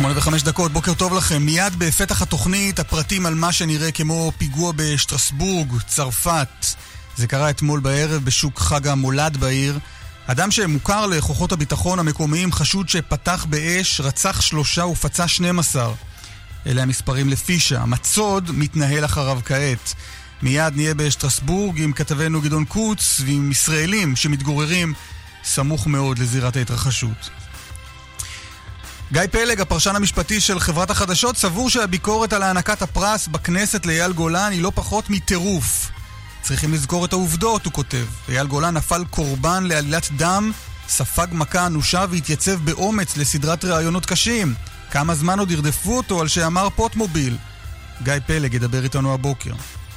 8:05, בוקר טוב לכם. מיד בפתח התוכנית הפרטים על מה שנראה כמו פיגוע בשטרסבורג, צרפת. זה קרה אתמול בערב בשוק חג המולד בעיר. אדם שמוכר לכוחות הביטחון המקומיים חשוד שפתח באש, רצח 3 ופצע 12. אלה המספרים לפישה. המצוד מתנהל אחריו כעת. מיד נהיה בשטרסבורג עם כתבנו גדעון קוץ ועם ישראלים שמתגוררים סמוך מאוד לזירת ההתרחשות. גיא פלג, הפרשן המשפטי של חברת החדשות, סבור שהביקורת על הענקת הפרס בכנסת לאייל גולן היא לא פחות מטירוף. צריכים לזכור את העובדות, הוא כותב. אייל גולן נפל קורבן לעלילת דם, ספג מכה אנושה והתייצב באומץ לסדרת ראיונות קשים. כמה זמן עוד ירדפו אותו על שאמר פוטמוביל? גיא פלג ידבר איתנו הבוקר.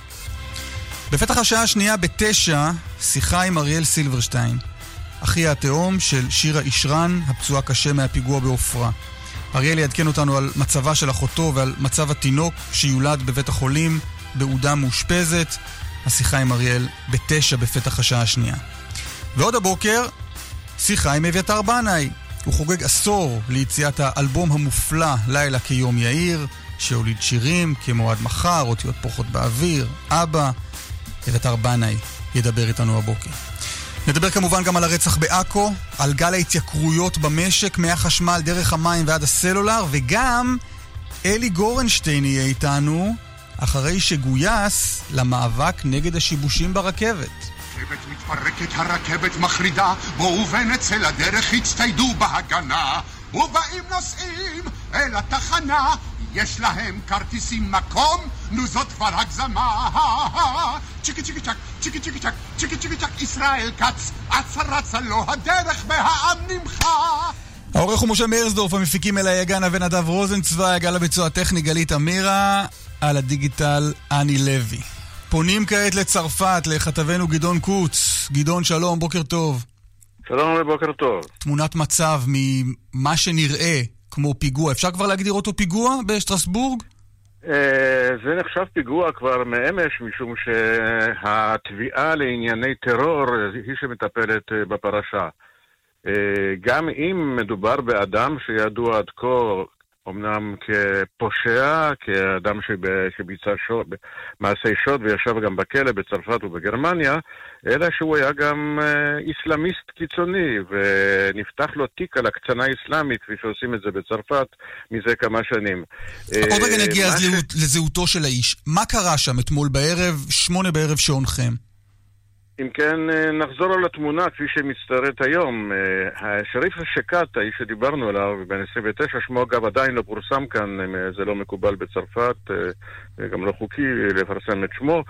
בפתח השעה השנייה 9, שיחה עם אריאל סילברשטיין, אחי התאום של שירה אישרן, הפצועה קשה מהפיגוע בעופרה. אריאל יעדכן אותנו על מצבה של אחותו ועל מצב התינוק שיולד בבית החולים בעודה מאושפזת. השיחה עם אריאל 9 בפתח השעה השנייה. ועוד הבוקר, שיחה עם אביתר בנאי. הוא חוגג עשור ליציאת האלבום המופלא לילה כיום יאיר, שהוליד שירים כמו עד מחר, אותיות פורחות באוויר, אבא. אביתר בנאי ידבר איתנו הבוקר. נדבר כמובן גם על הרצח בעכו, על גל ההתייקרויות במשק, מהחשמל דרך המים ועד הסלולר, וגם אלי גורנשטיין יהיה איתנו אחרי שגויס למאבק נגד השיבושים ברכבת. הרכבת מתפרקת, הרכבת מחרידה, בואו ונצא לדרך, הצטיידו בהגנה, ובאים נוסעים אל התחנה, יש להם כרטיסים מקום, נו זאת כבר הגזמה. צ'יקי צ'יקי צ'ק, צ'יקי צ'יקי צ'ק, צ'יקי צ'יקי צ'ק, ישראל קץ, אצה רצה לו הדרך והעם נמחה. העורך הוא משה מרזדורף, המפיקים אלה יגנה ונדב רוזנצוויג, על הביצוע הטכני גלית אמירה, על הדיגיטל אני לוי. פונים כעת לצרפת, לכתבנו גדעון קוץ. גדעון, שלום, בוקר טוב. שלום ובוקר טוב. תמונת מצב ממה שנראה כמו פיגוע. אפשר כבר להגדיר אותו פיגוע בשטרסבורג? זה נחשב פיגוע כבר מאמש, משום שהתביעה לענייני טרור היא שמטפלת בפרשה. גם אם מדובר באדם שידוע עד כה אמנם כפושע, כאדם שביצע מעשי שוד וישב גם בכלא בצרפת ובגרמניה, אלא שהוא היה גם איסלאמיסט קיצוני, ונפתח לו תיק על הקצנה איסלאמית, כפי שעושים את זה בצרפת מזה כמה שנים. עוד רגע נגיע לזהותו של האיש. מה קרה שם אתמול בערב, 8 בערב שעונכם? אם כן, נחזור על התמונה כפי שמצטרית היום. השריף השקט, האיש שדיברנו עליו, בן 29, שמו אגב עדיין לא פורסם כאן, זה לא מקובל בצרפת, גם לא חוקי לפרסם את שמו.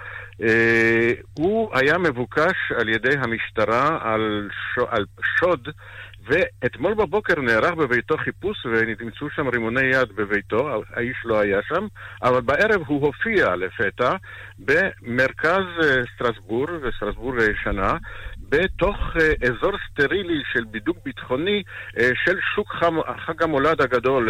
הוא היה מבוקש על ידי המשטרה על שוד, ואתמול בבוקר נערך בביתו חיפוש ונמצאו שם רימוני יד בביתו, האיש לא היה שם, אבל בערב הוא הופיע לפתע במרכז סטרסבורג הישנה, בתוך אזור סטרילי של בידוק ביטחוני של שוק חג המולד הגדול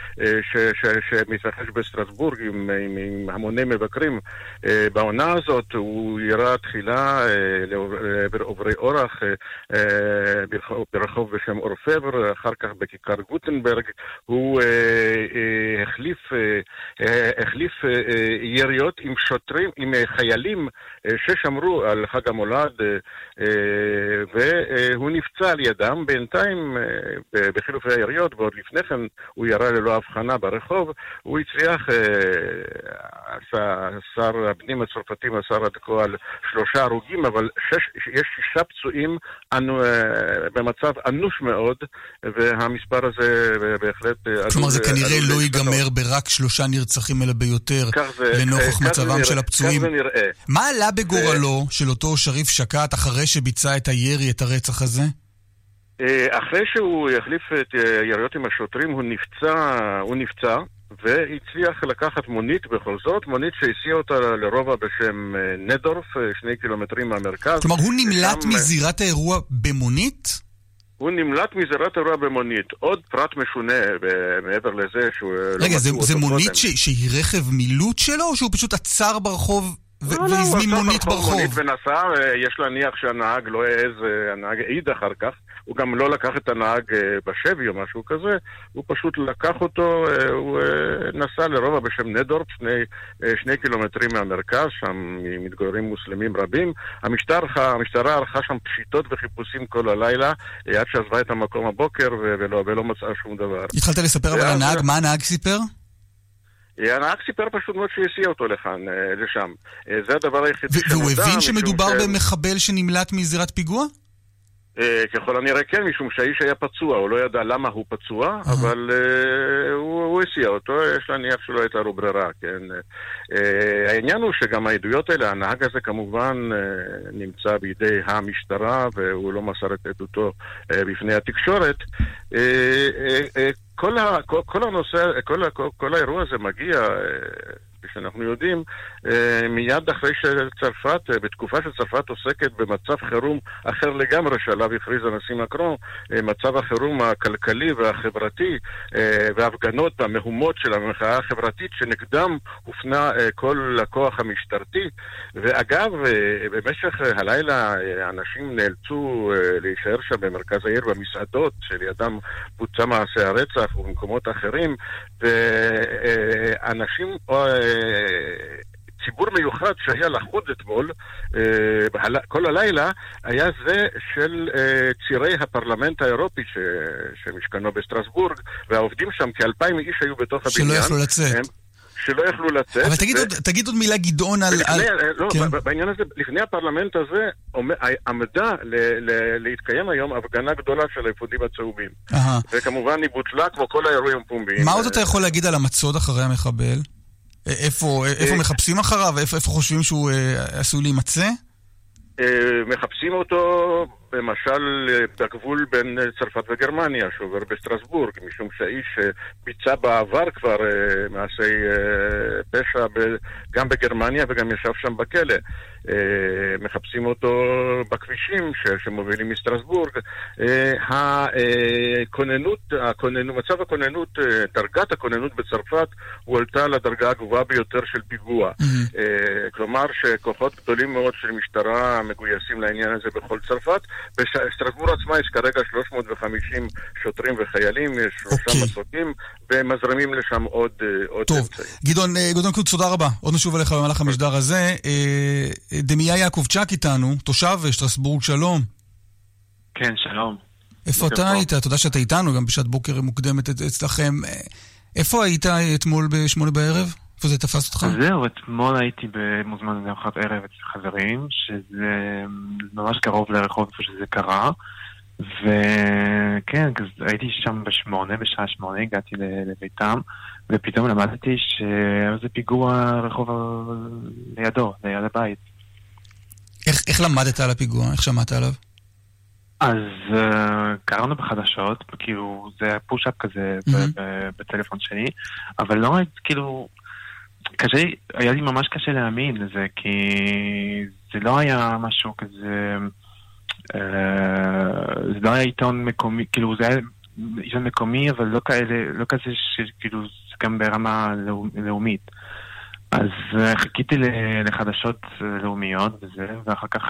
שמתרחש בסטרסבורג עם המוני מבקרים. בעונה הזאת הוא יראה תחילה לעוברי אורח ברחוב בשם אורפבר, אחר כך בכיכר גוטנברג. הוא החליף יריות עם שוטרים, עם חיילים ששמרו על חג המולד, והוא נפצע על ידם. בינתיים בחילופי היריות, ועוד לפני כן הוא ירה ללא הבחנה ברחוב. הוא הצליח, שר הפנים הצרפתי מסר עד כה על 3 הרוגים, אבל יש 6 פצועים במצב אנוש מאוד, והמספר הזה בהחלט... כלומר זה כנראה לא ייגמר ברק 3 נרצחים אלא ביותר, לנוכח מצבם של הפצועים. מה עלה בגורלו של אותו שריף שקט אחרי שביצע את הירי, את הרצח הזה? אחרי שהוא יחליף את יריות עם השוטרים, הוא נפצע והצליח לקחת מונית בכל זאת, מונית שהסיע אותה לרובע בשם נדורף, 2 קילומטרים מהמרכז. כלומר הוא נמלט מזירת האירוע במונית? הוא נמלט מזירת האירוע במונית. עוד פרט משונה מעבר לזה שהוא... רגע, זה מונית שהיא רכב מילוט שלו, או שהוא פשוט עצר ברחוב והזמין מונית ברחוב. מונית ונסע, יש להניח שהנהג לא העז, הנהג העיד אחר כך, הוא גם לא לקח את הנהג בשבי או משהו כזה, הוא פשוט לקח אותו, הוא נסע לרובע בשם נדורף, 2 קילומטרים מהמרכז, שם מתגוררים מוסלמים רבים. המשטרה ערכה שם פשיטות וחיפושים כל הלילה, עד שעזבה את המקום הבוקר ולא מצאה שום דבר. התחלת לספר אבל הנהג, מה הנהג סיפר? הנהג סיפר פשוט מאוד שהסיע אותו לכאן, לשם. זה הדבר היחידי שנודע. והוא הבין שמדובר במחבל שנמלט מזירת פיגוע? ככל הנראה כן, משום שהאיש היה פצוע, הוא לא ידע למה הוא פצוע, אבל הוא הסיע אותו, יש להניח שלא הייתה לו ברירה, כן. העניין הוא שגם העדויות האלה, הנהג הזה כמובן נמצא בידי המשטרה, והוא לא מסר את עדותו בפני התקשורת. כל הנושא, כל האירוע הזה מגיע, שאנחנו יודעים, מיד אחרי שצרפת, בתקופה שצרפת עוסקת במצב חירום אחר לגמרי שעליו הכריז הנשיא מקרון, מצב החירום הכלכלי והחברתי וההפגנות והמהומות של המחאה החברתית שנגדם הופנה כל הכוח המשטרתי. ואגב, במשך הלילה אנשים נאלצו להישאר שם במרכז העיר במסעדות שלידם בוצע מעשה הרצח ובמקומות אחרים, ואנשים ציבור מיוחד שהיה לחוד אתמול כל הלילה היה זה של צירי הפרלמנט האירופי שמשכנו בסטרסבורג, והעובדים שם כ2,000 איש היו בתוך הבניין שלא יכלו לצאת. שלא יכלו לצאת. אבל תגיד עוד מילה גדעון על... בעניין הזה, לפני הפרלמנט הזה עמדה להתקיים היום הפגנה גדולה של האפודים הצהובים. וכמובן היא בוטלה כמו כל האירועים פומביים. מה עוד אתה יכול להגיד על המצוד אחרי המחבל? איפה מחפשים אחריו? איפה חושבים שהוא עשוי להימצא? מחפשים אותו למשל בגבול בין צרפת וגרמניה שעובר בסטרסבורג, משום שהאיש ביצע בעבר כבר מעשי פשע גם בגרמניה וגם ישב שם בכלא. מחפשים אותו בכבישים שמובילים מסטרסבורג. מצב הכוננות, דרגת הכוננות בצרפת הועלתה לדרגה הגבוהה ביותר של פיגוע. כלומר שכוחות גדולים מאוד של משטרה מגויסים לעניין הזה בכל צרפת. בסטרסבורג עצמה יש כרגע 350 שוטרים וחיילים, יש 3 מסוקים, ומזרמים לשם עוד טוב, גדעון קוץ, תודה רבה. עוד נשוב אליך במהלך המשדר הזה. דמיה יעקובצ'ק איתנו, תושב שטרסבורג, שלום. כן, שלום. איפה אתה היית? תודה שאתה איתנו, גם בשעת בוקר מוקדמת אצלכם. איפה היית אתמול ב8 בערב? איפה זה תפס אותך? זהו, אתמול הייתי במוזמן לארוחת ערב אצל חברים, שזה ממש קרוב לרחוב איפה שזה קרה, וכן, הייתי שם בשעה 8, הגעתי לביתם, ופתאום למדתי שזה פיגוע רחוב לידו, ליד הבית. איך למדת על הפיגוע? איך שמעת עליו? אז קראנו בחדשות, כאילו זה פוש-אפ כזה בטלפון שלי, אבל לא כאילו... היה לי ממש קשה להאמין לזה, כי זה לא היה משהו כזה, זה לא היה עיתון מקומי, כאילו זה היה עיתון מקומי, אבל לא כזה שכאילו זה גם ברמה לאומית. אז חיכיתי לחדשות לאומיות וזה, ואחר כך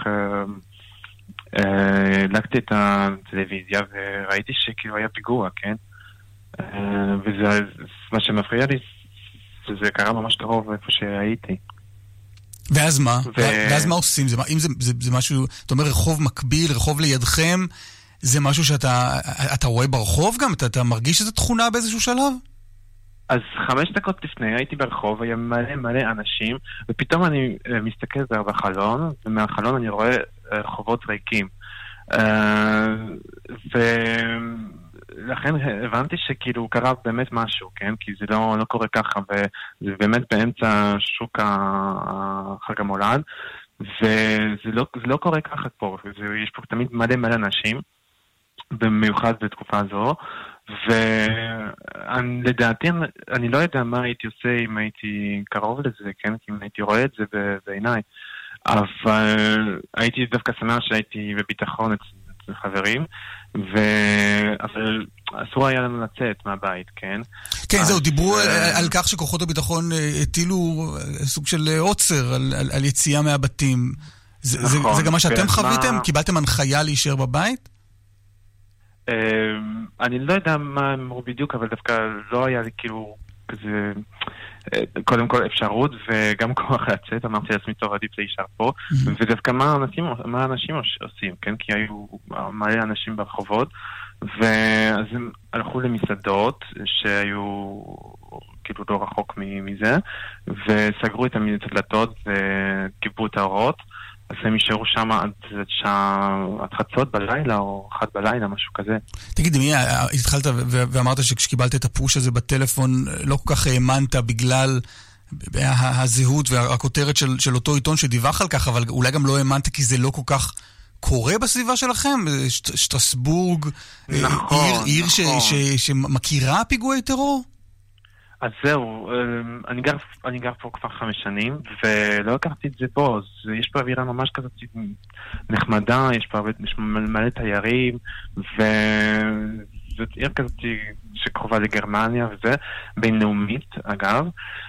הדלקתי את הטלוויזיה וראיתי שכאילו היה פיגוע, כן? וזה מה שמפריע לי, זה קרה ממש קרוב איפה שהייתי. ואז מה? ואז מה עושים? אם זה משהו, אתה אומר רחוב מקביל, רחוב לידכם, זה משהו שאתה רואה ברחוב גם? אתה מרגיש שזו תכונה באיזשהו שלב? אז 5 דקות לפני הייתי ברחוב, היה מלא אנשים, ופתאום אני מסתכל בחלון, ומהחלון אני רואה רחובות ריקים. לכן הבנתי שכאילו קרה באמת משהו, כן? כי זה לא קורה ככה, וזה באמת באמצע שוק החג המולד, וזה לא קורה ככה פה, יש פה תמיד מלא אנשים, במיוחד בתקופה הזו, ולדעתי, אני לא יודע מה הייתי עושה אם הייתי קרוב לזה, כן? כי אם הייתי רואה את זה בעיניי, אבל הייתי דווקא שמח שהייתי בביטחון חברים, אבל אסור היה לנו לצאת מהבית, כן? כן, זהו, דיברו על כך שכוחות הביטחון הטילו סוג של עוצר על יציאה מהבתים. זה גם מה שאתם חוויתם? קיבלתם הנחיה להישאר בבית? אני לא יודע מה אמרו בדיוק, אבל דווקא לא היה לי כאילו כזה, קודם כל אפשרות וגם כוח לצאת. אמרתי לעצמי, טוב, עדיף להישאר פה. ודווקא מה האנשים עושים, כן? כי היו מלא אנשים ברחובות, ואז הם הלכו למסעדות שהיו כאילו לא רחוק מזה, וסגרו את הדלתות וגיבו את האורות. אז הם יישארו שם עד חצות בלילה או 1 בלילה, משהו כזה. תגיד, מי, התחלת ואמרת שכשקיבלת את הפוש הזה בטלפון לא כל כך האמנת בגלל הזהות והכותרת של אותו עיתון שדיווח על כך, אבל אולי גם לא האמנת כי זה לא כל כך קורה בסביבה שלכם? שטרסבורג, עיר שמכירה פיגועי טרור? אז זהו, אני גר פה כבר 5 שנים, ולא לקחתי את זה פה, אז יש פה אווירה ממש כזאת נחמדה, יש פה מלא תיירים, וזאת עיר כזאת שקרובה לגרמניה וזה, בינלאומית אגב,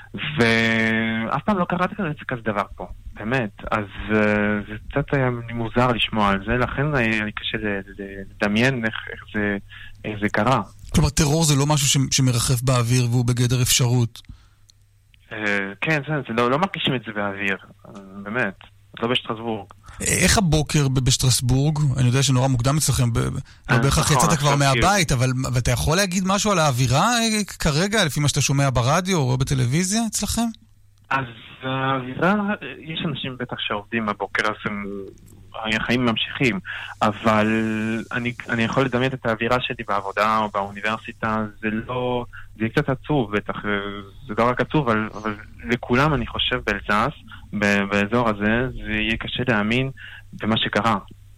ואף פעם לא קראתי כזה דבר פה, באמת, אז זה קצת היה מוזר לשמוע על זה, לכן היה לי קשה לדמיין איך זה קרה. כלומר, טרור זה לא משהו שמרחף באוויר והוא בגדר אפשרות. כן, זה לא מרגישים את זה באוויר, באמת, לא בשטרסבורג. איך הבוקר בשטרסבורג? אני יודע שנורא מוקדם אצלכם, לא בהכרח יצאת כבר מהבית, אבל אתה יכול להגיד משהו על האווירה כרגע, לפי מה שאתה שומע ברדיו או בטלוויזיה אצלכם? אז האווירה, יש אנשים בטח שעובדים בבוקר, אז החיים ממשיכים, אבל אני יכול לדמיין את האווירה שלי בעבודה או באוניברסיטה, זה קצת עצוב, בטח, זה לא רק עצוב, אבל לכולם אני חושב באלזס, באזור הזה, זה יהיה קשה להאמין במה שקרה.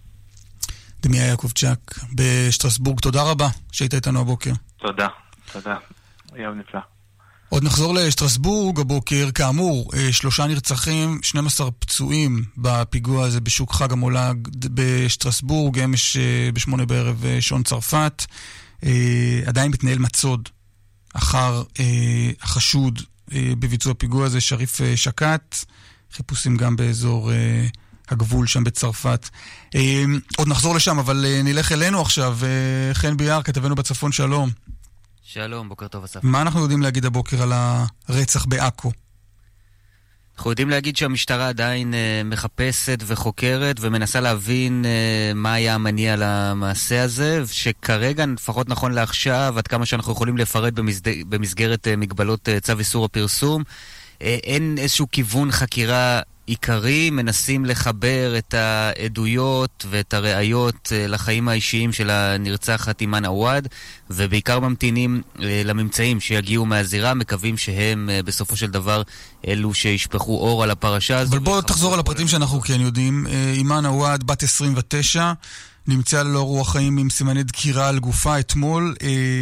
דמיה יעקובצ'ק, בשטרסבורג, תודה רבה שהיית איתנו הבוקר. תודה. יום נפלא. עוד נחזור לשטרסבורג הבוקר, כאמור, 3 נרצחים, 12 פצועים בפיגוע הזה בשוק חג המולד בשטרסבורג, אמש ב8 בערב שעון צרפת. עדיין מתנהל מצוד אחר החשוד בביצוע הפיגוע הזה, שריף שקט, חיפושים גם באזור הגבול שם בצרפת. עוד נחזור לשם, אבל נלך אלינו עכשיו. חן ביאר, כתבנו בצפון, שלום. שלום, בוקר טוב אסף. מה אנחנו יודעים להגיד הבוקר על הרצח בעכו? אנחנו יודעים להגיד שהמשטרה עדיין מחפשת וחוקרת ומנסה להבין מה היה המניע למעשה הזה, שכרגע, לפחות נכון לעכשיו, עד כמה שאנחנו יכולים לפרט במסגרת מגבלות צו איסור הפרסום, אין איזשהו כיוון חקירה עיקרי, מנסים לחבר את העדויות ואת הראיות לחיים האישיים של הנרצחת אימן עווד, ובעיקר ממתינים לממצאים שיגיעו מהזירה, מקווים שהם בסופו של דבר אלו שישפכו אור על הפרשה הזו. אבל בוא תחזור על הפרטים שאנחנו כן יודעים. אימן עווד, בת 29, נמצאה ללא רוח חיים עם סימני דקירה על גופה אתמול.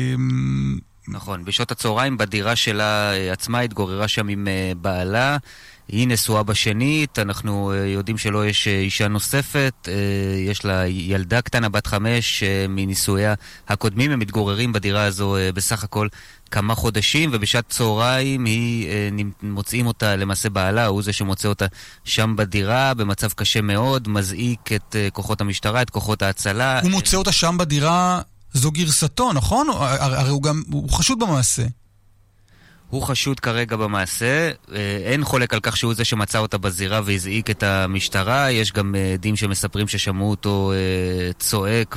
נכון, בשעות הצהריים בדירה שלה עצמה, התגוררה שם עם בעלה, היא נשואה בשנית, אנחנו יודעים שלא יש אישה נוספת, יש לה ילדה קטנה בת 5 מנישואיה הקודמים, הם מתגוררים בדירה הזו בסך הכל כמה חודשים, ובשעת צהריים מוצאים אותה, למעשה בעלה, הוא זה שמוצא אותה שם בדירה, במצב קשה מאוד, מזעיק את כוחות המשטרה, את כוחות ההצלה. הוא מוצא אותה שם בדירה, זו גרסתו, נכון? הרי הוא חשוד במעשה. הוא חשוד כרגע במעשה, אין חולק על כך שהוא זה שמצא אותה בזירה והזעיק את המשטרה, יש גם עדים שמספרים ששמעו אותו צועק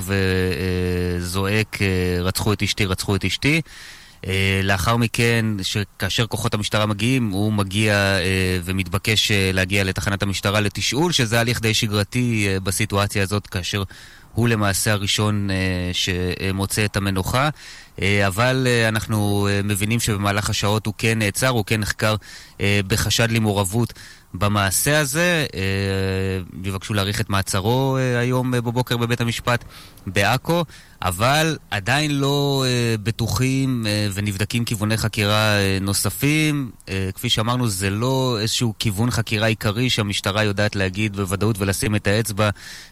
וזועק, רצחו את אשתי. לאחר מכן, כאשר כוחות המשטרה מגיעים, הוא מגיע ומתבקש להגיע לתחנת המשטרה לתשאול, שזה הליך די שגרתי בסיטואציה הזאת, כאשר הוא למעשה הראשון שמוצא את המנוחה, אבל אנחנו מבינים שבמהלך השעות הוא כן נעצר, הוא כן נחקר בחשד למעורבות במעשה הזה, יבקשו להאריך את מעצרו היום בבוקר בבית המשפט בעכו, אבל עדיין לא בטוחים ונבדקים כיווני חקירה נוספים. כפי שאמרנו, זה לא איזשהו כיוון חקירה עיקרי שהמשטרה יודעת להגיד בוודאות ולשים את האצבע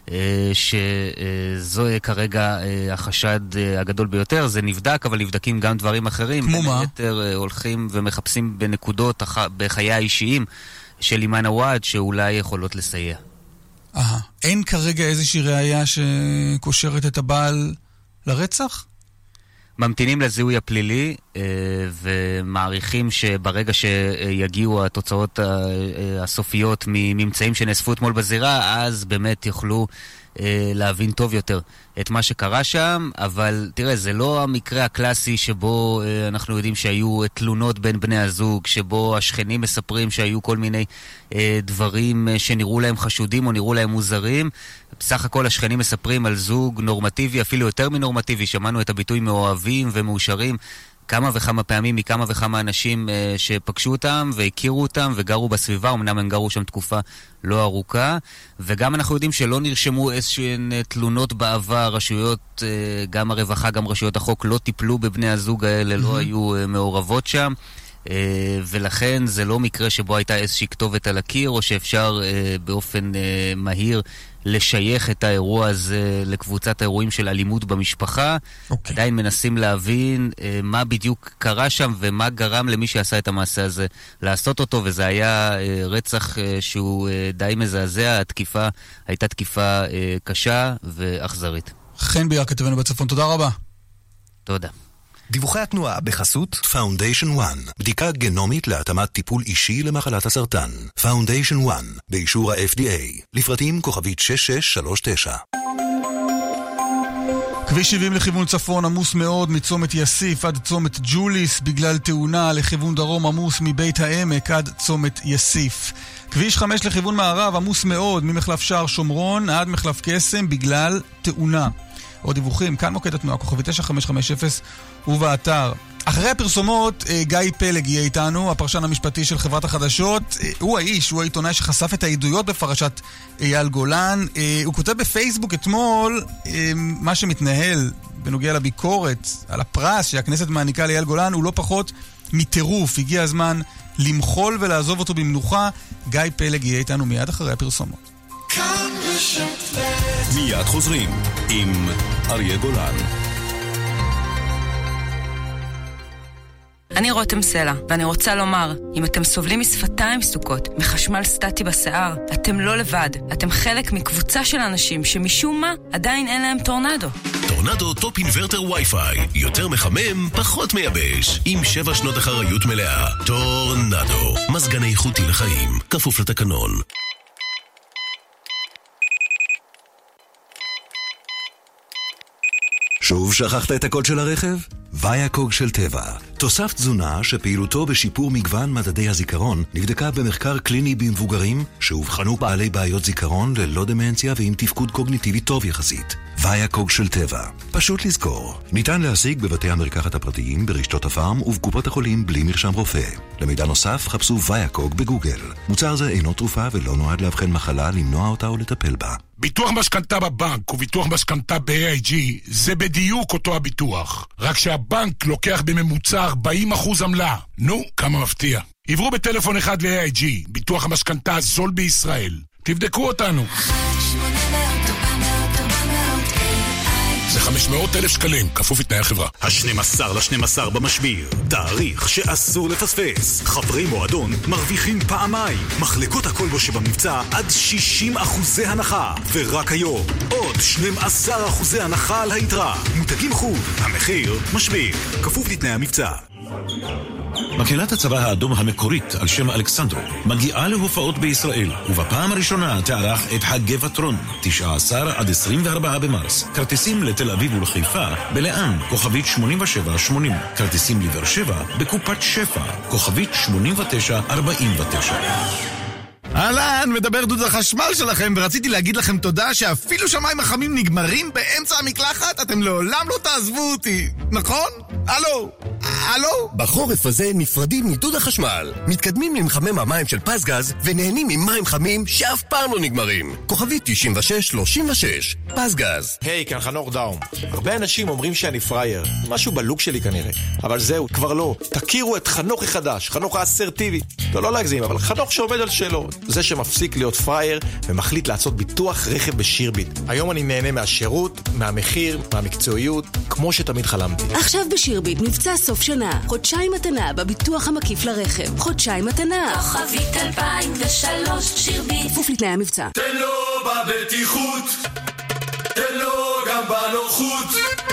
שזו כרגע החשד הגדול ביותר. זה נבדק, אבל נבדקים גם דברים אחרים. כמו מה? יותר הולכים ומחפשים בנקודות בחיי האישיים של אימן עווד שאולי יכולות לסייע. אין כרגע איזושהי ראייה שקושרת את הבעל לרצח? ממתינים לזיהוי הפלילי ומעריכים שברגע שיגיעו התוצאות הסופיות מממצאים שנאספו אתמול בזירה, אז באמת יוכלו להבין טוב יותר את מה שקרה שם. אבל תראה, זה לא המקרה הקלאסי שבו אנחנו יודעים שהיו תלונות בין בני הזוג, שבו השכנים מספרים שהיו כל מיני דברים שנראו להם חשודים או נראו להם מוזרים. בסך הכל השכנים מספרים על זוג נורמטיבי, אפילו יותר מנורמטיבי. שמענו את הביטוי מאוהבים ומאושרים כמה וכמה פעמים מכמה וכמה אנשים שפגשו אותם והכירו אותם וגרו בסביבה. אמנם הם גרו שם תקופה לא ארוכה, וגם אנחנו יודעים שלא נרשמו איזשהן תלונות בעבר. רשויות, גם הרווחה, גם רשויות החוק לא טיפלו בבני הזוג האלה, לא היו מעורבות שם, ולכן זה לא מקרה שבו הייתה איזושהי כתובת על הקיר, או שאפשר באופן מהיר לשייך את האירוע הזה לקבוצת האירועים של אלימות במשפחה. עדיין מנסים להבין מה בדיוק קרה שם ומה גרם למי שעשה את המעשה הזה לעשות אותו, וזה היה רצח שהוא די מזעזע. התקיפה הייתה תקיפה קשה ואכזרית. חן ביאר, כתבנו בצפון, תודה רבה. תודה. דיווחי התנועה בחסות Foundation One, בדיקה גנומית להתאמת טיפול אישי למחלת הסרטן. Foundation One, באישור ה-FDA, לפרטים כוכבית 6639. כביש 70 לכיוון צפון עמוס מאוד מצומת יסיף עד צומת ג'וליס בגלל תאונה. לכיוון דרום עמוס מבית העמק עד צומת יסיף. כביש 5 לכיוון מערב עמוס מאוד ממחלף שער שומרון עד מחלף קסם בגלל תאונה. עוד דיווחים, כאן מוקד התנועה, כוכבי 9550 ובאתר. אחרי הפרסומות, גיא פלג יהיה איתנו, הפרשן המשפטי של חברת החדשות. הוא האיש, הוא העיתונאי שחשף את העדויות בפרשת אייל גולן. הוא כותב בפייסבוק אתמול מה שמתנהל בנוגע לביקורת על הפרס שהכנסת מעניקה לאייל גולן הוא לא פחות מטירוף. הגיע הזמן למחול ולעזוב אותו במנוחה. גיא פלג יהיה איתנו מיד אחרי הפרסומות. מיד חוזרים עם אריה גולן. אני רותם סלע, ואני רוצה לומר, אם אתם סובלים משפתיים סוכות, מחשמל סטטי בשיער, אתם לא לבד. אתם חלק מקבוצה של אנשים שמשום מה עדיין אין להם טורנדו. טורנדו טופ אינברטר וי-פיי. יותר מחמם, פחות מייבש. עם 7 שנות אחריות מלאה. טורנדו. מזגן איכותי לחיים. כפוף לתקנון. שוב שכחת את הקוד של הרכב? ויאקוג של טבע. תוסף תזונה שפעילותו בשיפור מגוון מדדי הזיכרון נבדקה במחקר קליני במבוגרים שהובחנו בעלי בעיות זיכרון ללא דמנציה ועם תפקוד קוגניטיבי טוב יחסית. ויאקוג של טבע. פשוט לזכור. ניתן להשיג בבתי המרקחת הפרטיים, ברשתות הפארם ובקופות החולים בלי מרשם רופא. למידע נוסף חפשו ויאקוג בגוגל. מוצר זה אינו תרופה ולא נועד לאבחן מחלה, למנוע אותה או לטפל בה. ביטוח משכנתה בבנק וביטוח משכנתה ב-AIG זה בדיוק אותו הביטוח. רק שהבנק לוקח בממוצע 40% עמלה. נו, כמה מפתיע. עברו בטלפון אחד ל-AIG, ביטוח המשכנתה הזול בישראל. תבדקו אותנו. זה 500,000 שקלים, כפוף לתנאי החברה. ה-12 במשביר, תאריך שאסור לפספס. חברי מועדון מרוויחים פעמיים. מחלקות הכל בו שבמבצע עד 60% הנחה. ורק היום, עוד 12% הנחה על היתרה. מותגים חוד, המחיר משביר, כפוף לתנאי המבצע. מקהלת הצבא האדום המקורית על שם אלכסנדרו מגיעה להופעות בישראל, ובפעם הראשונה תערך את הגבעתרון 19 עד 24 במרס. כרטיסים לתל אביב ולחיפה בלאן, כוכבית 8780. כרטיסים לבאר שבע בקופת שפע, כוכבית 8949. אהלן, מדבר דוד החשמל שלכם, ורציתי להגיד לכם תודה שאפילו שמיים החמים נגמרים באמצע המקלחת, אתם לעולם לא תעזבו אותי, נכון? הלו, הלו? בחורף הזה נפרדים מדוד החשמל. מתקדמים למחמם המים של פסגז ונהנים ממים חמים שאף פעם לא נגמרים. כוכבי 9636. פסגז. היי, כאן חנוך דאום. הרבה אנשים אומרים שאני פרייר. משהו בלוק שלי כנראה. אבל זהו, כבר לא. תכירו את חנוך החדש, חנוך האסרטיבי. לא להגזים, אבל חנוך שעומד על שלו. זה שמפסיק להיות פרייר ומחליט לעשות ביטוח רכב בשירביט. היום אני נהנה מהשירות, מהמחיר, מהמקצועיות, כמו שתמיד חלמתי. עכשיו בשירביט מבצע סוף שנה. חודשיים מתנה בביטוח המקיף לרכב. חודשיים מתנה. כוכבית 2003 שירביט. כפוף לתנאי המבצע. תן לו בבטיחות, תן לו גם בנוחות,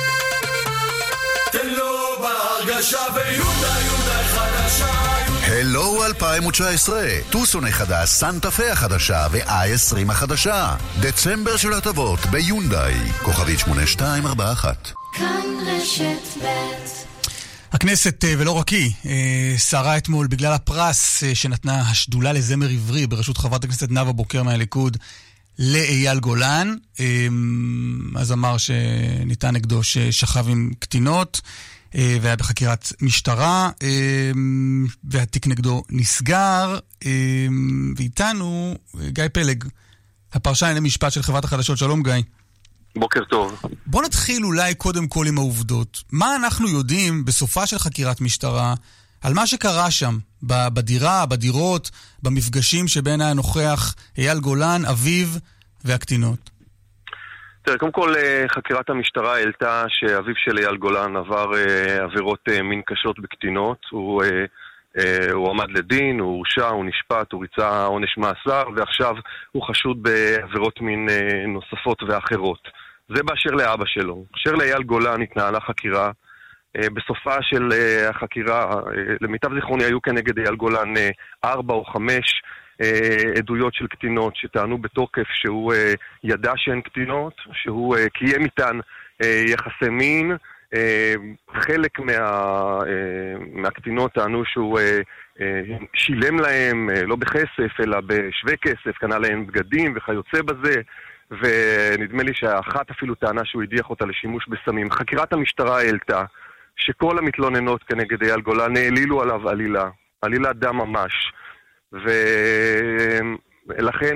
תן לו בהרגשה ויונדאי חדשה. הלו 2019, טוסון החדש, סנטה פה החדשה ו-i20 החדשה. דצמבר של הטבות ביונדאי. כוכבית 8241. כאן רשת ב'. הכנסת, ולא רק היא, סערה אתמול בגלל הפרס שנתנה השדולה לזמר עברי בראשות חברת הכנסת נאוה בוקר מהליכוד לאייל גולן. אז אמר שניתן נגדו ששכב עם קטינות והיה בחקירת משטרה, והתיק נגדו נסגר. ואיתנו גיא פלג, הפרשן לענייני משפט של חברת החדשות. שלום גיא. בוקר טוב. בוא נתחיל אולי קודם כל עם העובדות. מה אנחנו יודעים בסופה של חקירת משטרה על מה שקרה שם, בדירה, בדירות, במפגשים שבין היה נוכח אייל גולן, אביו והקטינות? תראה, קודם כל חקירת המשטרה העלתה שאביו של אייל גולן עבר עבירות מין קשות בקטינות. הוא עמד לדין, הוא הורשע, הוא נשפט, הוא ריצה עונש מאסר, ועכשיו הוא חשוד בעבירות מין נוספות ואחרות. זה באשר לאבא שלו. באשר לאייל גולן התנהלה חקירה. בסופה של החקירה, למיטב זיכרוני, היו כנגד אייל גולן 4 או 5 עדויות של קטינות שטענו בתוקף שהוא ידע שהן קטינות, שהוא קיים איתן יחסי מין. חלק מהקטינות טענו שהוא שילם להם לא בכסף אלא בשווה כסף, קנה להם בגדים וכיוצא בזה, ונדמה לי שהאחת אפילו טענה שהוא הדיח אותה לשימוש בסמים. חקירת המשטרה העלתה שכל המתלוננות כנגד אייל גולן העלילו עליו עלילת דם ממש, ולכן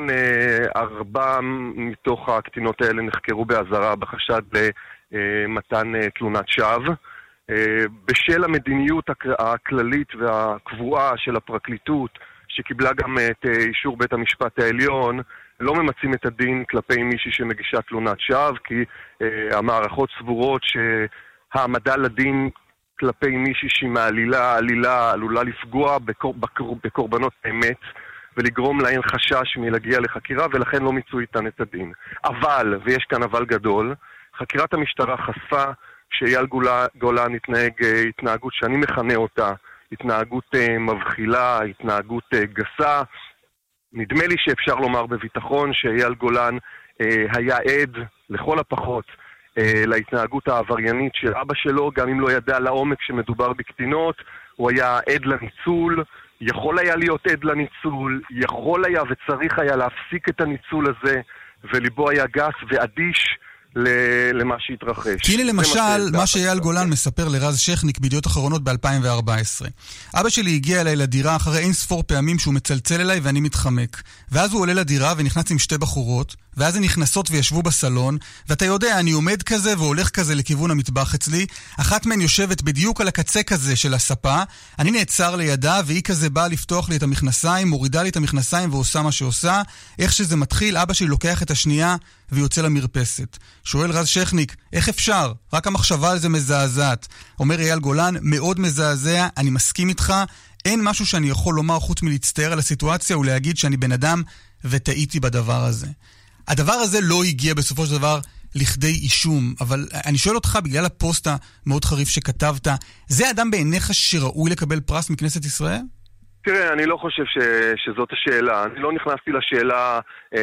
4 מתוך הקטינות האלה נחקרו באזהרה בחשד מתן תלונת שווא. בשל המדיניות הכללית והקבועה של הפרקליטות, שקיבלה גם את אישור בית המשפט העליון, לא ממצים את הדין כלפי מישהי שמגישה תלונת שווא, כי המערכות סבורות שהעמדה לדין כלפי מישהי שהיא מעלילה עלולה לפגוע בקורבנות האמת ולגרום להן חשש מלהגיע לחקירה, ולכן לא מיצו איתן את הדין. אבל, ויש כאן אבל גדול, חקירת המשטרה חשפה שאייל גולן התנהג התנהגות שאני מכנה אותה התנהגות מבחילה, התנהגות גסה. נדמה לי שאפשר לומר בביטחון שאייל גולן היה עד לכל הפחות להתנהגות העבריינית של אבא שלו, גם אם לא ידע לעומק שמדובר בקטינות. הוא היה עד לניצול, יכול היה להיות עד לניצול, יכול היה וצריך היה להפסיק את הניצול הזה, וליבו היה גס ואדיש למה שהתרחש. כי הנה למשל, מה שאייל גולן מספר לרז שכניק בידיעות אחרונות ב-2014. אבא שלי הגיע אליי לדירה אחרי אין ספור פעמים שהוא מצלצל אליי ואני מתחמק. ואז הוא עולה לדירה ונכנס עם 2 בחורות, ואז הן נכנסות וישבו בסלון, ואתה יודע, אני עומד כזה והולך כזה לכיוון המטבח אצלי, אחת מהן יושבת בדיוק על הקצה כזה של הספה, אני נעצר לידה והיא כזה באה לפתוח לי את המכנסיים, מורידה לי את המכנסיים ועושה מה שעושה. איך שזה מתחיל, אבא שלי לוקח את השנייה ויוצא למרפסת. שואל רז שכניק, איך אפשר? רק המחשבה על זה מזעזעת. אומר אייל גולן, מאוד מזעזע, אני מסכים איתך, אין משהו שאני יכול לומר חוץ מלהצטער על הסיטואציה ולהגיד שאני בן אדם וטעיתי בדבר הזה. הדבר הזה לא הגיע בסופו של דבר לכדי אישום, אבל אני שואל אותך, בגלל הפוסט המאוד חריף שכתבת, זה אדם בעיניך שראוי לקבל פרס מכנסת ישראל? תראה, אני לא חושב שזאת השאלה. אני לא נכנסתי לשאלה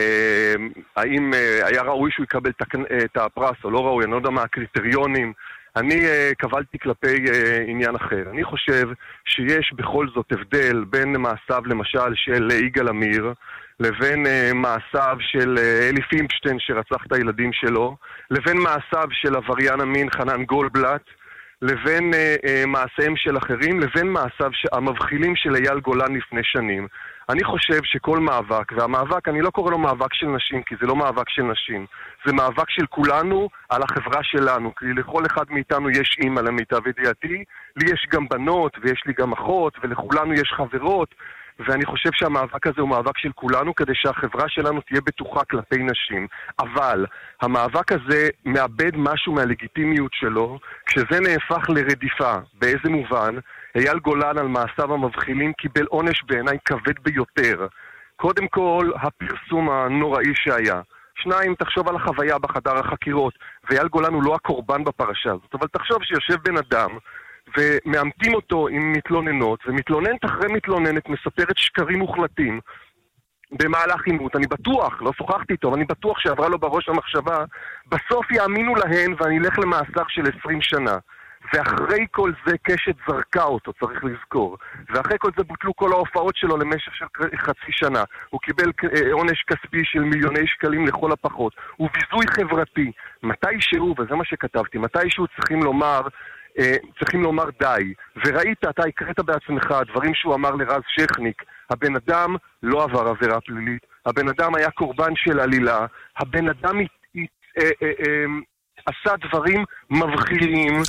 האם היה ראוי שהוא יקבל את הפרס או לא ראוי, אני לא יודע מה הקריטריונים. אני קבלתי כלפי עניין אחר. אני חושב שיש בכל זאת הבדל בין מעשיו למשל של יגאל עמיר, לבין מעשיו של אלי פינקשטיין שרצח את הילדים שלו, לבין מעשיו של עבריין המין חנן גולדבלט, לבין מעשיהם של אחרים, לבין מעשיו המבחילים של אייל גולן לפני שנים. אני חושב שכל מאבק, והמאבק, אני לא קורא לו מאבק של נשים, כי זה לא מאבק של נשים, זה מאבק של כולנו על החברה שלנו, כי לכל אחד מאיתנו יש אימא למיטב ידיעתי, לי יש גם בנות ויש לי גם אחות, ולכולנו יש חברות, ואני חושב שהמאבק הזה הוא מאבק של כולנו, כדי שהחברה שלנו תהיה בטוחה כלפי נשים. אבל המאבק הזה מאבד משהו מהלגיטימיות שלו, כשזה נהפך לרדיפה. באיזה מובן? אייל גולן על מעשיו המבחילים קיבל עונש בעיניי כבד ביותר. קודם כל, הפרסום הנוראי שהיה. שניים, תחשוב על החוויה בחדר החקירות, ואייל גולן הוא לא הקורבן בפרשה הזאת, אבל תחשוב שיושב בן אדם, ומאמתים אותו עם מתלוננות, ומתלוננת אחרי מתלוננת מספרת שקרים מוחלטים במהלך עימות. אני בטוח, לא שוחחתי איתו, אבל אני בטוח שעברה לו בראש המחשבה, בסוף יאמינו להן ואני אלך למאסר של 20 שנה. ואחרי כל זה קשת זרקה אותו, צריך לזכור. ואחרי כל זה בוטלו כל ההופעות שלו למשך של חצי שנה. הוא קיבל עונש כספי של מיליוני שקלים לכל הפחות. הוא ביזוי חברתי. מתישהו, וזה מה שכתבתי, מתישהו צריכים לומר די. וראית, אתה הקראת בעצמך דברים שהוא אמר לרז שכניק. הבן אדם לא עבר עבירה פלילית. הבן אדם היה קורבן של עלילה. הבן אדם עשה דברים מבחילים,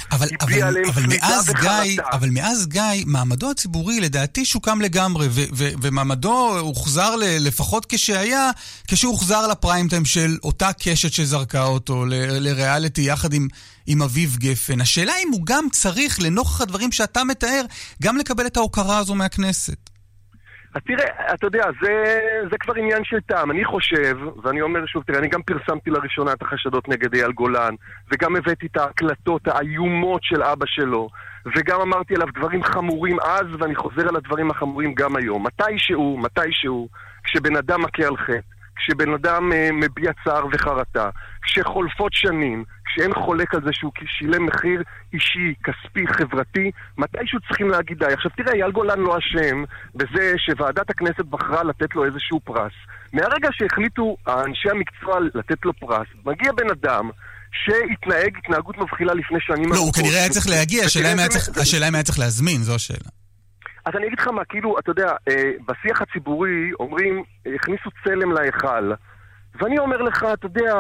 אבל מאז גיא, מעמדו הציבורי לדעתי שוקם לגמרי, ומעמדו הוחזר לפחות כשהוא הוחזר לפריים טיים של אותה קשת שזרקה אותו לריאליטי יחד עם אביב גפן. השאלה אם הוא גם צריך, לנוכח הדברים שאתה מתאר, גם לקבל את ההוקרה הזו מהכנסת. אז תראה, אתה יודע, זה כבר עניין של טעם. אני חושב, ואני אומר שוב, תראה, אני גם פרסמתי לראשונה את החשדות נגד אייל גולן, וגם הבאתי את ההקלטות האיומות של אבא שלו, וגם אמרתי עליו דברים חמורים אז, ואני חוזר על הדברים החמורים גם היום. מתישהו, כשבן אדם מכה על חטא, כשבן אדם מביע צער וחרטה, כשחולפות שנים, כשאין חולק על זה שהוא שילם מחיר אישי, כספי, חברתי, מתישהו צריכים להגיד די. עכשיו תראה, אייל גולן לא אשם בזה שוועדת הכנסת בחרה לתת לו איזשהו פרס. מהרגע שהחליטו אנשי המקצוע לתת לו פרס, מגיע בן אדם שהתנהג התנהגות מבחילה לפני שנים. לא, הוא כנראה היה צריך להגיע, השאלה אם היה צריך להזמין, זו השאלה. אז אני אגיד לך מה, כאילו, אתה יודע, בשיח הציבורי אומרים, הכניסו צלם להיכל. ואני אומר לך, אתה יודע,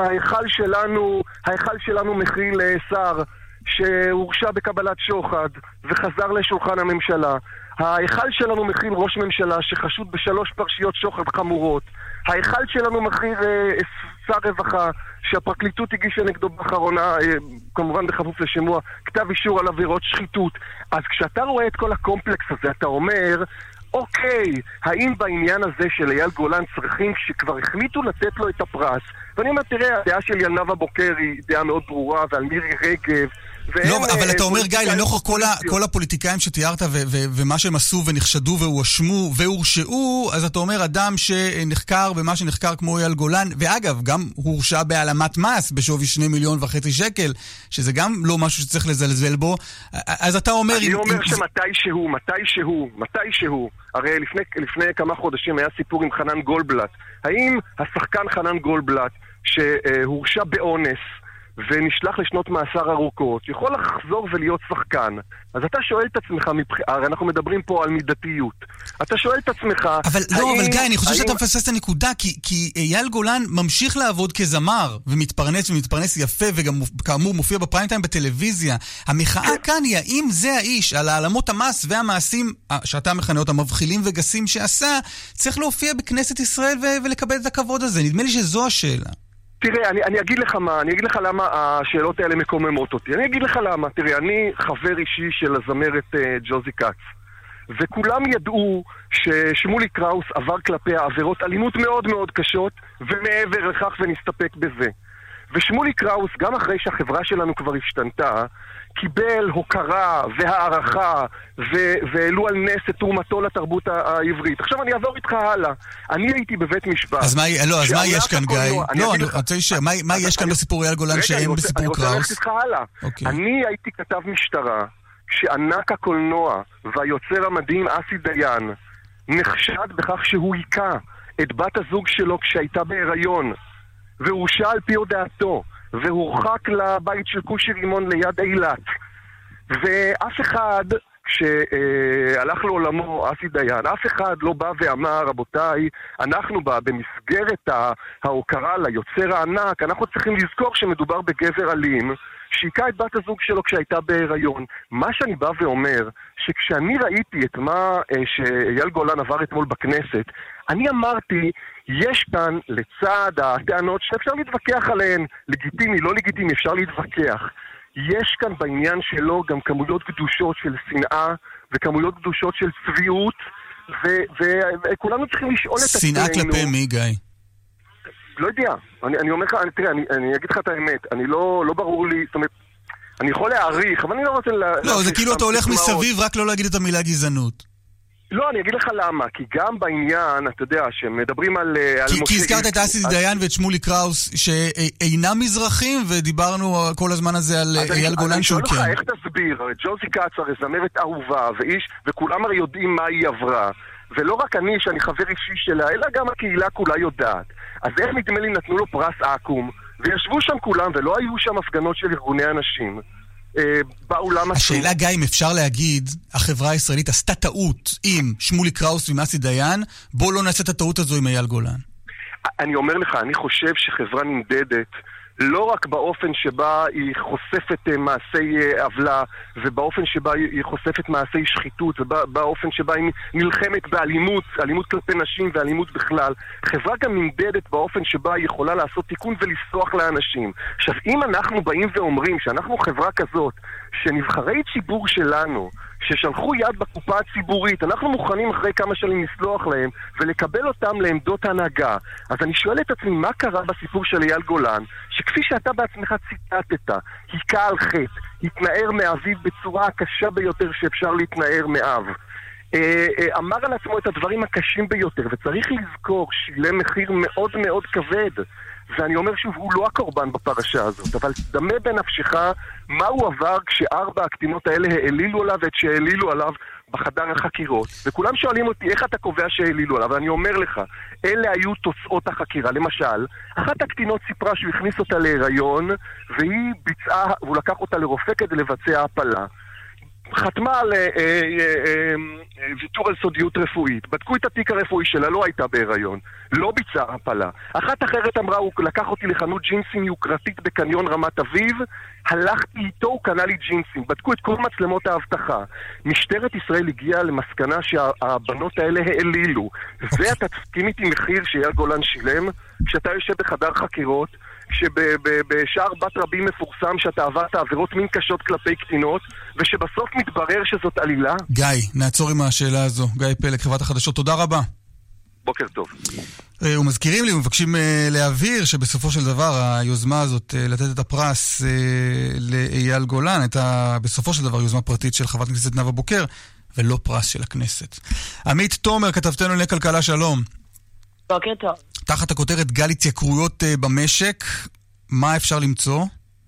ההיכל שלנו מכיל שר שהורשע בקבלת שוחד וחזר לשולחן הממשלה. ההיכל שלנו מכיל ראש ממשלה שחשוד ב3 פרשיות שוחד חמורות. ההיכל שלנו מכיל שר רווחה שהפרקליטות הגישה נגדו באחרונה, כמובן בכפוף לשימוע, כתב אישור על עבירות שחיתות. אז כשאתה רואה את כל הקומפלקס הזה, אתה אומר, אוקיי, האם בעניין הזה של אייל גולן צריכים שכבר החליטו לתת לו את הפרס? ואני אומר, תראה, הדעה של ינב הבוקר היא דעה מאוד ברורה, ועל מירי רגב, לא, אבל אתה אומר, גיא, לנוכח כל הפוליטיקאים שתיארת ומה שהם עשו ונחשדו והואשמו והורשעו, אז אתה אומר, אדם שנחקר במה שנחקר כמו אייל גולן, ואגב, גם הורשע בהעלמת מס בשווי 2.5 מיליון שקל, שזה גם לא משהו שצריך לזלזל בו, אז אתה אומר... אני אומר שמתישהו, הרי לפני כמה חודשים היה סיפור עם חנן גולדבלט. האם השחקן חנן גולדבלט, שהורשע באונס, ונשלח לשנות מאסר ארוכות, יכול לחזור ולהיות שחקן. אז אתה שואל את עצמך, הרי אנחנו מדברים פה על מידתיות. אתה שואל את עצמך... אבל גיא, אני חושב שאתה מפסס את הנקודה, כי אייל גולן ממשיך לעבוד כזמר, ומתפרנס יפה, וגם כאמור מופיע בפריים טיים בטלוויזיה. המחאה כאן היא, האם זה האיש, על העלמות המס והמעשים, שאתה מכנה אותם מבחילים וגסים שעשה, צריך להופיע בכנסת ישראל ולקבל את הכבוד הזה. נדמה לי שזו השאלה. תראה, אני אגיד לך למה השאלות האלה מקוממות אותי. אני אגיד לך למה. תראה, אני חבר אישי של הזמרת ג'וזי קאץ. וכולם ידעו ששמולי קראוס עבר כלפי העבירות אלימות מאוד מאוד קשות, ומעבר לכך ונסתפק בזה. ושמולי קראוס, גם אחרי שהחברה שלנו כבר השתנתה, קיבל הוקרה והערכה והעלו על נס את תרומתו לתרבות העברית. עכשיו אני אעבור איתך הלאה. אני הייתי בבית משפט. אז מה יש כאן, גיא? לא, אני רוצה לשאול, מה יש כאן בסיפור אייל גולן שאין בסיפור קראוס? אני רוצה ללכת איתך הלאה. אני הייתי כתב משטרה שענק הקולנוע והיוצר המדהים אסי דיין נחשד בכך שהוא היקה את בת הזוג שלו כשהייתה בהיריון, והורשע על פי הודעתו, והורחק לבית של כושי רימון ליד אילת. ואף אחד, כשהלך לעולמו אסי דיין, אף אחד לא בא ואמר, רבותיי, אנחנו במסגרת ההוקרה ליוצר הענק, אנחנו צריכים לזכור שמדובר בגבר אלים, שהיקה את בת הזוג שלו כשהייתה בהיריון. מה שאני בא ואומר, שכשאני ראיתי את מה שאייל גולן עבר אתמול בכנסת, אני אמרתי, יש כאן לצד הטענות שאפשר להתווכח עליהן, לגיטימי, לא לגיטימי, אפשר להתווכח. יש כאן בעניין שלו גם כמויות קדושות של שנאה, וכמויות קדושות של צביעות, וכולנו צריכים לשאול את עצמנו. שנאה כלפי מי, גיא? לא יודע, אני אומר לך, תראה, אני אגיד לך את האמת, אני לא ברור לי, זאת אומרת, אני יכול להעריך, אבל אני לא רוצה לא, זה כאילו אתה הולך מסביב רק לא להגיד את המילה גזענות. לא, אני אגיד לך למה, כי גם בעניין, אתה יודע, שמדברים על... כי הזכרת את אסי דיין ואת שמולי קראוס, שאינם מזרחים, ודיברנו כל הזמן הזה על אייל גולן שהוא כן. אני שואל לך, איך תסביר, ג'וזי קצר, זמרת אהובה, וכולם הרי יודעים מה היא עברה, ולא רק אני, שאני חבר אישי שלה, אלא גם הקהילה כולה יודעת. אז איך נדמה לי נתנו לו פרס אקו"ם, וישבו שם כולם, ולא היו שם הפגנות של ארגוני אנשים. השאלה גיא, אם אפשר להגיד, החברה הישראלית עשתה טעות עם שמולי קראוס ועם אסי דיין, בוא לא נעשה את הטעות הזו עם אייל גולן. אני אומר לך, אני חושב שחברה נמדדת לא רק באופן שבה היא חושפת מעשי עוולה, ובאופן שבה היא חושפת מעשי שחיתות, ובאופן שבה היא נלחמת באלימות, אלימות כלפי נשים ואלימות בכלל. חברה גם נמדדת באופן שבה היא יכולה לעשות תיקון ולסלוח לאנשים. עכשיו, אם אנחנו באים ואומרים שאנחנו חברה כזאת, שנבחרי ציבור שלנו, ששלחו יד בקופה הציבורית, אנחנו מוכנים אחרי כמה שנים לסלוח להם ולקבל אותם לעמדות הנהגה. אז אני שואל את עצמי, מה קרה בסיפור של אייל גולן, שכפי שאתה בעצמך ציטטת, היכה על חטא, התנער מאביו בצורה הקשה ביותר שאפשר להתנער מאב. אמר על עצמו את הדברים הקשים ביותר, וצריך לזכור, שילם מחיר מאוד מאוד כבד. ואני אומר שוב, הוא לא הקורבן בפרשה הזאת, אבל דמה בנפשך מה הוא עבר כשארבע הקטינות האלה העלילו עליו את שהעלילו עליו בחדר החקירות. וכולם שואלים אותי, איך אתה קובע שהעלילו עליו? ואני אומר לך, אלה היו תוצאות החקירה. למשל, אחת הקטינות סיפרה שהוא הכניס אותה להיריון, והיא ביצעה, והוא לקח אותה לרופא כדי לבצע הפלה. חתמה על ויתור על סודיות רפואית. בדקו את התיק הרפואי שלה, לא הייתה בהיריון. לא ביצעה הפלה. אחת אחרת אמרה, הוא לקח אותי לחנות ג'ינסים יוקרתית בקניון רמת אביב, הלכתי איתו, הוא קנה לי ג'ינסים. בדקו את כל מצלמות האבטחה. משטרת ישראל הגיעה למסקנה שהבנות האלה העלילו. ואתה תסכים איתי מחיר שאייל גולן שילם, כשאתה יושב בחדר חקירות, שבשער בת רבים מפורסם שאתה עברת עבירות מין קשות כלפי קטינות, ושבסוף מתברר שזאת עלילה? גיא, נעצור עם השאלה הזו. גיא פלג, חברת החדשות, תודה רבה. בוקר טוב. ומזכירים לי, ומבקשים להבהיר שבסופו של דבר היוזמה הזאת לתת את הפרס לאייל גולן, הייתה בסופו של דבר יוזמה פרטית של חברת הכנסת נאוה בוקר, ולא פרס של הכנסת. עמית תומר, כתבתנו לענייני כלכלה, שלום. בוקר טוב. תחת הכותרת גל התייקרויות במשק, מה אפשר למצוא?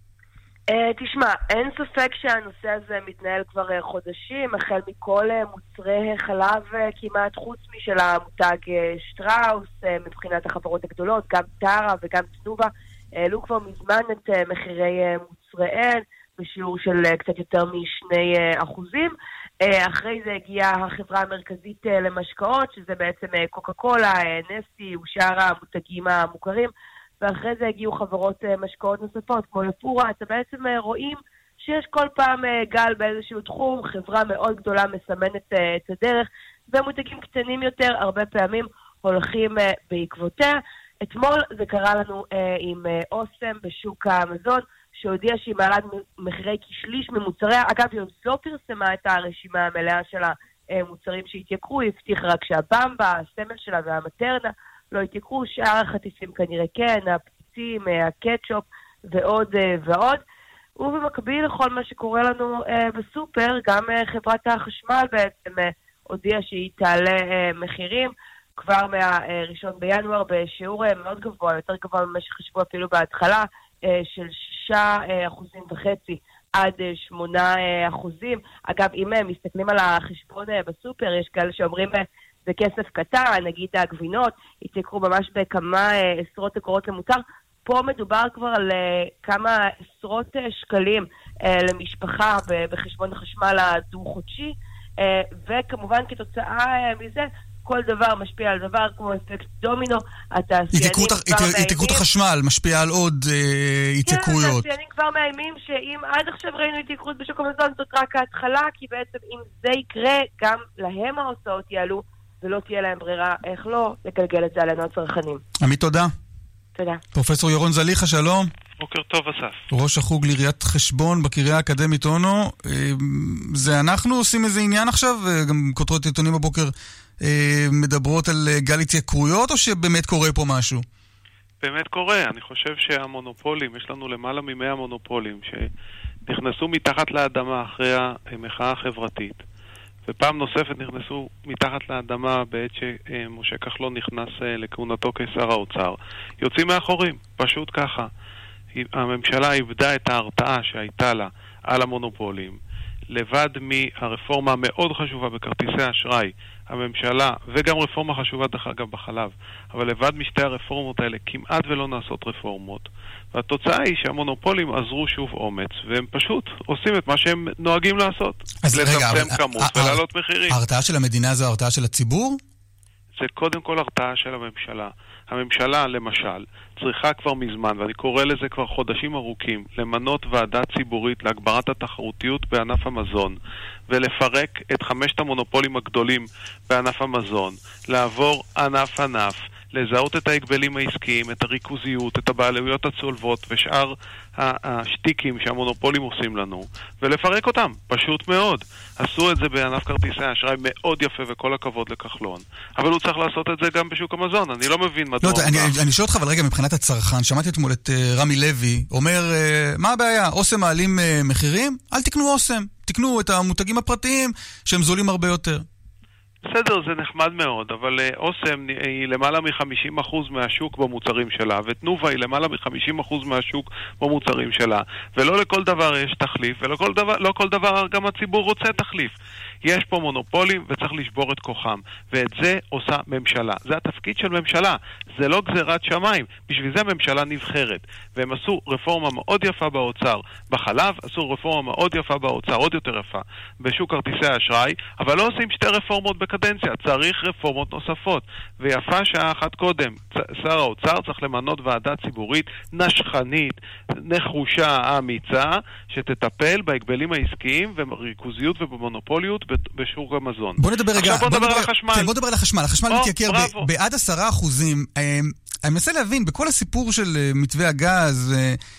תשמע, אין ספק שהנושא הזה מתנהל כבר חודשים, החל מכל מוצרי חלב כמעט, חוץ משל המותג שטראוס, מבחינת החברות הגדולות, גם טרה וגם תנובה, העלו כבר מזמן את מחירי מוצריהן, בשיעור של קצת יותר מ2%. אחרי זה הגיעה החברה המרכזית למשקאות, שזה בעצם קוקה קולה, נסטי ושאר המותגים המוכרים, ואחרי זה הגיעו חברות משקאות נוספות, כמו יפורה. אתה בעצם רואים שיש כל פעם גל באיזשהו תחום, חברה מאוד גדולה מסמנת את הדרך, ומותגים קטנים יותר הרבה פעמים הולכים בעקבותיה. אתמול זה קרה לנו עם אוסם בשוק המזון, שהודיעה שהיא מעלה מחירי כשליש ממוצריה. אגב, היא לא פרסמה את הרשימה המלאה של המוצרים שהתייקרו, היא הבטיחה רק שהבמבה, הסמל שלה והמטרנה לא התייקרו, שאר החטיפים כנראה כן, הפציצים, הקטשופ ועוד ועוד. ובמקביל לכל מה שקורה לנו בסופר, גם חברת החשמל בעצם הודיעה שהיא תעלה מחירים כבר מה-1 בינואר בשיעור מאוד גבוה, יותר גבוה ממה שחשבו אפילו בהתחלה, של 6.5% עד 8%. אגב, אם מסתכלים על החשבון בסופר, יש כאלה שאומרים זה כסף קטן, נגיד הגבינות, התייקרו ממש בכמה עשרות אגורות למוצר. פה מדובר כבר על כמה עשרות שקלים למשפחה בחשבון החשמל הדו-חודשי, וכמובן כתוצאה מזה, כל דבר משפיע על דבר, כמו אפקט דומינו, התייקרות החשמל משפיעה על עוד התייקרויות. כן, התעשיינים כבר מאיימים שאם עד עכשיו ראינו התייקרות בשוק המזון, זאת רק ההתחלה, כי בעצם אם זה יקרה, גם להם ההוצאות יעלו, ולא תהיה להם ברירה איך לא לגלגל את זה עלינו הצרכנים. עמית, תודה. תודה. פרופסור ירון זליכה, שלום. בוקר טוב, אסף. ראש החוג לעיריית חשבון בקריה האקדמית אונו. זה אנחנו עושים איזה עניין עכשיו, גם כותרות עיתונים בבוקר מדברות על גל התייקרויות, או שבאמת קורה פה משהו? באמת קורה. אני חושב שהמונופולים, יש לנו למעלה מ100 מונופולים שנכנסו מתחת לאדמה אחרי המחאה החברתית. ופעם נוספת נכנסו מתחת לאדמה בעת שמשה כחלון נכנס לכהונתו כשר האוצר. יוצאים מאחורים, פשוט ככה. הממשלה איבדה את ההרתעה שהייתה לה על המונופולים. לבד מהרפורמה המאוד חשובה בכרטיסי אשראי, הממשלה, וגם רפורמה חשובה דרך אגב בחלב, אבל לבד משתי הרפורמות האלה כמעט ולא נעשות רפורמות. והתוצאה היא שהמונופולים עזרו שוב אומץ, והם פשוט עושים את מה שהם נוהגים לעשות. לצמצם כמות ולעלות מחירים. ההרתעה של המדינה זו ההרתעה של הציבור? זה קודם כל הרתעה של הממשלה. הממשלה, למשל, צריכה כבר מזמן, ואני קורא לזה כבר חודשים ארוכים, למנות ועדה ציבורית להגברת התחרותיות בענף המזון, ולפרק את 5 המונופולים הגדולים בענף המזון, לעבור ענף, לזהות את ההגבלים העסקיים, את הריכוזיות, את הבעלויות הצולבות ושאר השטיקים שהמונופולים עושים לנו, ולפרק אותם, פשוט מאוד. עשו את זה בענף כרטיסי האשראי מאוד יפה וכל הכבוד לכחלון, אבל הוא צריך לעשות את זה גם בשוק המזון. אני לא מבין מדוע. אני שואל אותך, אבל רגע, מבחינת הצרכן, שמעתי אתמול את רמי לוי אומר, מה הבעיה? אוסם מעלים מחירים? אל תקנו אוסם, תקנו את המותגים הפרטיים שהם זולים הרבה יותר. בסדר, זה נחמד מאוד, אבל אוסם היא למעלה מ-50% מהשוק במוצרים שלה, ותנובה היא למעלה מ-50% מהשוק במוצרים שלה, ולא לכל דבר יש תחליף, ולא כל דבר גם הציבור רוצה תחליף. יש פה מונופולים וצריך לשבור את כוחם, ואת זה עושה ממשלה. זה התפקיד של ממשלה, זה לא גזירת שמיים, בשביל זה ממשלה נבחרת. והם עשו רפורמה מאוד יפה באוצר בחלב, עשו רפורמה מאוד יפה באוצר, עוד יותר יפה, בשוק כרטיסי האשראי, אבל לא עושים 2 רפורמות בקדנציה, צריך רפורמות נוספות. ויפה שעה אחת קודם, שר האוצר צריך למנות ועדה ציבורית נשכנית, נחושה, אמיצה, שתטפל בהגבלים העסקיים וריכוזיות ובמונופוליות בשוק המזון. בוא נדבר רגע, בוא נדבר על החשמל. כן, בוא נדבר על החשמל. החשמל מתייקר בעד 10%. אני מנסה להבין, בכל הסיפור של מתווה הגז,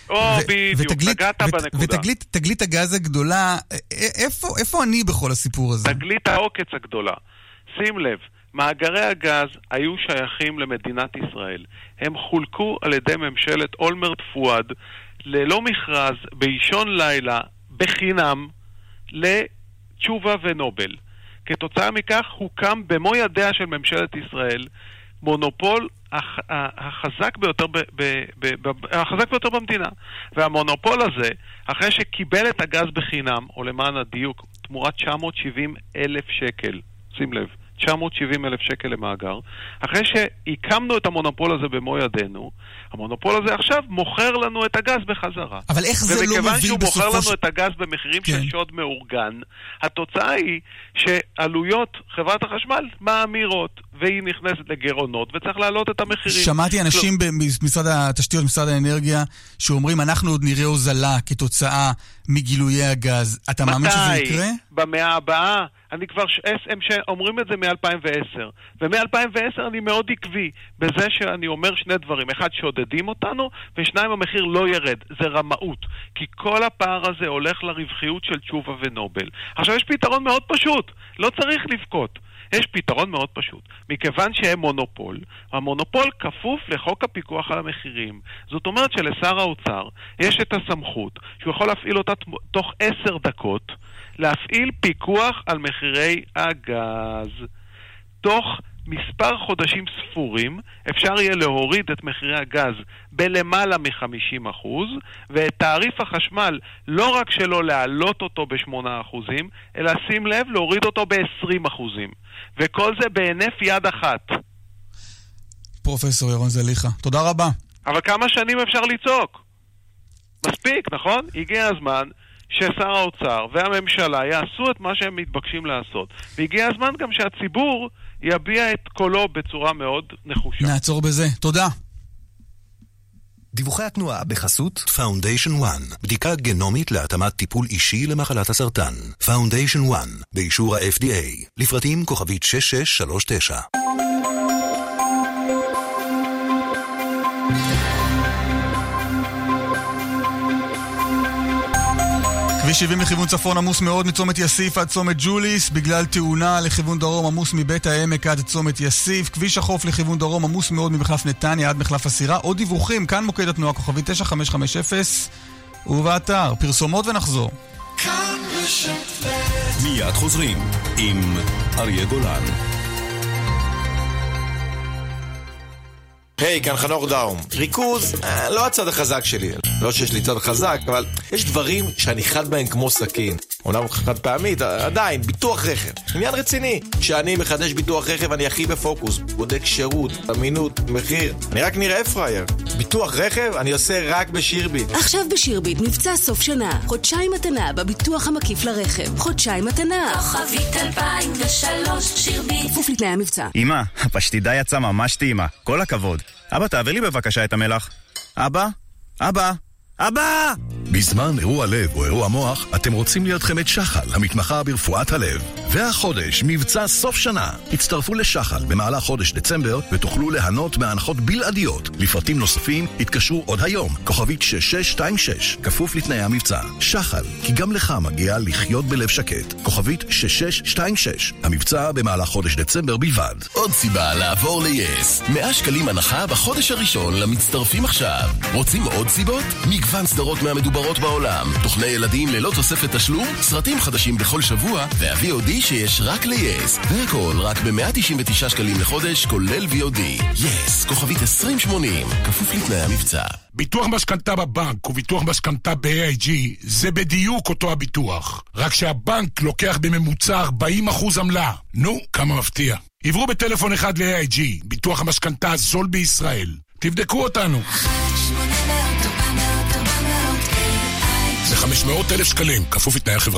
ותגלית הגז הגדולה, איפה אני בכל הסיפור הזה? תגלית העוקץ הגדולה. שים לב, מאגרי הגז היו שייכים למדינת ישראל. הם חולקו על ידי ממשלת אולמרט פואד ללא מכרז, באישון לילה, בחינם, לתשובה ונובל. כתוצאה מכך הוקם במו ידיה של ממשלת ישראל מונופול החזק ביותר במדינה. והמונופול הזה, אחרי שקיבל את הגז בחינם, או למען הדיוק, תמורת 970,000 שקל, שים לב, 970,000 שקל למאגר, אחרי שהקמנו את המונופול הזה במו ידינו, המונופול הזה עכשיו מוכר לנו את הגז בחזרה. אבל איך זה לא מוביל ומכיוון שהוא מוכר לנו את הגז במחירים של שוד מאורגן, התוצאה היא שעלויות חברת החשמל מאמירות, והיא נכנסת לגירעונות, וצריך להעלות את המחירים. שמעתי אנשים במשרד התשתיות, משרד האנרגיה, שאומרים, אנחנו עוד נראה הוזלה כתוצאה מגילויי הגז. אתה מאמין שזה יקרה? במאה הבאה. אני כבר, הם אומרים את זה מ-2010. ומ-2010 אני מאוד עקבי בזה שאני אומר 2 דברים. 1, שודדים אותנו, ו2, המחיר לא ירד. זה רמאות. כי כל הפער הזה הולך לרווחיות של תשובה ונובל. עכשיו יש פתרון מאוד פשוט. לא צריך לבכות. יש פתרון מאוד פשוט. מכיוון שהם מונופול, המונופול כפוף לחוק הפיקוח על המחירים. זאת אומרת שלשר האוצר יש את הסמכות שהוא יכול להפעיל אותה תוך 10 דקות, להפעיל פיקוח על מחירי הגז. תוך מספר חודשים ספורים אפשר יהיה להוריד את מחירי הגז בלמעלה מ-50%, ואת תעריף החשמל לא רק שלא להעלות אותו ב8%, אלא שים לב להוריד אותו ב20%. וכל זה בהינף יד אחת. פרופסור ירון זליכה, תודה רבה. אבל כמה שנים אפשר לצעוק? מספיק, נכון? הגיע הזמן ששר האוצר והממשלה יעשו את מה שהם מתבקשים לעשות. והגיע הזמן גם שהציבור יביע את קולו בצורה מאוד נחושה. נעצור בזה. תודה. דיווחי התנועה בחסות Foundation One, בדיקה גנומית להתאמת טיפול אישי למחלת הסרטן. Foundation One, באישור ה-FDA, לפרטים כוכבית 6639. כביש 70 לכיוון צפון עמוס מאוד מצומת יסיף עד צומת ג'וליס, בגלל תאונה לכיוון דרום עמוס מבית העמק עד צומת יסיף. כביש החוף לכיוון דרום עמוס מאוד ממחלף נתניה עד מחלף הסירה. עוד דיווחים, כאן מוקד התנועה כוכבי 9550 ובאתר פרסומות ונחזור. מיד חוזרים עם אריה גולן. היי, כאן חנוך דאום. ריכוז, לא הצד החזק שלי. לא שיש לי צד חזק, אבל יש דברים שאני חד בהם כמו סכין. אומנם חד פעמית, עדיין, ביטוח רכב. עניין רציני. כשאני מחדש ביטוח רכב, אני הכי בפוקוס. בודק שירות, אמינות, מחיר. אני רק נראה פרייר. ביטוח רכב, אני עושה רק בשירביט. עכשיו בשירביט, מבצע סוף שנה. חודשיים מתנה בביטוח המקיף לרכב. חודשיים מתנה. כוכבית 2003 שירביט. כפוף לתנאי המבצע. אמא, הפשטידה יצאה ממש טעימה. כל הכבוד. אבא, תעביר לי בבקשה את המלח. אבא? אבא? אבא! בזמן אירוע לב או אירוע מוח, אתם רוצים להיות חמת שחל, המתמחה ברפואת הלב. והחודש, מבצע סוף שנה. הצטרפו לשחל במהלך חודש דצמבר, ותוכלו ליהנות מהנחות בלעדיות. לפרטים נוספים, התקשרו עוד היום. כוכבית 6626, כפוף לתנאי המבצע. שחל, כי גם לך מגיע לחיות בלב שקט. כוכבית 6626, המבצע במהלך חודש דצמבר בלבד. עוד סיבה לעבור ל-yes. 100 שקלים הנחה בחודש הראשון למצטרפים עכשיו. רוצים עוד סיבות? מגוון סדרות מהמדוברות בעולם, תוכני ילדים ללא תוספת תשלום, סרטים חדשים בכל שבוע, וה-VOD שיש רק ל-yes. והכל רק ב-199 שקלים לחודש, כולל VOD. yes, כוכבית 2080, כפוף לתנאי המבצע. ביטוח משכנתה בבנק וביטוח משכנתה ב-AIG זה בדיוק אותו הביטוח. רק שהבנק לוקח בממוצע 40% עמלה. נו, כמה מפתיע. עברו בטלפון אחד ל-AIG, ביטוח המשכנתה הזול בישראל. תבדקו אותנו. זה 500,000 שקלים, כפוף לתנאי החברה.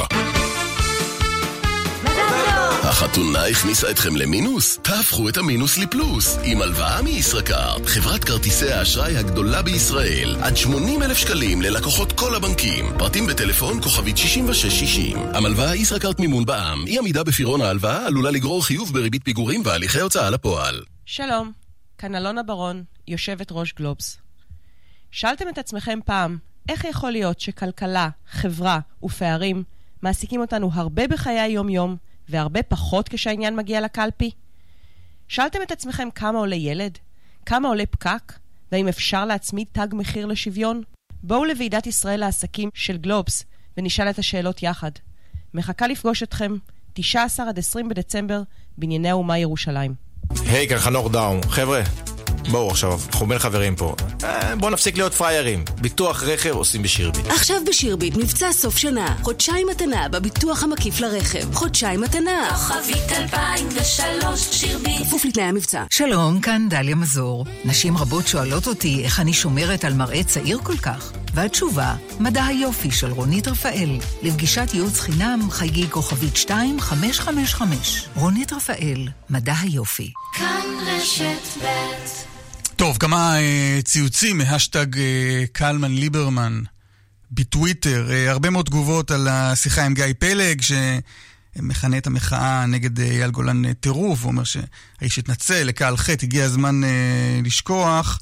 החתונה הכניסה אתכם למינוס? תהפכו את המינוס לפלוס עם הלוואה מישראכרט, חברת כרטיסי האשראי הגדולה בישראל. עד 80,000 שקלים ללקוחות כל הבנקים. פרטים בטלפון כוכבית 6660. המלוואה ישראכרט מימון בע"מ. אי עמידה בפירעון ההלוואה עלולה לגרור חיוב בריבית פיגורים והליכי הוצאה לפועל. שלום, כאן אלונה ברון, יושבת ראש גלובס. שאלתם את עצמכם פעם, איך יכול להיות שכלכלה, חברה ופערים מעסיקים אותנו הרבה בחיי היום-יום והרבה פחות כשהעניין מגיע לקלפי? שאלתם את עצמכם כמה עולה ילד? כמה עולה פקק? והאם אפשר להצמיד תג מחיר לשוויון? בואו לוועידת ישראל לעסקים של גלובס ונשאל את השאלות יחד. מחכה לפגוש אתכם 19 עד 20 בדצמבר בענייני האומה ירושלים. היי, כאן חנוך דאום. חבר'ה, בואו עכשיו, אנחנו בין חברים פה. בואו נפסיק להיות פריירים. ביטוח רכב עושים בשירביט. עכשיו בשירביט, מבצע סוף שנה. חודשיים מתנה בביטוח המקיף לרכב. חודשיים מתנה. כוכבית 2003 שירביט. כפוף לתנאי המבצע. שלום, כאן דליה מזור. נשים רבות שואלות אותי איך אני שומרת על מראה צעיר כל כך. והתשובה, מדע היופי של רונית רפאל. לפגישת ייעוץ חינם חייגי כוכבית 2555. רונית רפאל, מדע היופי. כאן רשת ב'. טוב, כמה ציוצים מהשטג קלמן ליברמן בטוויטר. הרבה מאוד תגובות על השיחה עם גיא פלג, שמכנה את המחאה נגד אייל גולן טירוף. הוא אומר שהאיש התנצל, לקהל חטא, הגיע הזמן לשכוח.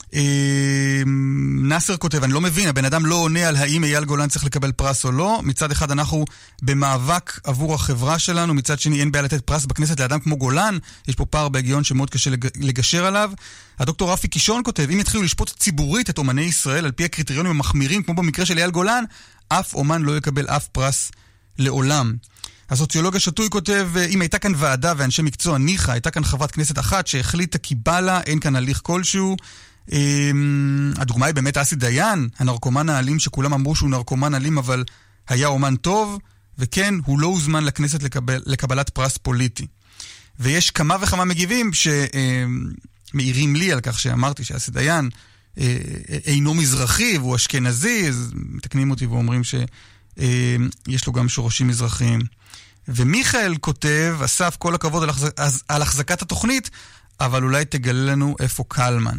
נאסר כותב, אני לא מבין, הבן אדם לא עונה על האם אייל גולן צריך לקבל פרס או לא. מצד אחד אנחנו במאבק עבור החברה שלנו, מצד שני אין בעיה לתת פרס בכנסת לאדם כמו גולן. יש פה פער בהגיון שמאוד קשה לגשר עליו. הדוקטור רפי קישון כותב, אם יתחילו לשפוט ציבורית את אומני ישראל על פי הקריטריונים המחמירים, כמו במקרה של אייל גולן, אף אומן לא יקבל אף פרס לעולם. הסוציולוג השטוי כותב, אם הייתה כאן ועדה ואנשי מקצוע ניחה, הייתה כאן חברת כנסת אחת שהחליטה כי בא לה, אין כאן הליך כלשהו. הדוגמה היא באמת אסי דיין, הנרקומן האלים שכולם אמרו שהוא נרקומן אלים אבל היה אומן טוב, וכן, הוא לא הוזמן לכנסת לקבלת פרס פוליטי. ויש כמה וכמה מגיבים שמעירים לי על כך שאמרתי שאסי דיין אינו מזרחי והוא אשכנזי, אז מתקנים אותי ואומרים שיש לו גם שורשים מזרחיים. ומיכאל כותב, אסף, כל הכבוד על החזקת התוכנית, אבל אולי תגלה לנו איפה קלמן.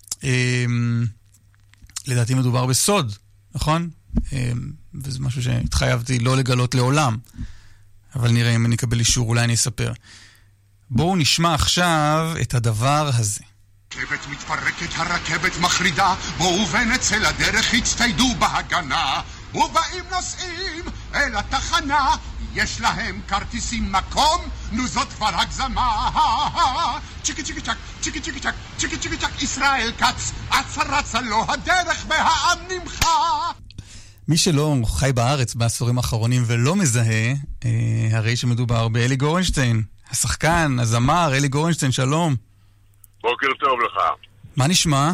לדעתי מדובר בסוד, נכון? וזה משהו שהתחייבתי לא לגלות לעולם. אבל נראה אם אני אקבל אישור, אולי אני אספר. בואו נשמע עכשיו את הדבר הזה. רכבת מתפרקת, הרכבת מחרידה, בואו ונצא לדרך, הצטיידו בהגנה, ובאים נוסעים אל התחנה, יש להם כרטיסים מקום, נו זאת כבר הגזמה. צ'יקי צ'יקי צ'ק, צ'יקי צ'יקי צ'ק, צ'יקי צ'יקי צ'ק, ישראל כץ, אצה רצה לו הדרך והעם נמחה. מי שלא חי בארץ בעשורים האחרונים ולא מזהה, הרי שמדובר באלי גורנשטיין, השחקן, הזמר, אלי גורנשטיין, שלום. בוקר טוב לך. מה נשמע?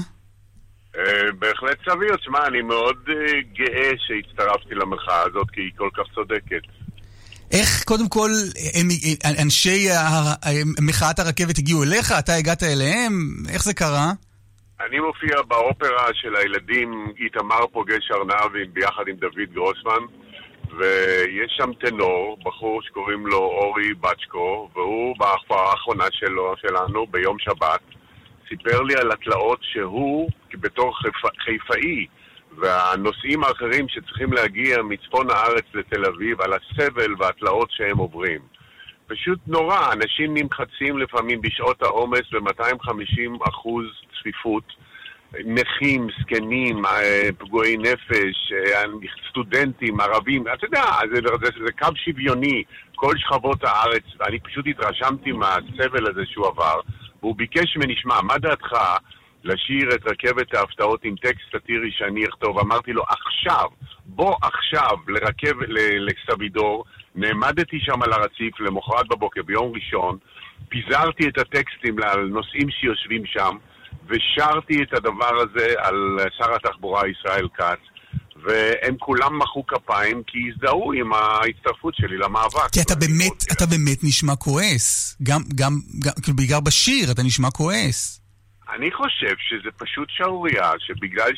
בהחלט סביר, תשמע, אני מאוד גאה שהצטרפתי למחאה הזאת, כי היא כל כך צודקת. איך, קודם כל, אנשי מחאת הרכבת הגיעו אליך? אתה הגעת אליהם? איך זה קרה? אני מופיע באופרה של הילדים איתמר פוגש ארנבים ביחד עם דוד גרוסמן, ויש שם טנור, בחור שקוראים לו אורי בצ'קו, והוא בהופעה האחרונה שלנו ביום שבת סיפר לי על התלאות שהוא בתור חיפאי והנוסעים האחרים שצריכים להגיע מצפון הארץ לתל אביב, על הסבל והתלאות שהם עוברים. פשוט נורא, אנשים נמחצים לפעמים בשעות העומס ב-250% צפיפות, נכים, סקנים, פגועי נפש, סטודנטים, ערבים, אתה יודע, זה קו שוויוני, כל שכבות הארץ, אני פשוט התרשמתי מהסבל הזה שהוא עבר, והוא ביקש מנשמע, מה דעתך לשיר את רכבת ההפתעות עם טקסט סטירי שאני אכתוב? אמרתי לו, עכשיו, בוא עכשיו לסבידור, נעמדתי שם על הרציף למחרת בבוקר ביום ראשון, פיזרתי את הטקסטים לנושאים שיושבים שם, ושרתי את הדבר הזה על שר התחבורה ישראל כץ, והם כולם מחאו כפיים כי הזדהו עם ההצטרפות שלי למאבק. כי אתה באמת נשמע כועס. גם בעיקר בשיר אתה נשמע כועס. אני חושב שזה פשוט שעוריה, שבגלל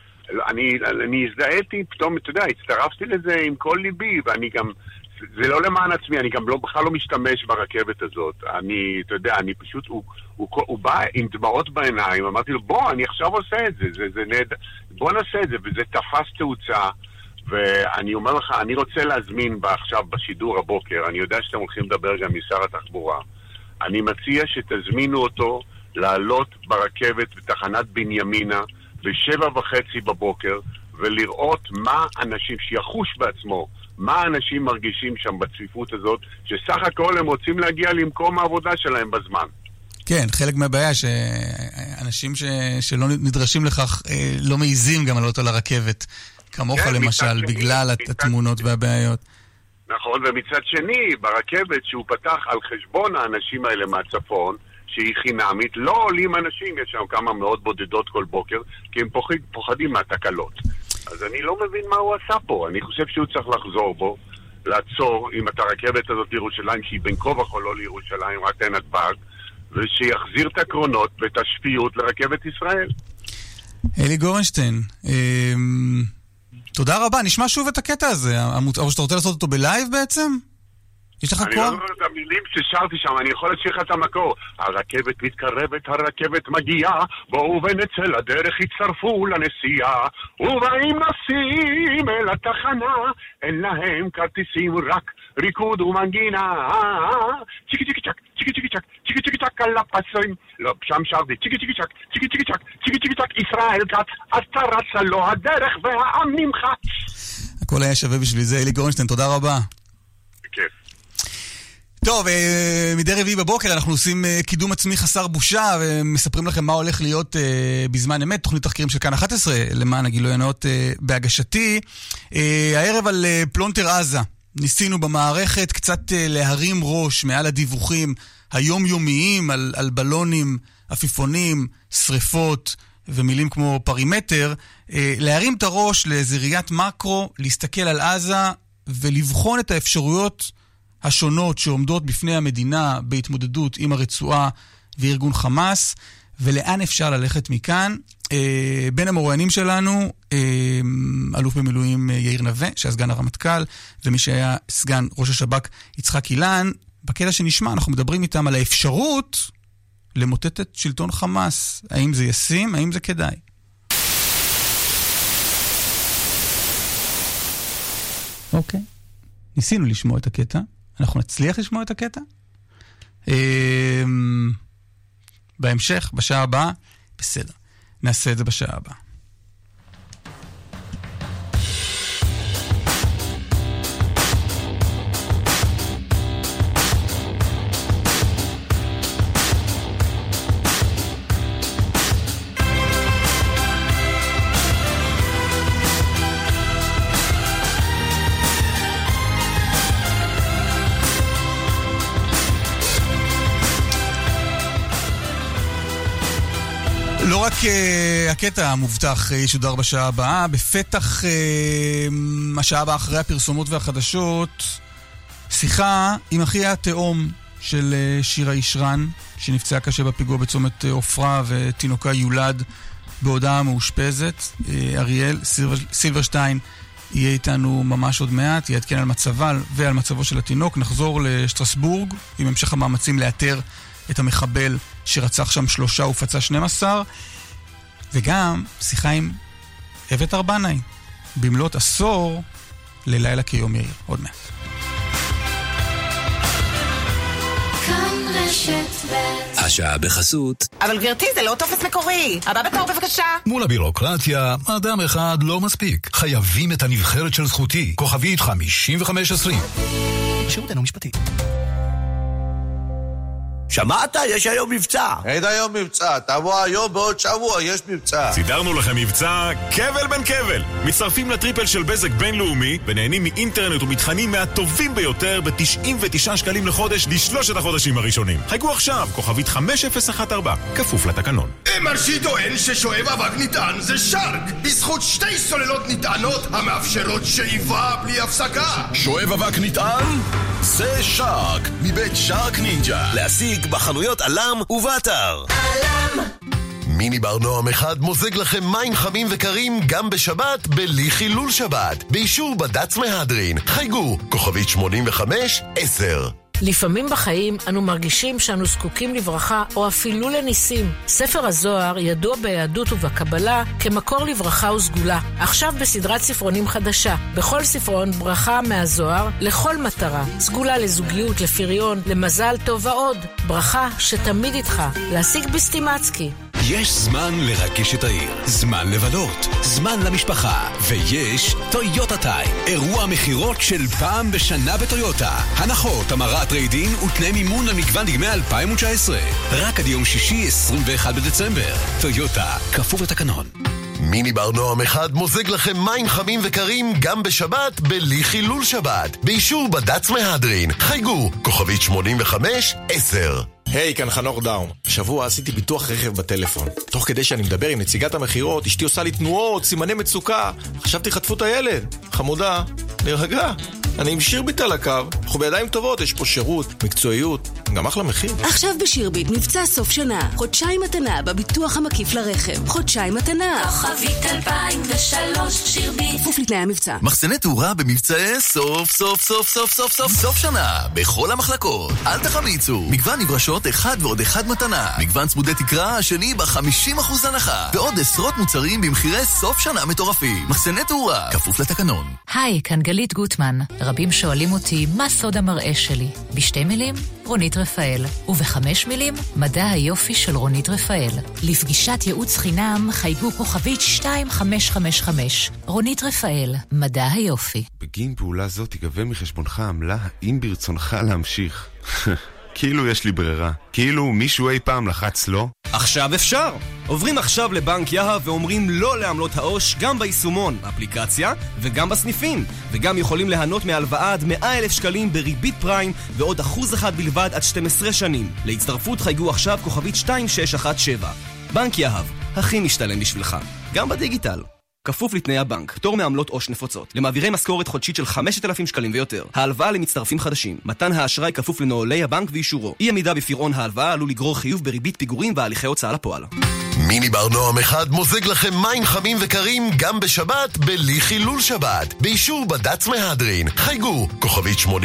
אני הזדהיתי פתאום, אתה יודע, הצטרפתי לזה עם כל ליבי, ואני גם, זה לא למען עצמי, אני גם בכלל לא משתמש ברכבת הזאת. אתה יודע, אני פשוט, הוא בא עם דמעות בעיניים, אמרתי לו, בוא, אני עכשיו עושה את זה, בוא נעשה את זה, וזה תפס תאוצה, ואני אומר לך, אני רוצה להזמין עכשיו בשידור הבוקר, אני יודע שאתם הולכים לדבר גם משר התחבורה, אני מציע שתזמינו אותו לעלות ברכבת בתחנת בנימינה ב7:30 בבוקר, ולראות מה אנשים, שיחוש בעצמו, מה אנשים מרגישים שם בצפיפות הזאת, שסך הכל הם רוצים להגיע למקום העבודה שלהם בזמן. כן, חלק מהבעיה שאנשים שלא נדרשים לכך לא מעיזים גם לעלות על הרכבת, כמוך למשל, בגלל התמונות והבעיות. נכון, ומצד שני, ברכבת שהוא פתח על חשבון האנשים האלה מהצפון, שהיא חינמית, לא עולים אנשים, יש שם כמה מאוד בודדות כל בוקר, כי הם פוחדים מהתקלות. אז אני לא מבין מה הוא עשה פה, אני חושב שהוא צריך לחזור בו, לעצור עם את הרכבת הזאת לירושלים, שהיא בין כה וכה לא לירושלים, רק נתב"ג, ושיחזיר את הקרונות ואת השפיות לרכבת ישראל. אלי גורנשטיין, תודה רבה, נשמע שוב את הקטע הזה, או שאתה רוצה לעשות אותו בלייב בעצם? יש לך אני לא אומר את המילים ששרתי שם, אני יכול להשאיר לך את המקור. הרכבת מתקרבת, הרכבת מגיעה, בואו ונצא לדרך, הצטרפו לנסיעה, ובאים נוסעים אל התחנה, אין להם כרטיסים, רק ריקוד ומנגינה. צ'יקי צ'יקי צ'ק, צ'יקי צ'יקי צ'ק, צ'יקי צ'יקי צ'ק על הפסים. לא, שם שרתי, צ'יקי צ'יקי צ'ק, צ'יקי צ'יקי צ'ק, צ'יקי צ'יקי צ'ק, ישראל כץ, אתה רצה לו הדרך והעם נמחץ. הכל היה שווה בשביל זה, אלי גורנשטיין, תודה רבה. בכיף. טוב, מדי רביעי בבוקר אנחנו עושים קידום עצמי חסר בושה ומספרים לכם מה הולך להיות בזמן אמת, תוכנית תחקירים של כאן 11 למען הגילוי הנאות בהגשתי. הערב על פלונטר עזה ניסינו במערכת קצת להרים ראש מעל הדיווחים היומיומיים על בלונים, עפיפונים, שריפות ומילים כמו פרימטר, להרים את הראש לאיזו ראיית מקרו, להסתכל על עזה ולבחון את האפשרויות השונות שעומדות בפני המדינה בהתמודדות עם הרצועה וארגון חמאס, ולאן אפשר ללכת מכאן. בין המרואיינים שלנו, אלוף במילואים יאיר נווה, שהיה סגן הרמטכ"ל, ומי שהיה סגן ראש השב"כ יצחק אילן. בקטע שנשמע, אנחנו מדברים איתם על האפשרות למוטט את שלטון חמאס. האם זה ישים? האם זה כדאי? אוקיי. ניסינו לשמוע את הקטע. אנחנו נצליח לשמוע את הקטע? בהמשך, בשעה הבאה, בסדר. נעשה את זה בשעה הבאה. לא רק הקטע המובטח ישודר בשעה הבאה, בפתח השעה הבאה אחרי הפרסומות והחדשות, שיחה עם אחיה התאום של שירה ישרן, שנפצעה קשה בפיגוע בצומת אופרה ותינוקה יולד בהודעה מאושפזת. אריאל סילברשטיין יהיה איתנו ממש עוד מעט, יעדכן על מצבה ועל מצבו של התינוק. נחזור לשטרסבורג עם המשך המאמצים לאתר את המחבל שרצח שם 3 ופצע 12, וגם שיחה עם אבט ארבנאי במלאת עשור ללילה כיום יאיר. עוד מעט. השעה בחסות. אבל גברתי, זה לא טופס מקורי. הבא בתור בבקשה. מול הבירוקרטיה, אדם אחד לא מספיק. חייבים את הנבחרת של זכותי. כוכבית 5520. שירותנו משפטי. שמעת? יש היום מבצע. אין היום מבצע, תבוא היום בעוד שבוע, יש מבצע. סידרנו לכם מבצע קבל בן קבל. מצטרפים לטריפל של בזק בינלאומי ונהנים מאינטרנט ומתכנים מהטובים ביותר ב-99 שקלים לחודש ל3 החודשים הראשונים. חייגו עכשיו, כוכבית 5014, כפוף לתקנון. מרשי טוען ששואב אבק נטען זה שרק, בזכות 2 סוללות נטענות המאפשרות שאיבה בלי הפסקה. שואב אבק נטען? זה שרק, מבית שרק נינג'ה. להשיג בחנויות אלם ובאתר. אלם! מיני בר נועם אחד מוזג לכם מים חמים וקרים גם בשבת בלי חילול שבת. באישור בד"ץ מהדרין. חייגו, כוכבית 8510. לפעמים בחיים אנו מרגישים שאנו זקוקים לברכה או אפילו לניסים. ספר הזוהר ידוע ביהדות ובקבלה כמקור לברכה וסגולה. עכשיו בסדרת ספרונים חדשה. בכל ספרון ברכה מהזוהר לכל מטרה. סגולה לזוגיות, לפריון, למזל טוב ועוד. ברכה שתמיד איתך. להשיג בסטימצקי. יש זמן לרגש את העיר, זמן לבלות, זמן למשפחה, ויש טויוטה טיים, אירוע מחירות של פעם בשנה בטויוטה. הנחות, המרת ריידין ותנאי מימון למגוון דגמי 2019. רק עד יום שישי 21 בדצמבר. טויוטה, כפוף לתקנון. מיני בר נועם אחד מוזג לכם מים חמים וקרים גם בשבת בלי חילול שבת. באישור בד"ץ מהדרין. חייגו, כוכבית 8510. היי, כאן חנוך דאום. שבוע עשיתי ביטוח רכב בטלפון. תוך כדי שאני מדבר עם נציגת המחירות, אשתי עושה לי תנועות, סימני מצוקה. חשבתי חטפו את הילד. חמודה, נרגע. אני עם שירביט על הקו. אנחנו בידיים טובות, יש פה שירות, מקצועיות, גם אחלה מחיר. עכשיו בשירביט מבצע סוף שנה. חודשיים מתנה בביטוח המקיף לרכב. חודשיים מתנה. כוכבית 2003 שירביט. כפוף לתנאי המבצע. מחסני תאורה במבצעי סוף שנה. בכל המחלקות. אל תחמיצו. מגוון נברשות 1 ועוד 1 מתנה. מגוון צמודי תקרה השני ב-50% הנחה. ועוד עשרות מוצרים במחירי סוף שנה מטורפים. מחסני תאורה. כפוף לתקנון. היי, כאן גלית גוטמן. רבים שואלים אותי מה סוד המראה שלי. ב2 מילים, רונית רפאל. וב5 מילים, מדע היופי של רונית רפאל. לפגישת ייעוץ חינם חייגו כוכבית 2555. רונית רפאל, מדע היופי. בגין פעולה זו תיגבה מחשבונך עמלה האם ברצונך להמשיך. כאילו יש לי ברירה. כאילו מישהו אי פעם לחץ לא. עכשיו אפשר! עוברים עכשיו לבנק יהב ואומרים לא לעמלות העו"ש גם ביישומון, אפליקציה וגם בסניפים. וגם יכולים ליהנות מהלוואה עד 100,000 שקלים בריבית פריים ועוד 1% בלבד עד 12 שנים. להצטרפות חייגו עכשיו כוכבית 2617. בנק יהב, הכי משתלם בשבילך. גם בדיגיטל. כפוף לתנאי הבנק, פטור מעמלות עו"ש נפוצות. למעבירי משכורת חודשית של 5,000 שקלים ויותר. ההלוואה למצטרפים חדשים. מתן האשראי כפוף לנוהלי הבנק ואישורו. אי עמידה בפירעון ההלוואה עלול לגרור חיוב בריבית פיגורים והליכי הוצאה לפועל. מיני בר נועם אחד מוזג לכם מים חמים וקרים גם בשבת בלי חילול שבת. באישור בד"ץ מהדרין. חייגו, כוכבית 85-10.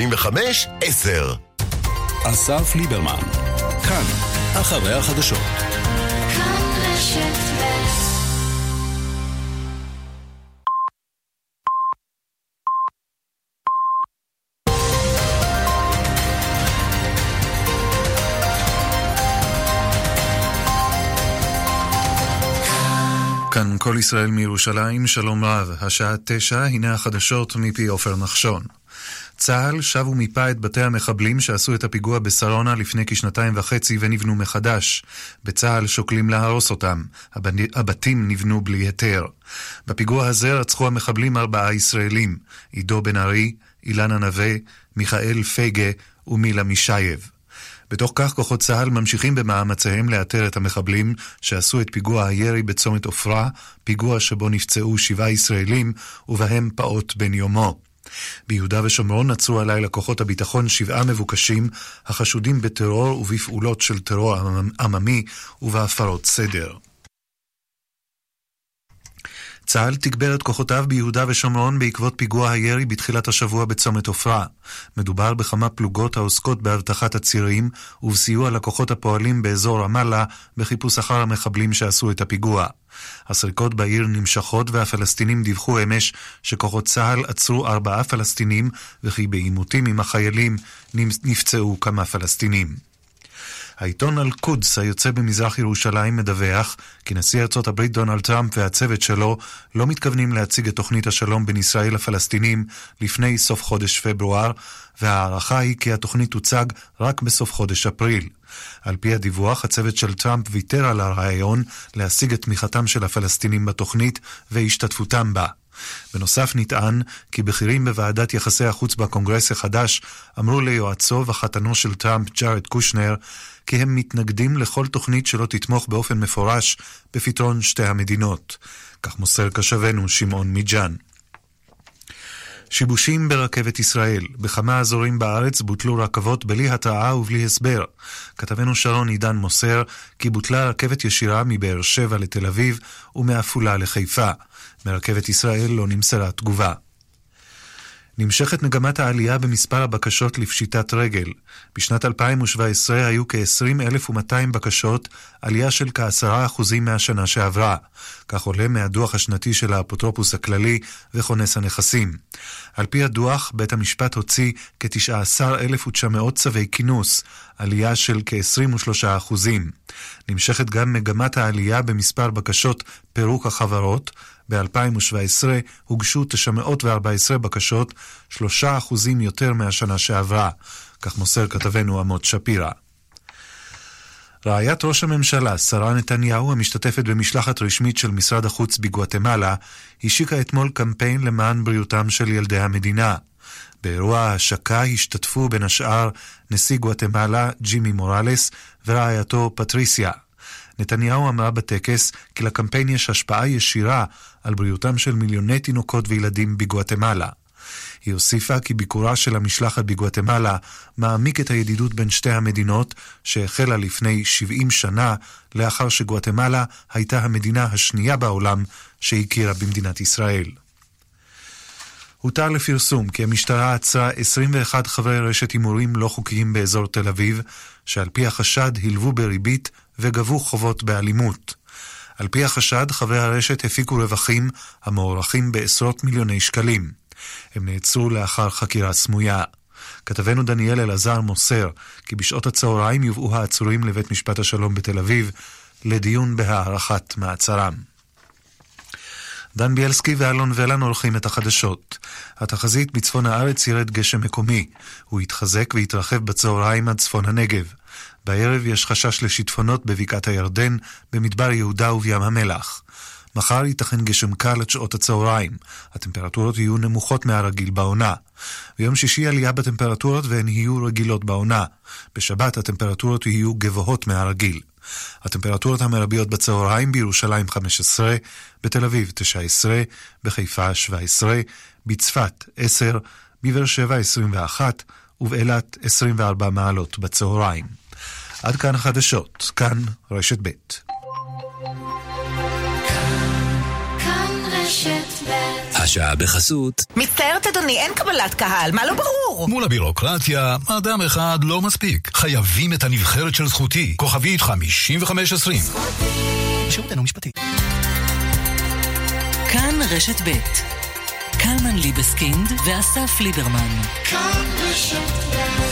אסף ליברמן, כאן, אחרי החדשות. כאן רשת ב'. כאן כל ישראל מירושלים, שלום רב, השעה 9, הנה החדשות מפי עופר נחשון. צה"ל שב ומיפה את בתי המחבלים שעשו את הפיגוע בסרונה לפני כשנתיים וחצי ונבנו מחדש. בצה"ל שוקלים להרוס אותם. הבתים נבנו בלי היתר. בפיגוע הזה רצחו המחבלים 4 ישראלים, עידו בן ארי, אילנה נווה, מיכאל פייגה ומילה מישייב. בתוך כך כוחות צה"ל ממשיכים במאמציהם לאתר את המחבלים שעשו את פיגוע הירי בצומת עופרה, פיגוע שבו נפצעו 7 ישראלים ובהם פעוט בן יומו. ביהודה ושומרון נצרו הלילה כוחות הביטחון 7 מבוקשים החשודים בטרור ובפעולות של טרור עממי ובהפרות סדר. צה"ל תגבר את כוחותיו ביהודה ושומרון בעקבות פיגוע הירי בתחילת השבוע בצומת עופרה. מדובר בכמה פלוגות העוסקות בהבטחת הצירים ובסיוע לכוחות הפועלים באזור רמאללה בחיפוש אחר המחבלים שעשו את הפיגוע. הסריקות בעיר נמשכות והפלסטינים דיווחו אמש שכוחות צה"ל עצרו 4 פלסטינים וכי בעימותים עם החיילים נפצעו כמה פלסטינים. העיתון אל-קודס היוצא במזרח ירושלים מדווח כי נשיא ארצות הברית דונלד טראמפ והצוות שלו לא מתכוונים להציג את תוכנית השלום בין ישראל לפלסטינים לפני סוף חודש פברואר, והערכה היא כי התוכנית תוצג רק בסוף חודש אפריל. על פי הדיווח, הצוות של טראמפ ויתר על הרעיון להשיג את תמיכתם של הפלסטינים בתוכנית והשתתפותם בה. בנוסף נטען כי בכירים בוועדת יחסי החוץ בקונגרס החדש אמרו ליועצו וחתנו של טראמפ ג'ארד קושנר כי הם מתנגדים לכל תוכנית שלא תתמוך באופן מפורש בפתרון שתי המדינות. כך מוסר קשבנו שמעון מיג'אן. שיבושים ברכבת ישראל. בכמה אזורים בארץ בוטלו רכבות בלי התראה ובלי הסבר. כתבנו שרון עידן מוסר כי בוטלה רכבת ישירה מבאר שבע לתל אביב ומעפולה לחיפה. מרכבת ישראל לא נמסרה תגובה. נמשכת מגמת העלייה במספר הבקשות לפשיטת רגל. בשנת 2017 היו כ-20,200 בקשות, עלייה של כ10% מהשנה שעברה. כך עולה מהדוח השנתי של האפוטרופוס הכללי וכונס הנכסים. על פי הדוח, בית המשפט הוציא כ-19,900 צווי כינוס, עלייה של כ-23%. נמשכת גם מגמת העלייה במספר בקשות פירוק החברות. ב-2017 הוגשו 914 בקשות, 3% יותר מהשנה שעברה. כך מוסר כתבנו עמוד שפירה. רעיית ראש הממשלה, שרה נתניהו, המשתתפת במשלחת רשמית של משרד החוץ בגואטמלה, השיקה אתמול קמפיין למען בריאותם של ילדי המדינה. באירוע ההשקה השתתפו בין השאר נשיא גואטמלה ג'ימי מורלס ורעייתו פטריסיה. נתניהו אמרה בטקס כי לקמפיין יש השפעה ישירה על בריאותם של מיליוני תינוקות וילדים בגואטמלה. היא הוסיפה כי ביקורה של המשלחת בגואטמלה מעמיק את הידידות בין שתי המדינות שהחלה לפני 70 שנה לאחר שגואטמלה הייתה המדינה השנייה בעולם שהכירה במדינת ישראל. הותר לפרסום כי המשטרה עצרה 21 חברי רשת הימורים לא חוקיים באזור תל אביב, שעל פי החשד הלוו בריבית וגבו חובות באלימות. על פי החשד, חברי הרשת הפיקו רווחים המוערכים בעשרות מיליוני שקלים. הם נעצרו לאחר חקירה סמויה. כתבנו דניאל אלעזר מוסר כי בשעות הצהריים יובאו העצורים לבית משפט השלום בתל אביב לדיון בהארכת מעצרם. דן ביאלסקי ואלון ולן עורכים את החדשות. התחזית בצפון הארץ ירד גשם מקומי. הוא יתחזק ויתרחב בצהריים עד צפון הנגב. בערב יש חשש לשיטפונות בבקעת הירדן, במדבר יהודה ובים המלח. מחר ייתכן גשם קל עד שעות הצהריים. הטמפרטורות יהיו נמוכות מהרגיל בעונה. ביום שישי עלייה בטמפרטורות והן יהיו רגילות בעונה. בשבת הטמפרטורות יהיו גבוהות מהרגיל. הטמפרטורות המרביות בצהריים בירושלים 15, בתל אביב 19, בחיפה 17, בצפת 10, בבאר שבע 21 ובאילת 24 מעלות בצהריים. עד כאן החדשות, כאן רשת ב'. השעה בחסות. מצטערת אדוני, אין קבלת קהל, מה לא ברור? מול הבירוקרטיה, אדם אחד לא מספיק. חייבים את הנבחרת של זכותי. כוכבית 5520. שירותנו משפטי. כאן רשת ב' קלמן ליבסקינד ואסף ליברמן. כאן רשת ב'.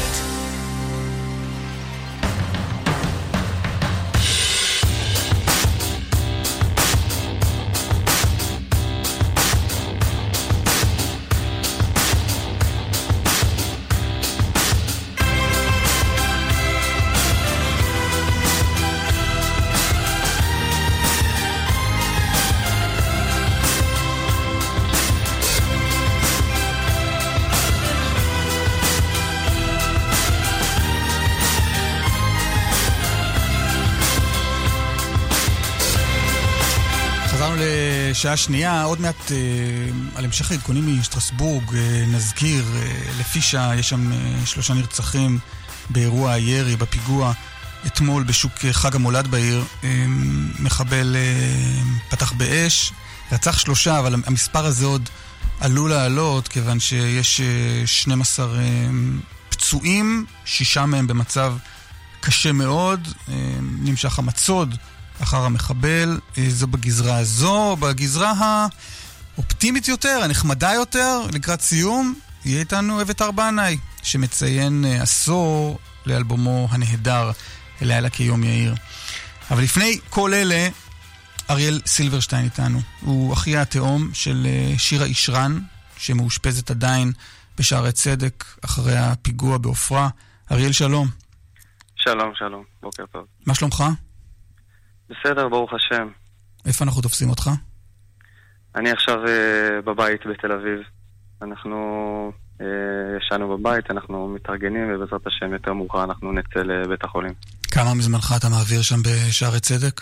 שעה שנייה, עוד מעט על המשך העדכונים משטרסבורג, נזכיר, לפישה יש שם 3 נרצחים באירוע הירי, בפיגוע אתמול בשוק חג המולד בעיר. מחבל פתח באש, רצח 3, אבל המספר הזה עוד עלול לעלות, כיוון שיש 12 פצועים, 6 מהם במצב קשה מאוד. נמשך המצוד אחר המחבל. זו בגזרה הזו. בגזרה האופטימית יותר, הנחמדה יותר, לקראת סיום, יהיה איתנו אבת ארבנאי, שמציין עשור לאלבומו הנהדר, לילה כיום יאיר. אבל לפני כל אלה, אריאל סילברשטיין איתנו. הוא אחיה התאום של שירה אישרן, שמאושפזת עדיין בשערי צדק אחרי הפיגוע בעופרה. אריאל, שלום. שלום, שלום. בוקר טוב. מה שלומך? בסדר, ברוך השם. איפה אנחנו תופסים אותך? אני עכשיו בבית בתל אביב. אנחנו ישנו בבית, אנחנו מתארגנים, ובעזרת השם יותר מאוחר אנחנו נצא לבית החולים. כמה מזמנך אתה מעביר שם בשערי צדק?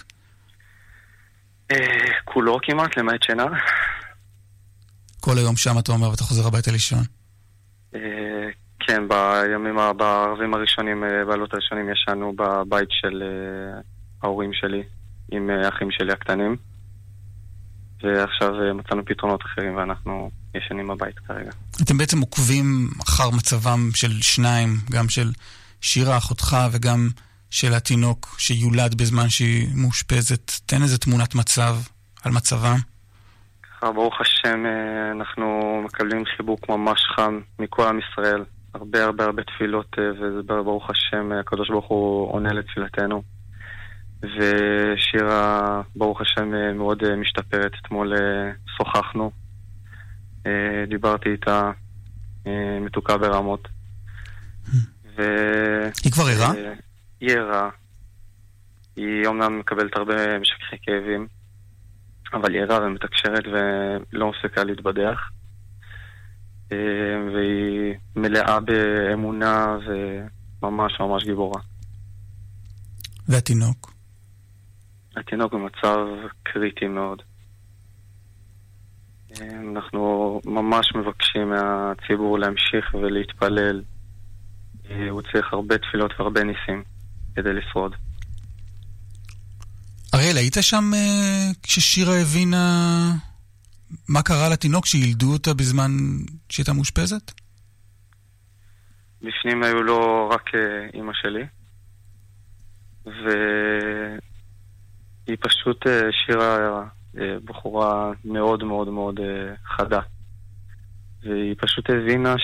כולו כמעט, למעט שינה. כל היום שם אתה אומר ואתה חוזר הביתה לישון? כן, בערבים הראשונים, בעלות הראשונים ישנו בבית של ההורים שלי עם אחים שלי הקטנים, ועכשיו מצאנו פתרונות אחרים ואנחנו ישנים בבית כרגע. אתם בעצם עוקבים אחר מצבם של שניים, גם של שירה אחותך וגם של התינוק שיולד בזמן שהיא מאושפזת. תן איזה תמונת מצב על מצבם. ברוך השם אנחנו מקבלים חיבוק ממש חם מכל עם ישראל, הרבה הרבה הרבה תפילות, וברוך השם הקדוש ברוך הוא עונה לתפילתנו, ושירה ברוך השם מאוד משתפרת. אתמול שוחחנו, דיברתי איתה, מתוקה ברמות. היא כבר ערה? היא ערה. היא אומנם מקבלת הרבה משככי כאבים, אבל היא ערה ומתקשרת ולא מפסיקה להתבדח, והיא מלאה באמונה וממש ממש גיבורה. והתינוק? התינוק במצב קריטי מאוד. אנחנו ממש מבקשים מהציבור להמשיך ולהתפלל. הוא צריך הרבה תפילות והרבה ניסים כדי לשרוד. אריאל, היית שם כששירה הבינה מה קרה לתינוק שילדו אותה בזמן שהייתה מאושפזת? בפנים היו לו רק אמא שלי, והיא פשוט, שירה בחורה מאוד מאוד מאוד חדה, והיא פשוט הבינה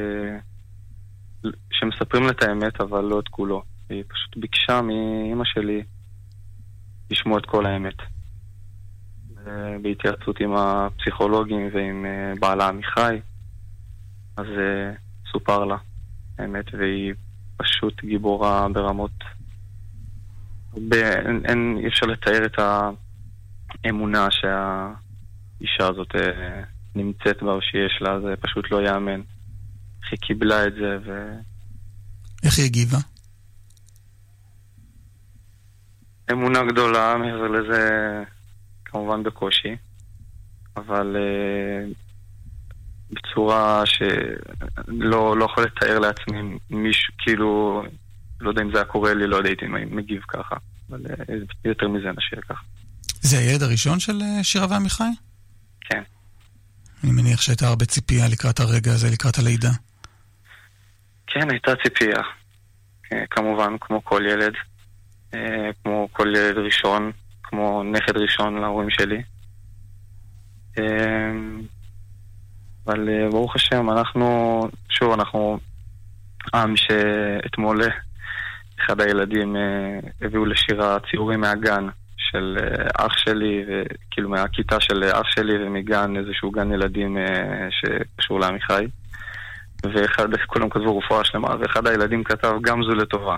שמספרים לה את האמת אבל לא את כולו. היא פשוט ביקשה מאמא שלי לשמוע את כל האמת. בהתייעצות עם הפסיכולוגים ועם בעלה עמיחי, אז סופר לה האמת, והיא פשוט גיבורה ברמות אי אפשר לתאר את האמונה שהאישה הזאת נמצאת בה או שיש לה, זה פשוט לא יאמן. היא קיבלה את זה איך היא הגיבה? אמונה גדולה, מעבר לזה כמובן בקושי, אבל בצורה שלא יכול לתאר לעצמי מישהו, כאילו, לא יודע אם זה היה קורה לי, לא יודע אם מגיב ככה, אבל יותר מזה נשאיר ככה. זה הילד הראשון של שירה ועמיחי? כן. אני מניח שהייתה הרבה ציפייה לקראת הרגע הזה, לקראת הלידה. כן, הייתה ציפייה. כמובן, כמו כל ילד. כמו כל ילד ראשון, כמו נכד ראשון להורים שלי. אבל ברוך השם, אנחנו עם שאתמול אחד הילדים הביאו לשירה ציורים מהגן של אח שלי, וכאילו מהכיתה של אח שלי ומגן, איזשהו גן ילדים שקשור לעמיחי. כולם כתבו רפואה שלמה, ואחד הילדים כתב גם זו לטובה.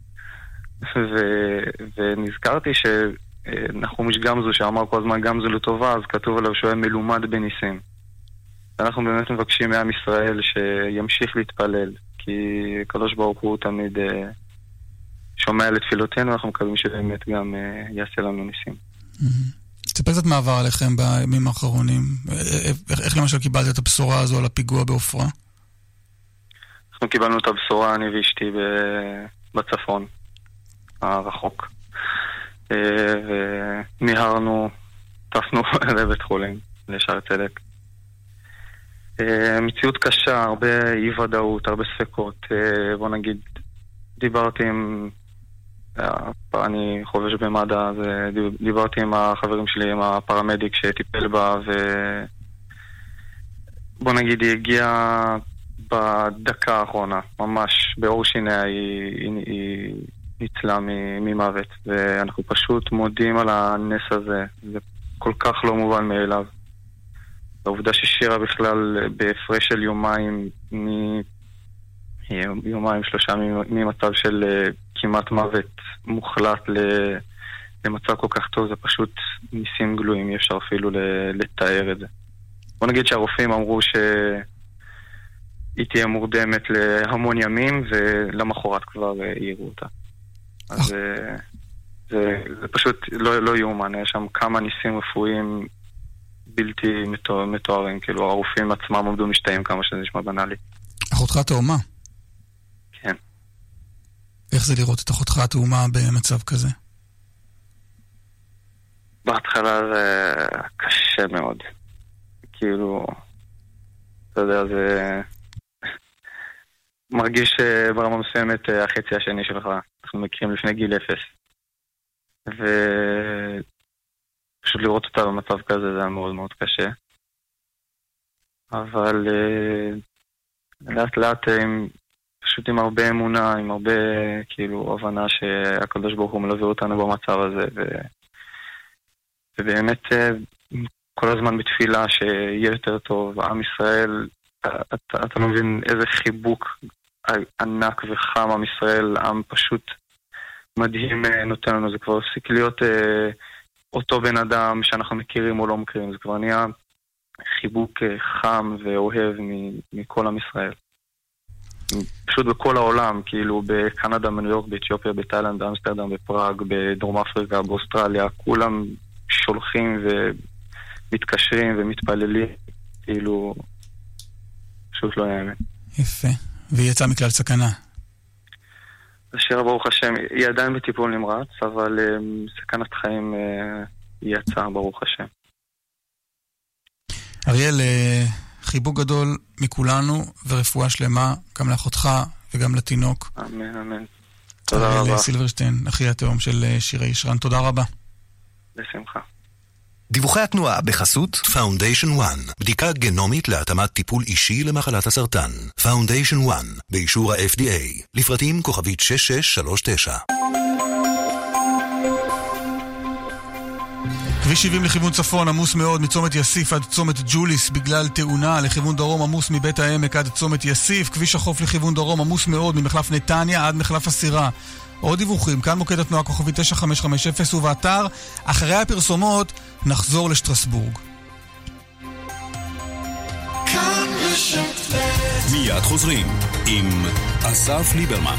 ונזכרתי שנחומיש גמזו שאמר כל הזמן גמזו לטובה, אז כתוב עליו שהוא היה מלומד בניסים. אנחנו באמת מבקשים מעם ישראל שימשיך להתפלל, כי הקדוש ברוך הוא תמיד שומע לתפילותינו, אנחנו מקווים שבאמת גם יעשה לנו ניסים. תספר קצת מעבר עליכם בימים האחרונים. איך למשל קיבלת את הבשורה הזו על הפיגוע בעופרה? אנחנו קיבלנו את הבשורה, אני ואשתי בצפון הרחוק. וניהרנו, טסנו לבית חולים, לשערי צדק. מציאות קשה, הרבה אי ודאות, הרבה ספקות. בוא נגיד, דיברתי עם, אני חובש במד"א, אז דיברתי עם החברים שלי, עם הפרמדיק שטיפל בה, ובוא נגיד, היא הגיעה בדקה האחרונה, ממש באור שיניה היא ניצלה ממוות, ואנחנו פשוט מודים על הנס הזה. זה כל כך לא מובן מאליו. העובדה ששירה בכלל בהפרש של יומיים שלושה ממצב של כמעט מוות מוחלט למצב כל כך טוב, זה פשוט ניסים גלויים, אי אפשר אפילו לתאר את זה. בוא נגיד שהרופאים אמרו שהיא תהיה מורדמת להמון ימים, ולמחרת כבר העירו אותה. אז זה פשוט לא יאומן, יש שם כמה ניסים רפואיים בלתי מתוארים, כאילו הרופאים עצמם עמדו משתיים, כמה שזה נשמע בנאלי. אחותך תאומה? כן. איך זה לראות את אחותך תאומה במצב כזה? בהתחלה זה קשה מאוד. כאילו, אתה יודע, זה מרגיש ברמה מסוימת החצי השני שלך. אנחנו מכירים לפני גיל 0. ופשוט לראות אותה במצב כזה זה היה מאוד מאוד קשה. אבל לאט לאט פשוט עם הרבה אמונה, עם הרבה כאילו הבנה שהקדוש ברוך הוא מלווה אותנו במצב הזה, ובאמת כל הזמן בתפילה שיהיה יותר טוב. עם ישראל, אתה לא מבין איזה חיבוק ענק וחם עם ישראל, עם פשוט מדהים נותן לנו. זה כבר הפסיק להיות אותו בן אדם שאנחנו מכירים או לא מכירים, זה כבר נהיה חיבוק חם ואוהב מכל עם ישראל. פשוט בכל העולם, כאילו בקנדה, בניו יורק, באתיופיה, בתאילנד, באמסטרדם, בפראג, בדרום אפריקה, באוסטרליה, כולם שולחים ומתקשרים ומתפללים, כאילו פשוט לא יאמן. יפה. והיא יצאה מכלל סכנה. שירה ברוך השם, היא עדיין בטיפול נמרץ, אבל סכנת חיים היא יצאה ברוך השם. אריאל, חיבוק גדול מכולנו ורפואה שלמה, גם לאחותך וגם לתינוק. אמן, אמן. תודה רבה. אריאל סילברשטיין, אחי התאום של שירי ישרן, תודה רבה. בשמחה. דיווחי התנועה בחסות Foundation One, בדיקה גנומית להתאמת טיפול אישי למחלת הסרטן. Foundation One, באישור ה-FDA, לפרטים כוכבית 6639. כביש 70 לכיוון צפון עמוס מאוד מצומת יסיף עד צומת ג'וליס בגלל תאונה. לכיוון דרום עמוס מבית העמק עד צומת יסיף. כביש החוף לכיוון דרום עמוס מאוד ממחלף נתניה עד מחלף הסירה. עוד דיווחים, כאן מוקד התנועה כוכבית 9550 ובאתר. אחרי הפרסומות נחזור לשטרסבורג. מיד חוזרים עם אסף ליברמן.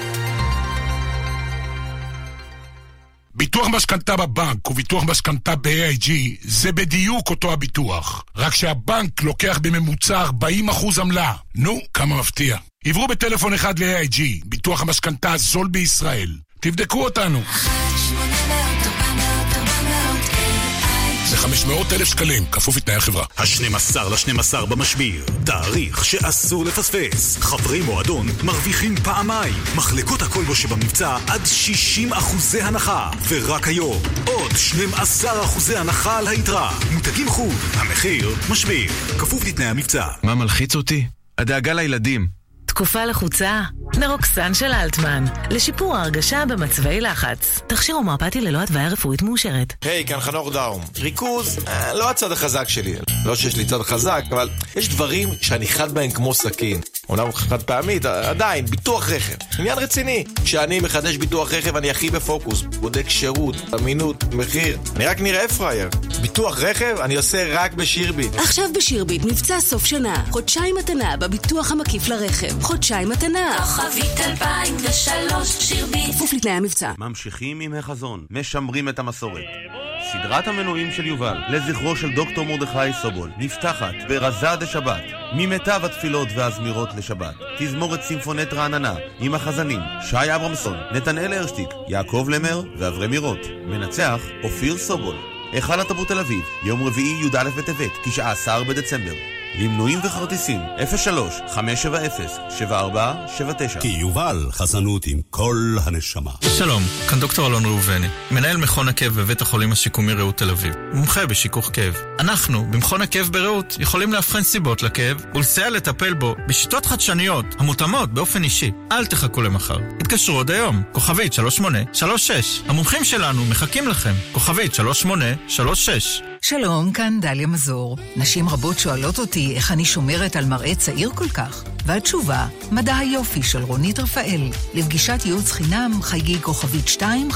ביטוח משכנתה בבנק וביטוח משכנתה ב-AIG זה בדיוק אותו הביטוח, רק שהבנק לוקח בממוצע 40% עמלה. נו, כמה מפתיע. עברו בטלפון אחד ל-AIG, ביטוח המשכנתה הזול בישראל. תבדקו אותנו. ל-500,000 שקלים, כפוף לתנאי החברה. ה-12 במשביר, תאריך שאסור לפספס. חברי מועדון מרוויחים פעמיים. מחלקות הכל בו שבמבצע עד 60% הנחה. ורק היום, עוד 12% הנחה על היתרה. מותגים חוד, המחיר משביר, כפוף לתנאי המבצע. מה מלחיץ אותי? הדאגה לילדים. תקופה לחוצה? נרוקסן של אלטמן, לשיפור ההרגשה במצבי לחץ. תכשיר הומאופתי ללא התוויה רפואית מאושרת. היי, כאן חנוך דאום. ריכוז, לא הצד החזק שלי. לא שיש לי צד חזק, אבל יש דברים שאני חד בהם כמו סכין. אומנם חד פעמית, עדיין, ביטוח רכב. עניין רציני. כשאני מחדש ביטוח רכב, אני הכי בפוקוס. בודק שירות, אמינות, מחיר. אני רק נראה פרייר. ביטוח רכב, אני עושה רק בשירביט. עכשיו בשירביט, מבצע סוף שנה. חודשיים מתנה בביטוח המקיף לרכב. חודשיים מתנה. כוכבית 2003 שירביט. כפוף לתנאי המבצע. ממשיכים עם החזון, משמרים את המסורת. סדרת המנויים של יובל, לזכרו של דוקטור מרדכי סובול, נפתחת ברזה דשבת, ממיטב התפילות והזמירות לשבת. תזמורת סימפונית רעננה, עם החזנים, שי אברמסון, נתנאל הרשטיק, יעקב למר ואברי מירות. מנצח, אופיר סובול. היכל התרבות תל אביב, יום רביעי י"א בטבת, 19 בדצמבר. למנויים וכרטיסים 03-570-7479. כי יובל, חסנות עם כל הנשמה. שלום, כאן דוקטור אלון ראובני, מנהל מכון הכאב בבית החולים השיקומי רעות תל אביב, מומחה בשיכוך כאב. אנחנו, במכון הכאב ברעות, יכולים להבחן סיבות לכאב ולסייע לטפל בו בשיטות חדשניות המותאמות באופן אישי. אל תחכו למחר. התקשרו עוד היום, כוכבית 3836. המומחים שלנו מחכים לכם, כוכבית 3836. שלום, כאן דליה מזור. נשים רבות שואלות אותי איך אני שומרת על מראה צעיר כל כך. והתשובה, מדע היופי של רונית רפאל. לפגישת ייעוץ חינם חייגי כוכבית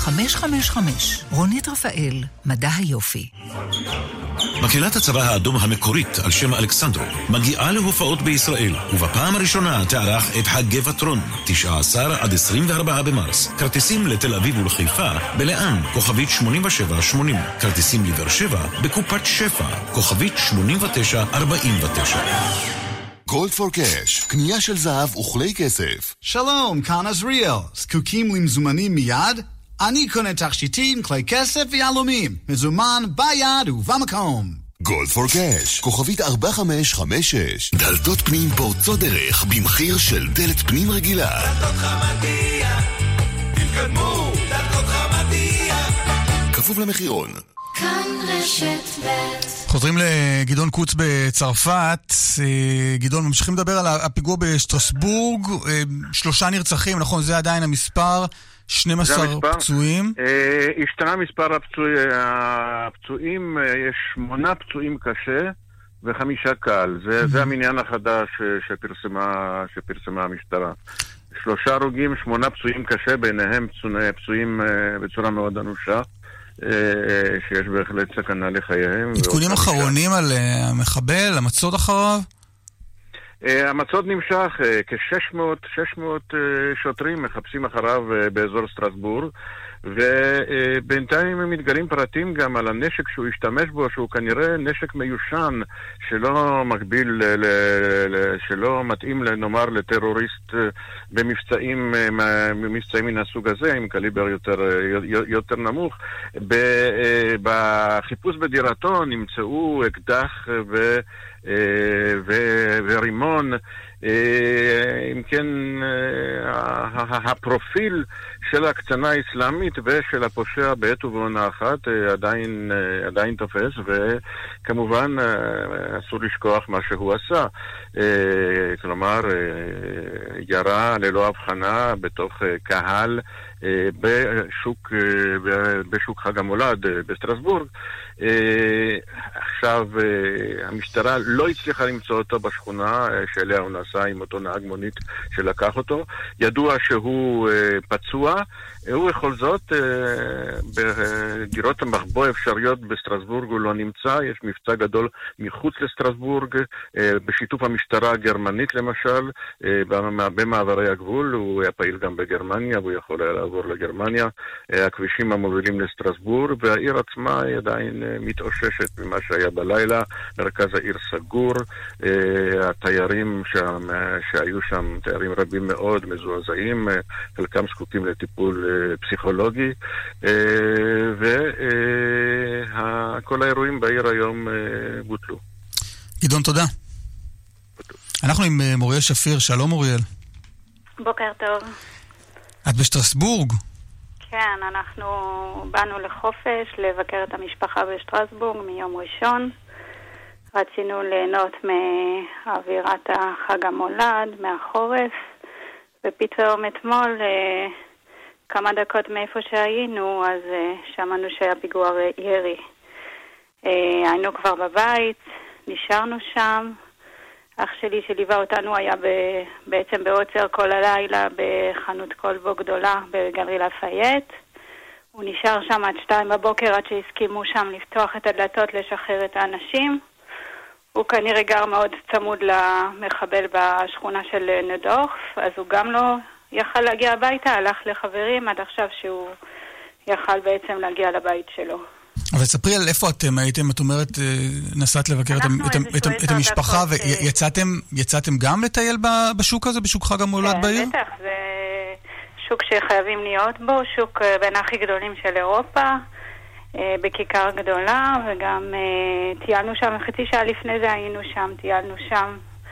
2555. רונית רפאל, מדע היופי. מקהלת הצבא האדום המקורית על שם אלכסנדרו מגיעה להופעות בישראל, ובפעם הראשונה תערך את הגבעתרון, 19-24 במרס. כרטיסים לתל אביב ולחיפה בלאן, כוכבית 8780. כרטיסים לבאר שבע בקופת שפע, כוכבית 8949. גולד פור קאש, קנייה של זהב וכלי כסף. שלום, כאן עזריאל. זקוקים למזומנים מיד? אני קונה תכשיטים, כלי כסף ויהלומים. מזומן ביד ובמקום. גולד פור קאש, כוכבית 4556. דלתות פנים פורצות דרך במחיר של דלת פנים רגילה. דלתות חמדיה, תתקדמו, דלתות חמדיה. כפוף למחירון. כאן רשת ב'. חוזרים לגדעון קוץ בצרפת. גדעון, ממשיכים לדבר על הפיגוע בשטרסבורג. 3 נרצחים, נכון? זה עדיין המספר. 12 פצועים. השתנה מספר הפצועים, יש 8 פצועים קשה ו5 קל. זה המניין החדש שפרסמה המשטרה. 3 הרוגים, 8 פצועים קשה, ביניהם פצועים בצורה מאוד אנושה. שיש בהחלט סכנה לחייהם. עדכונים אחרונים על המחבל, המצוד אחריו? המצוד נמשך, כ-600 שוטרים מחפשים אחריו באזור סטרסבורג, ובינתיים הם מתגלים פרטים גם על הנשק שהוא השתמש בו, שהוא כנראה נשק מיושן שלא מקביל, שלא מתאים נאמר לטרוריסט במבצעים מן הסוג הזה, עם קליבר יותר נמוך. בחיפוש בדירתו נמצאו אקדח ורימון. אם כן, הפרופיל של הקצנה האסלאמית ושל הפושע בעת ובעונה אחת עדיין תופס, וכמובן אסור לשכוח מה שהוא עשה. כלומר, ירה ללא הבחנה בתוך קהל בשוק חג המולד בסטרסבורג. עכשיו, המשטרה לא הצליחה למצוא אותו בשכונה שאליה הוא נסע עם אותו נהג מונית שלקח אותו. ידוע שהוא פצוע. הוא בכל זאת, בדירות המחבוא אפשריות בסטרסבורג הוא לא נמצא. יש מבצע גדול מחוץ לסטרסבורג, בשיתוף המשטרה הגרמנית למשל, במעברי הגבול. הוא היה פעיל גם בגרמניה, והוא יכול היה לעבור לגרמניה. הכבישים המובילים לסטרסבורג, והעיר עצמה היא עדיין מתאוששת ממה שהיה בלילה. מרכז העיר סגור, התיירים שהיו שם, תיירים רבים מאוד, מזועזעים, חלקם זקוקים לטיפול פסיכולוגי, וכל האירועים בעיר היום בוטלו. גדעון, תודה. אנחנו עם מוריאל שפיר. שלום מוריאל. בוקר טוב. את בשטרסבורג? כן, אנחנו באנו לחופש לבקר את המשפחה בשטרסבורג מיום ראשון. רצינו ליהנות מאווירת החג המולד, מהחורף, ופתאום אתמול, כמה דקות מאיפה שהיינו, אז שמענו שהיה פיגוע ירי. היינו כבר בבית, נשארנו שם. אח שלי שליווה אותנו היה בעצם בעוצר כל הלילה בחנות קולבו גדולה בגלרי לפייט. הוא נשאר שם עד 2 בבוקר עד שהסכימו שם לפתוח את הדלתות לשחרר את האנשים. הוא כנראה גר מאוד צמוד למחבל בשכונה של נדורף, אז הוא גם לא יכל להגיע הביתה, הלך לחברים עד עכשיו שהוא יכל בעצם להגיע לבית שלו. אבל ספרי על איפה אתם הייתם, את אומרת, נסעת לבקר את המשפחה, ויצאתם גם לטייל בשוק הזה, בשוק חג המולד בעיר? בטח, זה שוק שחייבים להיות בו, שוק בין הכי גדולים של אירופה, בכיכר גדולה, וגם טיילנו שם, חצי שעה לפני זה היינו שם, טיילנו שם,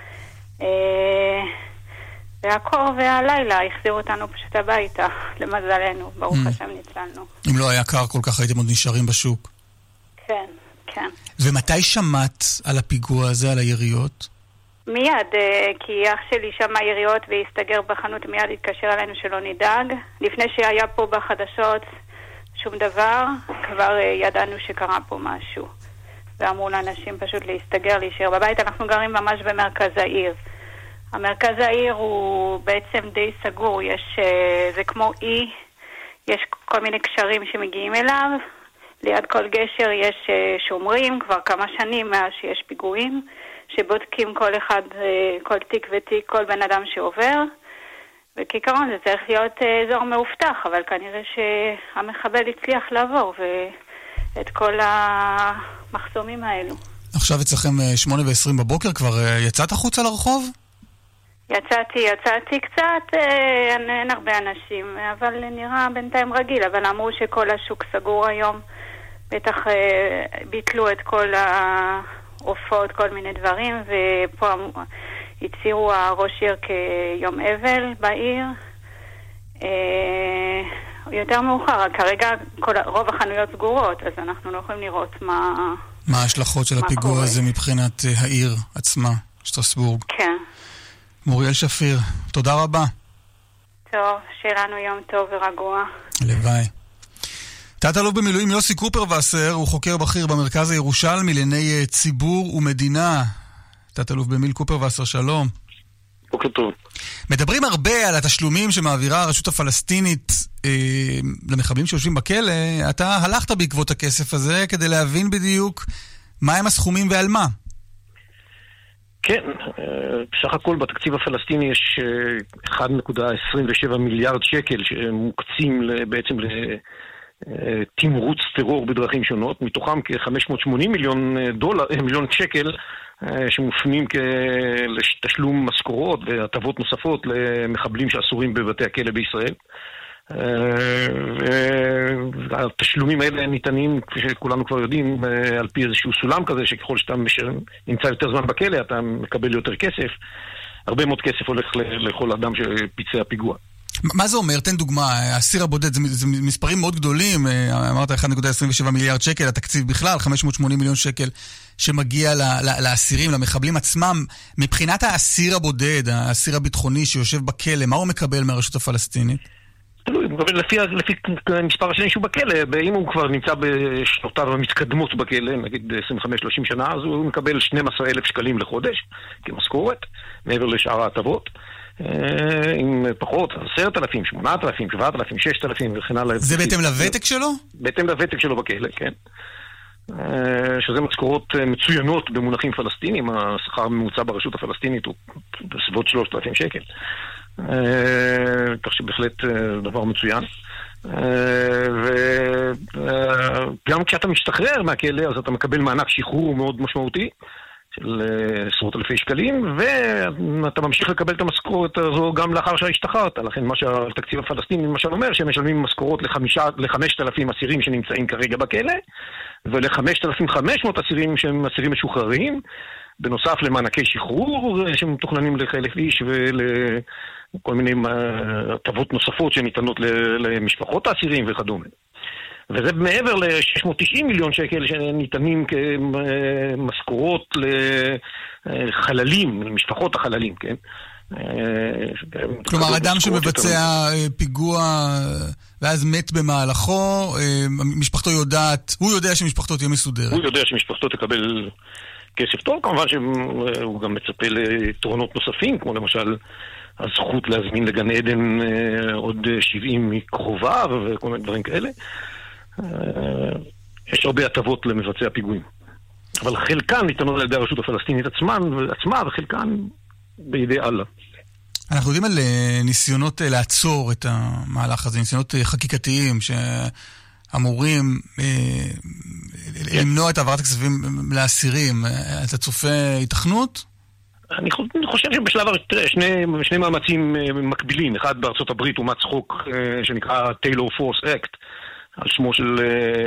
והקור והלילה החזירו אותנו פשוט הביתה, למזלנו, ברוך השם ניצלנו. אם לא היה קר כל כך הייתם עוד נשארים בשוק. כן, כן. ומתי שמעת על הפיגוע הזה, על היריות? מיד, כי אח שלי שמע יריות והסתגר בחנות, מיד התקשר אלינו שלא נדאג. לפני שהיה פה בחדשות שום דבר, כבר ידענו שקרה פה משהו. ואמרו לאנשים פשוט להסתגר, להישאר בבית. אנחנו גרים ממש במרכז העיר. המרכז העיר הוא בעצם די סגור, זה כמו אי, יש כל מיני קשרים שמגיעים אליו, ליד כל גשר יש שומרים, כבר כמה שנים מאז שיש פיגועים, שבודקים כל אחד, כל תיק ותיק, כל בן אדם שעובר, וכעיקרון זה צריך להיות אזור מאובטח, אבל כנראה שהמחבל הצליח לעבור ואת כל המחסומים האלו. עכשיו אצלכם 8:20 בבוקר, כבר יצאת החוצה לרחוב? יצאתי קצת, אין הרבה אנשים, אבל נראה בינתיים רגיל, אבל אמרו שכל השוק סגור היום, בטח ביטלו את כל העופות, כל מיני דברים, ופה הציעו הראש עיר כיום אבל בעיר, יותר מאוחר, כרגע רוב החנויות סגורות, אז אנחנו לא יכולים לראות מה ההשלכות של הפיגוע הזה מבחינת העיר עצמה, שטרסבורג. כן. מוריאל שפיר, תודה רבה. טוב, שלנו יום טוב ורגוע. הלוואי. תת-אלוף במילואים יוסי קופרווסר הוא חוקר בכיר במרכז הירושלמי לענייני ציבור ומדינה. תת-אלוף במילואים קופרווסר, שלום. בוקר טוב. מדברים הרבה על התשלומים שמעבירה הרשות הפלסטינית למחבלים שיושבים בכלא. אתה הלכת בעקבות הכסף הזה כדי להבין בדיוק מהם הסכומים ועל מה. כן, בסך הכל בתקציב הפלסטיני יש 1.27 מיליארד שקל שמוקצים בעצם לתמרוץ טרור בדרכים שונות, מתוכם כ-580 מיליון שקל שמופנים לתשלום משכורות והטבות נוספות למחבלים שאסורים בבתי הכלא בישראל. והתשלומים האלה ניתנים, כפי שכולנו כבר יודעים, על פי איזשהו סולם כזה, שככל שאתה נמצא יותר זמן בכלא, אתה מקבל יותר כסף. הרבה מאוד כסף הולך לכל אדם שפיצע פיגוע. מה זה אומר? תן דוגמה, האסיר הבודד, זה מספרים מאוד גדולים, אמרת 1.27 מיליארד שקל, התקציב בכלל, 580 מיליון שקל שמגיע לאסירים, למחבלים עצמם. מבחינת האסיר הבודד, האסיר הביטחוני שיושב בכלא, מה הוא מקבל מהרשות הפלסטינית? תלוי, לפי מספר השנים שהוא בכלא, אם הוא כבר נמצא בשנותיו המתקדמות בכלא, נגיד 25-30 שנה, אז הוא מקבל 12,000 שקלים לחודש כמשכורת, מעבר לשאר ההטבות. עם פחות, 10,000, 8,000, 7,000, 6,000 וכן הלאה. זה בהתאם לוותק שלו? בהתאם לוותק שלו בכלא, כן. שזה משכורות מצוינות במונחים פלסטינים, השכר הממוצע ברשות הפלסטינית הוא בסביבות 3,000 שקל. כך שבהחלט דבר מצוין. וגם כשאתה משתחרר מהכלא, אז אתה מקבל מענק שחרור מאוד משמעותי של עשרות אלפי שקלים, ואתה ממשיך לקבל את המשכורת הזו גם לאחר שהשתחררת. לכן מה שהתקציב הפלסטיני למשל אומר, שהם משלמים משכורות ל5,000 אסירים שנמצאים כרגע בכלא, ול5,500 אסירים שהם אסירים משוחררים, בנוסף למענקי שחרור שמתוכננים ל1,000 איש ולכל מיני הטבות נוספות שניתנות למשפחות האסירים וכדומה. וזה מעבר ל-690 מיליון שקל שניתנים כמשכורות לחללים, למשפחות החללים, כן? כלומר, אדם שמבצע פיגוע ואז מת במהלכו, משפחתו יודעת, הוא יודע שמשפחתו תהיה מסודרת. הוא יודע שמשפחתו תקבל כסף טוב, כמובן שהוא גם מצפה לתרונות נוספים, כמו למשל הזכות להזמין לגן עדן עוד 70 מקרוביו וכל מיני דברים כאלה. יש הרבה הטבות למבצע פיגועים. אבל חלקן ניתנות על ידי הרשות הפלסטינית עצמה, וחלקן בידי אללה. אנחנו יודעים על ניסיונות לעצור את המהלך הזה, ניסיונות חקיקתיים שאמורים למנוע את העברת הכספים לאסירים. אתה צופה התכנות? אני חושב שבשלב שני מאמצים מקבילים. אחד בארצות הברית אומץ חוק שנקרא Taylor Force Act, על שמו של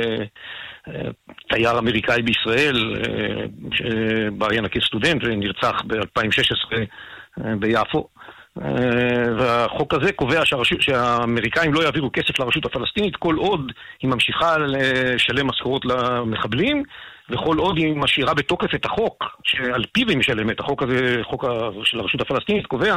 תייר אמריקאי בישראל, שבעיין כסטודנט ונרצח ב-2016 ביפו. והחוק הזה קובע שהאמריקאים לא יעבירו כסף לרשות הפלסטינית כל עוד היא ממשיכה לשלם משכורות למחבלים, וכל עוד היא משאירה בתוקף את החוק שעל פיו היא משלמת. החוק הזה, חוק של הרשות הפלסטינית, קובע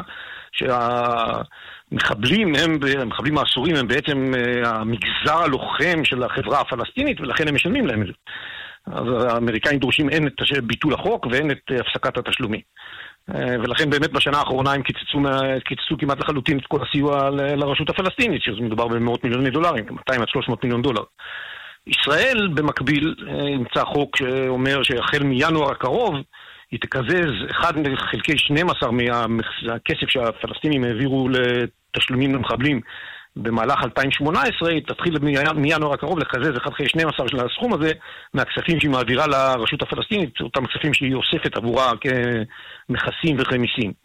שהמחבלים המחבלים האסורים הם בעצם המגזר הלוחם של החברה הפלסטינית, ולכן הם משלמים להם את זה. אז האמריקאים דורשים הן את ביטול החוק והן את הפסקת התשלומים. ולכן באמת בשנה האחרונה הם קיצצו כמעט לחלוטין את כל הסיוע לרשות הפלסטינית, שזה מדובר במאות מיליוני דולרים, 200 עד 300 מיליון דולר. ישראל במקביל נמצא חוק שאומר שהחל מינואר הקרוב היא תקזז 1/12 מהכסף שהפלסטינים העבירו לתשלומים למחבלים במהלך 2018, היא תתחיל מינואר הקרוב לקזז 1/12 של הסכום הזה מהכספים שהיא מעבירה לרשות הפלסטינית, אותם כספים שהיא אוספת עבורה כמכסים וחמיסים.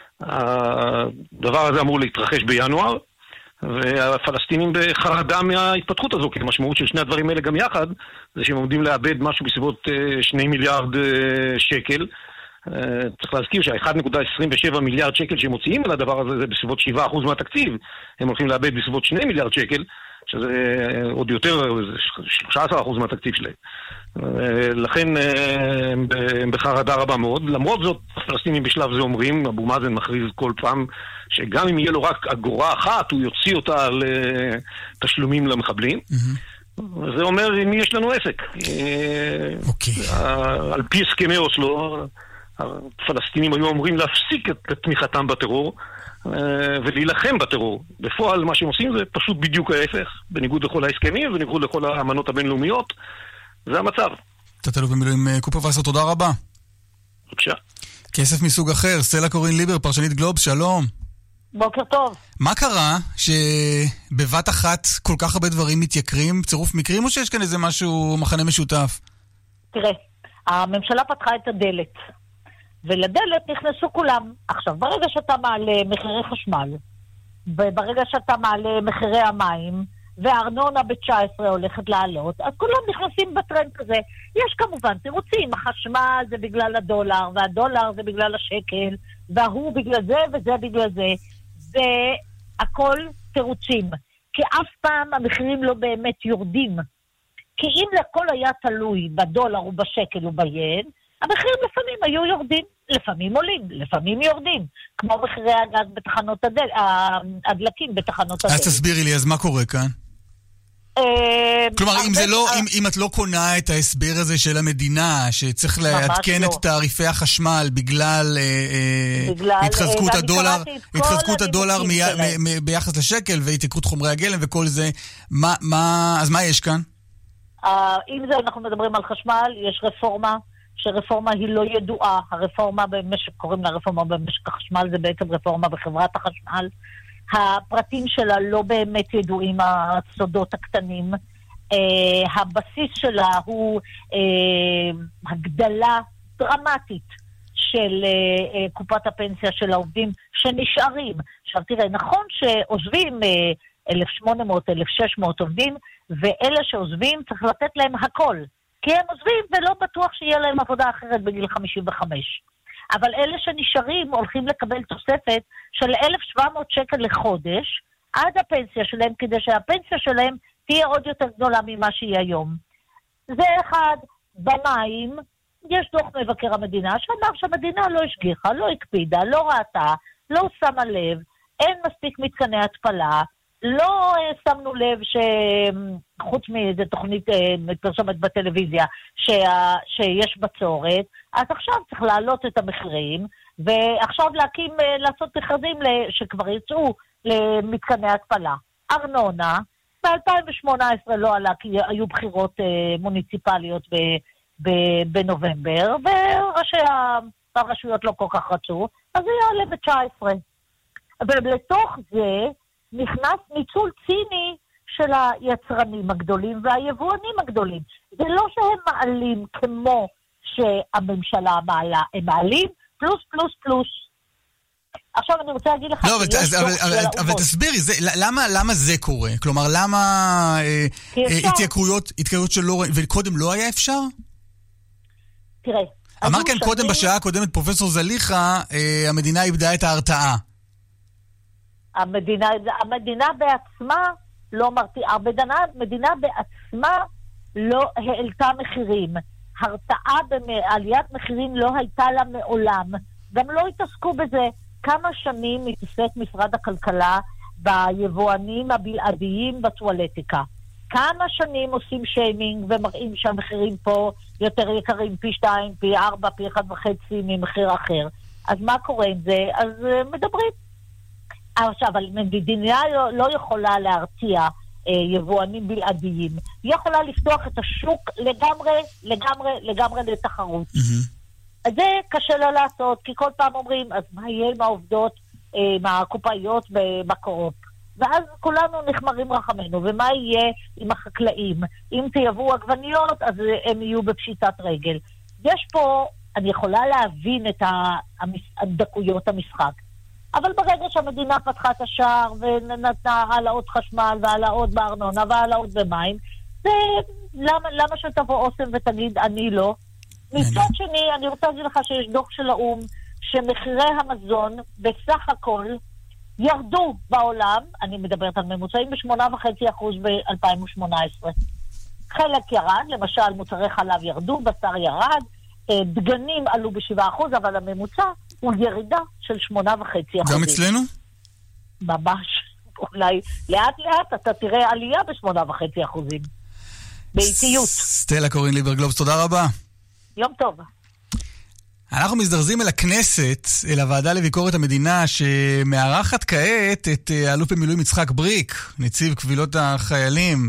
הדבר הזה אמור להתרחש בינואר, והפלסטינים בחרדה מההתפתחות הזו, כי המשמעות של שני הדברים האלה גם יחד, זה שהם עומדים לאבד משהו בסביבות 2 מיליארד שקל. צריך להזכיר שה-1.27 מיליארד שקל שמוציאים על הדבר הזה, זה בסביבות 7% מהתקציב. הם הולכים לאבד בסביבות 2 מיליארד שקל, שזה עוד יותר, 13% מהתקציב שלהם. לכן הם בחרדה רבה מאוד. למרות זאת, הפלסטינים בשלב זה אומרים, אבו מאזן מכריז כל פעם, שגם אם יהיה לו רק אגורה אחת, הוא יוציא אותה לתשלומים למחבלים. זה אומר עם מי יש לנו עסק. על פי הסכמי אוסלו, הפלסטינים היו אמורים להפסיק את תמיכתם בטרור ולהילחם בטרור. בפועל מה שהם עושים זה פשוט בדיוק ההפך, בניגוד לכל ההסכמים ובניגוד לכל האמנות הבינלאומיות. זה המצב. תת-אלוף במילואים קופר וסר, תודה רבה. בבקשה. כסף מסוג אחר, סטלה קורין ליבר, פרשנית גלובס, שלום. בוקר טוב. מה קרה שבבת אחת כל כך הרבה דברים מתייקרים, צירוף מקרים, או שיש כאן איזה משהו, מחנה משותף? תראה, הממשלה פתחה את הדלת, ולדלת נכנסו כולם. עכשיו, ברגע שאתה מעלה מחירי חשמל, וברגע שאתה מעלה מחירי המים, והארנונה ב-19 הולכת לעלות, אז כולם נכנסים בטרנד כזה. יש כמובן תירוצים, החשמל זה בגלל הדולר, והדולר זה בגלל השקל, והוא בגלל זה וזה בגלל זה. זה הכל תירוצים. כי אף פעם המחירים לא באמת יורדים. כי אם לכל היה תלוי בדולר ובשקל וביין, המחירים לפעמים היו יורדים, לפעמים עולים, לפעמים יורדים. כמו מחירי הגז בתחנות הדלקים בתחנות הדלק. אז תסבירי לי, אז מה קורה כאן? כלומר, אם את לא קונה את ההסבר הזה של המדינה, שצריך לעדכן את תעריפי החשמל בגלל התחזקות הדולר ביחס לשקל והתייקרות חומרי הגלם וכל זה, אז מה יש כאן? אם זה אנחנו מדברים על חשמל, יש רפורמה שרפורמה היא לא ידועה, הרפורמה במשק, קוראים לה רפורמה במשק החשמל, זה בעצם רפורמה בחברת החשמל, הפרטים שלה לא באמת ידועים, הסודות הקטנים, הבסיס שלה הוא הגדלה דרמטית של קופת הפנסיה של העובדים שנשארים. עכשיו תראה, נכון שעוזבים 1,800, 1,600 עובדים, ואלה שעוזבים צריך לתת להם הכל, כי הם עוזבים ולא בטוח שיהיה להם עבודה אחרת בגיל 55. אבל אלה שנשארים הולכים לקבל תוספת של 1,700 שקל לחודש עד הפנסיה שלהם, כדי שהפנסיה שלהם תהיה עוד יותר גדולה ממה שהיא היום. זה אחד. במים יש דוח מבקר המדינה שאמר שהמדינה לא השגיחה, לא הקפידה, לא ראתה, לא שמה לב, אין מספיק מתקני התפלה, לא שמנו לב שחוץ מאיזו תוכנית פרסומת בטלוויזיה שיש בצורת, אז עכשיו צריך להעלות את המחירים, ועכשיו לעשות מכרזים שכבר יצאו למתקני התפלה. ארנונה, ב-2018 לא עלה כי היו בחירות מוניציפליות בנובמבר, וראשי הרשויות לא כל כך רצו, אז זה יעלה ב-19. ולתוך זה נכנס ניצול ציני של היצרנים הגדולים והיבואנים הגדולים. זה לא שהם מעלים כמו שהממשלה מעלה, הם מעלים פלוס פלוס פלוס. עכשיו אני רוצה להגיד לך... לא, אבל תסבירי, למה זה קורה? כלומר, למה התייקרויות שלא... וקודם לא היה אפשר? תראה... אמר כאן קודם בשעה הקודמת פרופסור זליכה, המדינה איבדה את ההרתעה. המדינה בעצמה לא מרתיעה, המדינה בעצמה לא העלתה מחירים. הרתעה בעליית מחירים לא הייתה לה מעולם. גם לא התעסקו בזה. כמה שנים מתעסק משרד הכלכלה ביבואנים הבלעדיים בטואלטיקה. כמה שנים עושים שיימינג ומראים שהמחירים פה יותר יקרים פי 2, פי 4, פי 1.5 ממחיר אחר. אז מה קורה עם זה? אז מדברים. עכשיו, אבל מדינה לא יכולה להרתיע יבואנים בלעדיים. היא יכולה לפתוח את השוק לגמרי לתחרות. אז זה קשה לה לעשות, כי כל פעם אומרים, אז מה יהיה עם העובדות, עם הקופאיות בקורופ? ואז כולנו נחמרים רחמנו, ומה יהיה עם החקלאים? אם תייבאו עגבניות, אז הם יהיו בפשיטת רגל. יש פה, אני יכולה להבין את הדקויות המשחק, אבל ברגע שהמדינה פתחה את השער ונתנה העלאות חשמל והעלאות בארנונה והעלאות במים, זה למה שתבוא אוסם ותגיד אני לא? מצד שני, אני רוצה להגיד לך שיש דוח של האום שמחירי המזון בסך הכל ירדו בעולם, אני מדברת על ממוצעים ב8.5% ב-2018. חלק ירד, למשל מוצרי חלב ירדו, בשר ירד, דגנים עלו ב7%, אבל הממוצע הוא ירידה של 8.5%. גם אצלנו? ממש. אולי לאט לאט אתה תראה עלייה ב8.5%. באיטיות. סטלה קורין ליברגלובס, תודה רבה. יום טוב. אנחנו מזדרזים אל הכנסת, אל הוועדה לביקורת המדינה, שמארחת כעת את האלוף במילואים יצחק בריק, נציב קבילות החיילים,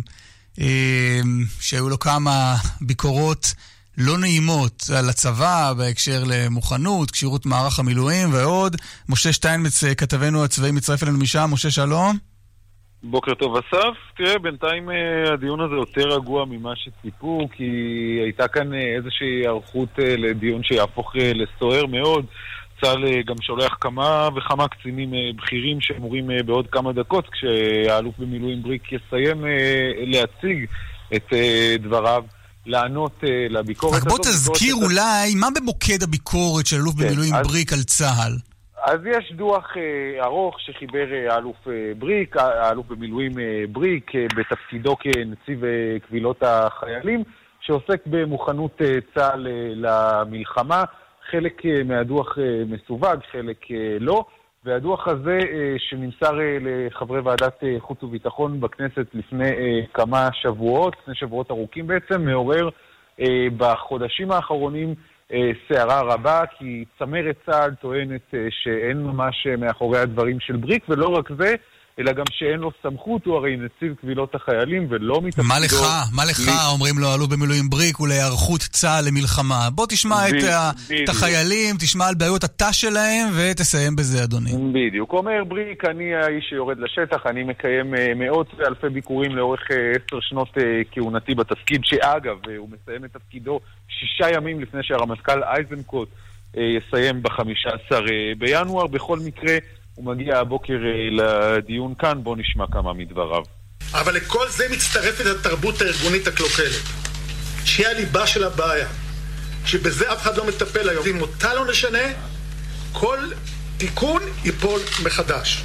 שהיו לו כמה ביקורות לא נעימות על הצבא, בהקשר למוכנות, כשירות מערך המילואים ועוד. משה שטיינמץ, כתבנו הצבאי, מצטרף אלינו משם. משה, שלום. בוקר טוב אסף. תראה, בינתיים הדיון הזה יותר רגוע ממה שציפו, כי הייתה כאן איזושהי היערכות לדיון שיהפוך לסוער מאוד. צה"ל גם שולח כמה וכמה קצינים בכירים שאמורים בעוד כמה דקות, כשהאלוף במילואים בריק יסיים להציג את דבריו, לענות לביקורת הזאת. רק בוא תזכיר אולי מה במוקד הביקורת של אלוף במילואים בריק על צה"ל. אז יש דוח ארוך שחיבר האלוף בריק, האלוף במילואים בריק, בתפקידו כנציב קבילות החיילים, שעוסק במוכנות צה"ל למלחמה. חלק מהדוח מסווג, חלק לא, והדוח הזה שנמסר לחברי ועדת חוץ וביטחון בכנסת לפני כמה שבועות, לפני שבועות ארוכים בעצם, מעורר בחודשים האחרונים סערה רבה, כי צמרת צה"ל טוענת שאין ממש מאחורי הדברים של בריק, ולא רק זה, אלא גם שאין לו סמכות, הוא הרי נציב קבילות החיילים ולא מתפקידו... מה לך, אומרים לו, אלוף במילואים בריק, ולהיערכות צה"ל למלחמה. בוא תשמע את החיילים, תשמע על בעיות התא שלהם, ותסיים בזה, אדוני. בדיוק. אומר בריק, אני האיש שיורד לשטח, אני מקיים מאות ואלפי ביקורים לאורך 10 שנות כהונתי בתפקיד, שאגב, הוא מסיים את תפקידו 6 ימים לפני שהרמטכ"ל אייזנקוט יסיים ב-15 בינואר. בכל מקרה, הוא מגיע הבוקר לדיון כאן, בוא נשמע כמה מדבריו. אבל לכל זה מצטרפת התרבות הארגונית הקלוקלת, שהיא הליבה של הבעיה, שבזה אף אחד לא מטפל היום. אם אותה לא נשנה, כל תיקון ייפול מחדש.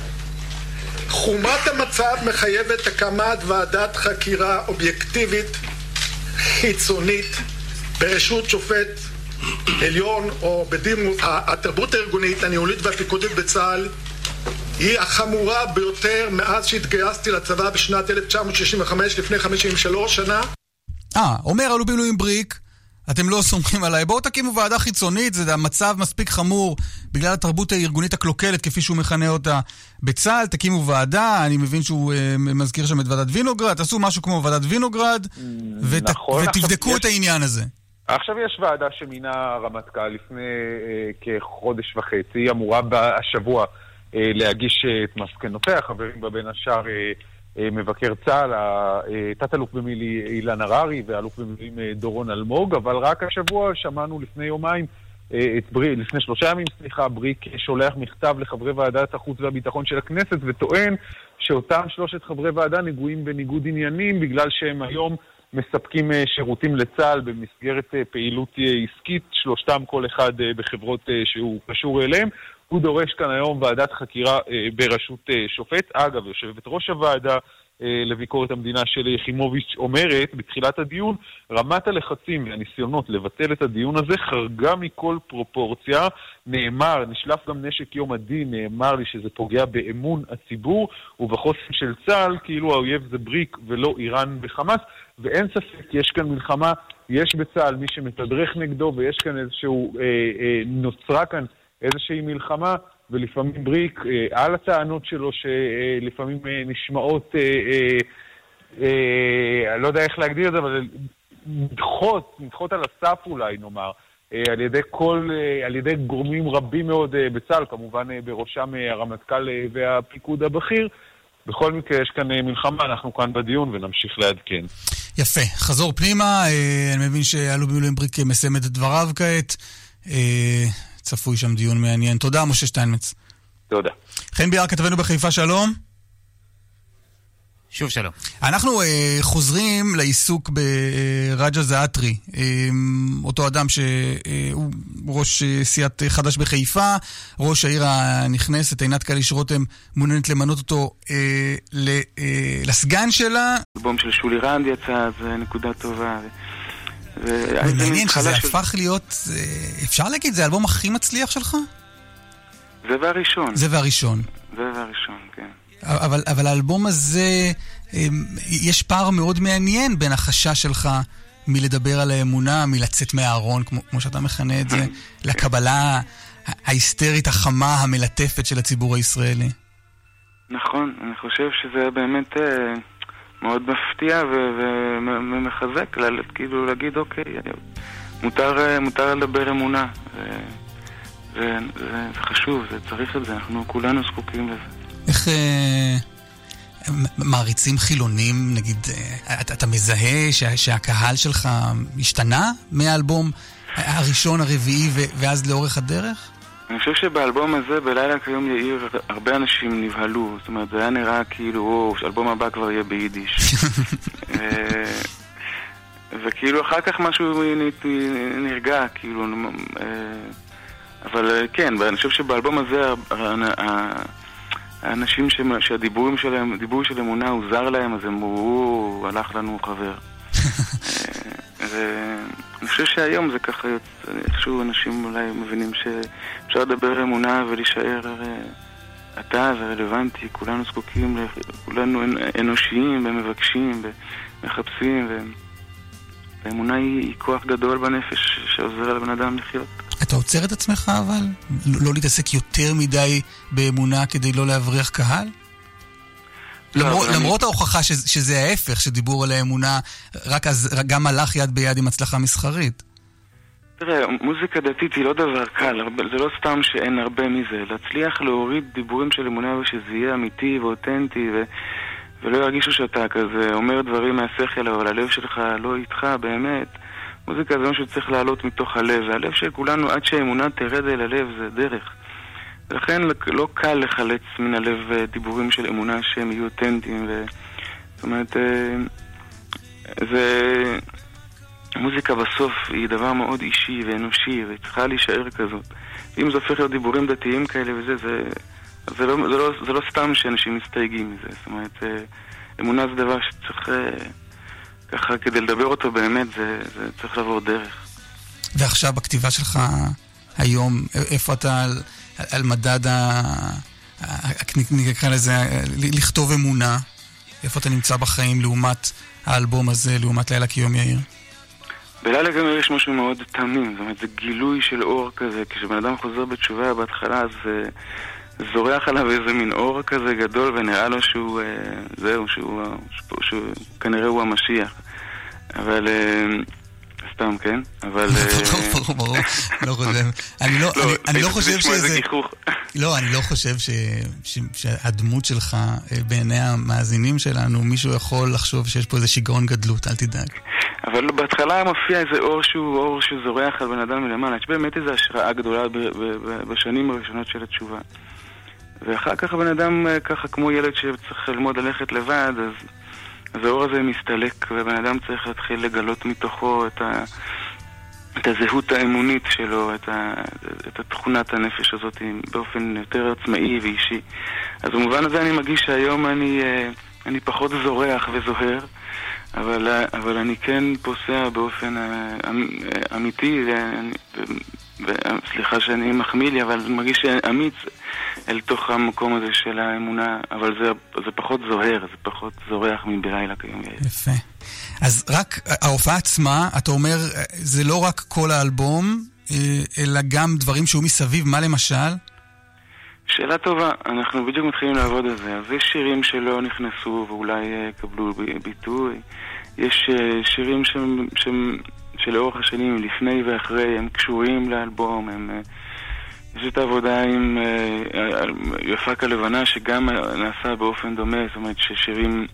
חומרת המצב מחייבת הקמת ועדת חקירה אובייקטיבית, חיצונית, ברשות שופט עליון או בדימוס. התרבות הארגונית, הניהולית והפיקודית בצה"ל היא החמורה ביותר מאז שהתגייסתי לצבא בשנת 1965, לפני 53 שנה. אומר אלוף במילואים בריק, אתם לא סומכים עליי, בואו תקימו ועדה חיצונית, זה המצב מספיק חמור בגלל התרבות הארגונית הקלוקלת, כפי שהוא מכנה אותה בצה"ל, תקימו ועדה, אני מבין שהוא מזכיר שם את ועדת וינוגרד, תעשו משהו כמו ועדת וינוגרד, ותבדקו את העניין הזה. עכשיו יש ועדה שמינה הרמטכ"ל לפני כחודש וחצי, היא אמורה השבוע להגיש את מסקנותיה, חברים בה בין השאר מבקר צה"ל, תת-אלוף במילואים אילן הררי ואלוף במילואים דורון אלמוג, אבל רק השבוע שמענו לפני יומיים, לפני 3 ימים, בריק שולח מכתב לחברי ועדת החוץ והביטחון של הכנסת וטוען שאותם 3 חברי ועדה נגועים בניגוד עניינים בגלל שהם היום מספקים שירותים לצה"ל במסגרת פעילות עסקית, 3 כל אחד בחברות שהוא קשור אליהם. הוא דורש כאן היום ועדת חקירה בראשות שופט. אגב, יושבת ראש הוועדה לביקורת המדינה של יחימוביץ' אומרת בתחילת הדיון, רמת הלחצים והניסיונות לבטל את הדיון הזה חרגה מכל פרופורציה. נשלף גם נשק יום הדין, נאמר לי שזה פוגע באמון הציבור ובחוסן של צה"ל, כאילו האויב זה בריק ולא איראן בחמאס, ואין ספק, יש כאן מלחמה, יש בצה"ל מי שמתדרך נגדו, ויש כאן נוצרה כאן איזושהי מלחמה, ולפעמים בריק על הטענות שלו שלפעמים נשמעות, אני לא יודע איך להגדיר את זה, אבל נדחות על הסף אולי נאמר, על ידי גורמים רבים מאוד בצה"ל, כמובן בראשם הרמטכ"ל והפיקוד הבכיר. בכל מקרה יש כאן מלחמה, אנחנו כאן בדיון ונמשיך לעדכן. יפה, חזור פנימה, אני מבין שאלוף במילואים בריק מסיים את דבריו כעת, צפוי שם דיון מעניין. תודה, משה שטיינמץ. תודה. חן ביאר, כתבנו בחיפה, שלום. שוב שלום. אנחנו חוזרים לעיסוק ברג'ה זעתרי, אותו אדם שהוא ראש סיעת חדש בחיפה, ראש העיר הנכנסת, עינת קליש רותם, מעוניינת למנות אותו לסגן שלה. אלבום של שולי רנד יצא, זה נקודה טובה. מעניין שזה הפך להיות, אפשר להגיד, זה האלבום הכי מצליח שלך? זה והראשון. זה והראשון, כן. אבל האלבום הזה, יש פער מאוד מעניין בין החשש שלך מלדבר על האמונה, מלצאת מהארון, כמו שאתה מכנה את זה, לקבלה ההיסטרית, החמה, המלטפת של הציבור הישראלי. נכון, אני חושב שזה באמת מאוד מפתיע ומחזק, כאילו להגיד, אוקיי, מותר לדבר אמונה, זה חשוב, זה צריך את זה, אנחנו כולנו זקוקים לזה. איך מעריצים חילונים, נגיד, אתה מזהה שהקהל שלך השתנה מהאלבום הראשון, הרביעי, ואז לאורך הדרך? אני חושב שבאלבום הזה, בלילה כיום יאיר, הרבה אנשים נבהלו. זאת אומרת, זה היה נראה כאילו, שהאלבום הבא כבר יהיה ביידיש. וכאילו אחר כך משהו נרגע, כאילו. אבל כן, אני חושב שבאלבום הזה, האנשים שהדיבור של אמונה הוא זר להם, אז הם אמרו, הלך לנו חבר. אני חושב שהיום זה ככה, איכשהו אנשים אולי מבינים שאפשר לדבר אמונה ולהישאר, אתה זה רלוונטי, כולנו זקוקים, כולנו אנושיים ומבקשים ומחפשים, והאמונה היא כוח גדול בנפש שעוזר לבן אדם לחיות. אתה עוצר את עצמך אבל? לא להתעסק יותר מדי באמונה כדי לא להבריח קהל? למרות ההוכחה שזה ההפך, שדיבור על האמונה, רק אז גם הלך יד ביד עם הצלחה מסחרית. תראה, מוזיקה דתית היא לא דבר קל, זה לא סתם שאין הרבה מזה. להצליח להוריד דיבורים של אמונה ושזה יהיה אמיתי ואותנטי ולא ירגישו שאתה כזה אומר דברים מהשכל, אבל הלב שלך לא איתך באמת. מוזיקה זה משהו שצריך לעלות מתוך הלב, והלב של כולנו עד שהאמונה תרד אל הלב זה דרך. ולכן לא קל לחלץ מן הלב דיבורים של אמונה שהם יהיו אותנטיים. זאת אומרת, מוזיקה בסוף היא דבר מאוד אישי ואנושי, והיא צריכה להישאר כזאת. אם זה הופך להיות דיבורים דתיים כאלה וזה, זה לא סתם שאנשים מסתייגים מזה. זאת אומרת, אמונה זה דבר שצריך, ככה, כדי לדבר אותו באמת, זה צריך לעבור דרך. ועכשיו בכתיבה שלך היום, איפה אתה על מדד נקרא לזה, לכתוב אמונה? איפה אתה נמצא בחיים לעומת האלבום הזה, לעומת לילה כיום יאיר? בלילה גם יש משהו מאוד תמים, זאת אומרת, זה גילוי של אור כזה, כשבן אדם חוזר בתשובה בהתחלה, אז זורח עליו איזה מין אור כזה גדול, ונראה לו שהוא, שהוא כנראה הוא המשיח. אבל, סתם, כן? אבל... ברור, לא חושב. אני לא חושב שזה... לא, אני לא חושב שהדמות שלך בעיני המאזינים שלנו, מישהו יכול לחשוב שיש פה איזה שיגעון גדלות, אל תדאג. אבל בהתחלה מופיע איזה אור שהוא אור שזורח על בן אדם מלמעלה. יש באמת איזו השראה גדולה בשנים הראשונות של התשובה. ואחר כך הבן אדם, ככה כמו ילד שצריך ללמוד ללכת לבד, אז האור הזה מסתלק, ובן אדם צריך להתחיל לגלות מתוכו את הזהות האמונית שלו, את תכונת הנפש הזאת באופן יותר עצמאי ואישי. אז במובן הזה אני מרגיש שהיום אני פחות זורח וזוהר, אבל אני כן פוסע באופן אמיתי, סליחה שאני מחמיא לי, אבל אני מרגיש אמיץ אל תוך המקום הזה של האמונה, אבל זה פחות זוהר, זה פחות זורח מבלילה כיום. יפה. אז רק ההופעה עצמה, אתה אומר, זה לא רק כל האלבום, אלא גם דברים שהוא מסביב, מה למשל? שאלה טובה, אנחנו בדיוק מתחילים לעבוד על זה. אז יש שירים שלא נכנסו ואולי קבלו ביטוי. יש שירים שלאורך השנים, לפני ואחרי, הם קשורים לאלבום. יש את העבודה עם יפק הלבנה, שגם נעשה באופן דומה. זאת אומרת ששירים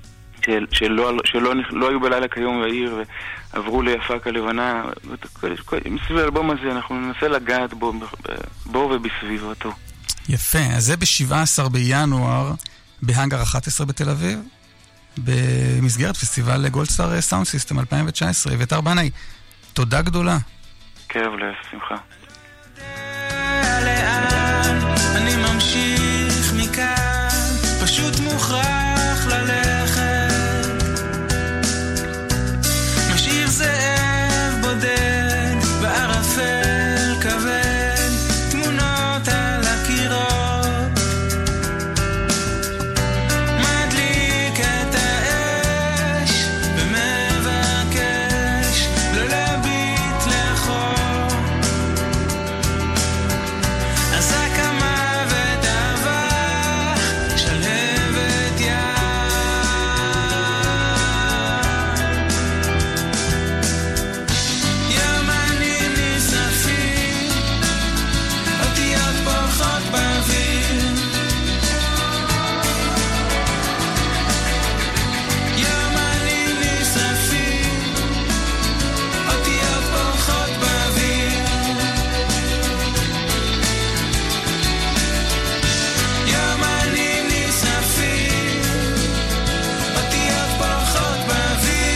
שלא היו בלילה כיום בעיר ועברו ליפק הלבנה. מסביב האלבום הזה אנחנו ננסה לגעת בו ובסביבתו. יפה, אז זה ב-17 בינואר בהאנגר 11 בתל אביב, במסגרת פסטיבל גולדסטאר סאונד סיסטם 2019. ואתר בנאי, תודה גדולה. כאב לב, שמחה. אני ממשיך מכאן, פשוט מוכרח ללכת, משאיר זאב בודד בערפל כבד, תמונות על הקירות, מדליק את האש ומבקש לא להביט לאחור, עשה כמה ודבר שלהבת יד, יומנים נשרפים, אותיות פורחות באוויר, יומנים נשרפים, אותיות פורחות באוויר, יומנים נשרפים, אותיות פורחות באוויר.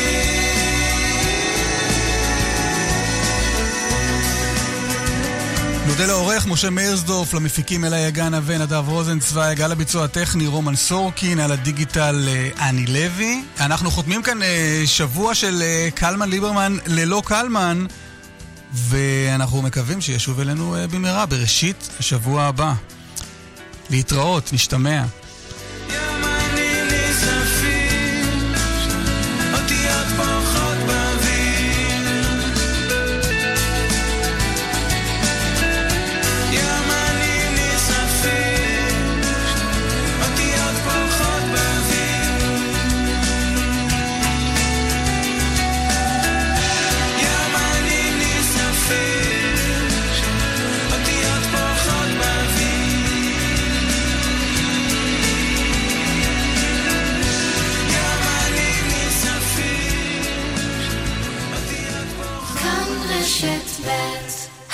נודה לעורך משה מאירסדורף, למפיקים אלי יגנה ונדב רוזנצוויג, על הביצוע הטכני רומן סורקין, על הדיגיטל אני לוי. אנחנו חותמים כאן שבוע של קלמן ליברמן ללא קלמן, ואנחנו מקווים שישוב אלינו במהרה בראשית השבוע הבא. להתראות, נשתמע. יומנים נשרפים, אותיות פורחות באוויר, יומנים נשרפים, אותיות פורחות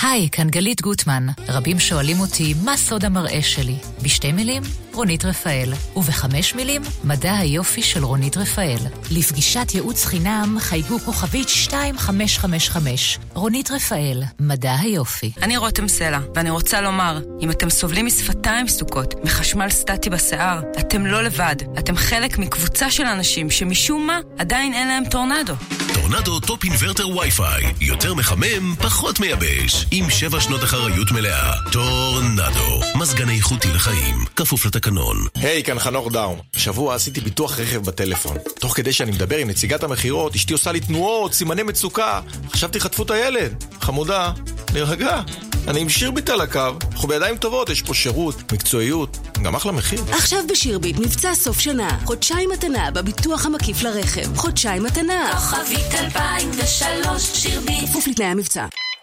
היי, כאן גלית גוטמן. רבים שואלים אותי מה סוד המראה שלי. בשתי מילים, רונית רפאל. ובחמש מילים, מדע היופי של רונית רפאל. לפגישת ייעוץ חינם חייגו כוכבית 2555. רונית רפאל, מדע היופי. אני רותם סלע, ואני רוצה לומר, אם אתם סובלים משפתיים סוכות, מחשמל סטטי בשיער, אתם לא לבד. אתם חלק מקבוצה של אנשים שמשום מה עדיין אין להם טורנדו. טורנדו טופ אינברטר וי-פיי. יותר מחמם, פחות מייבש. עם 7 שנות אחריות מלאה. טורנדו. מזגן איכותי לחיים. כפוף לתקנון. היי, כאן חנוך דאום. השבוע עשיתי ביטוח רכב בטלפון. תוך כדי שאני מדבר עם נציגת המחירות, אשתי עושה לי תנועות, סימני מצוקה. חשבתי חטפו את הילד. חמודה, נרגע. אני עם שירביט על הקו. אנחנו בידיים טובות, יש פה שירות, מקצועיות, גם אחלה מחיר. עכשיו בשירביט מבצע סוף שנה. חודשיים מתנה בביטוח המקיף לרכב. חודשיים מתנה. כוכבית 2003 שירביט. כפוף לתנאי המבצע.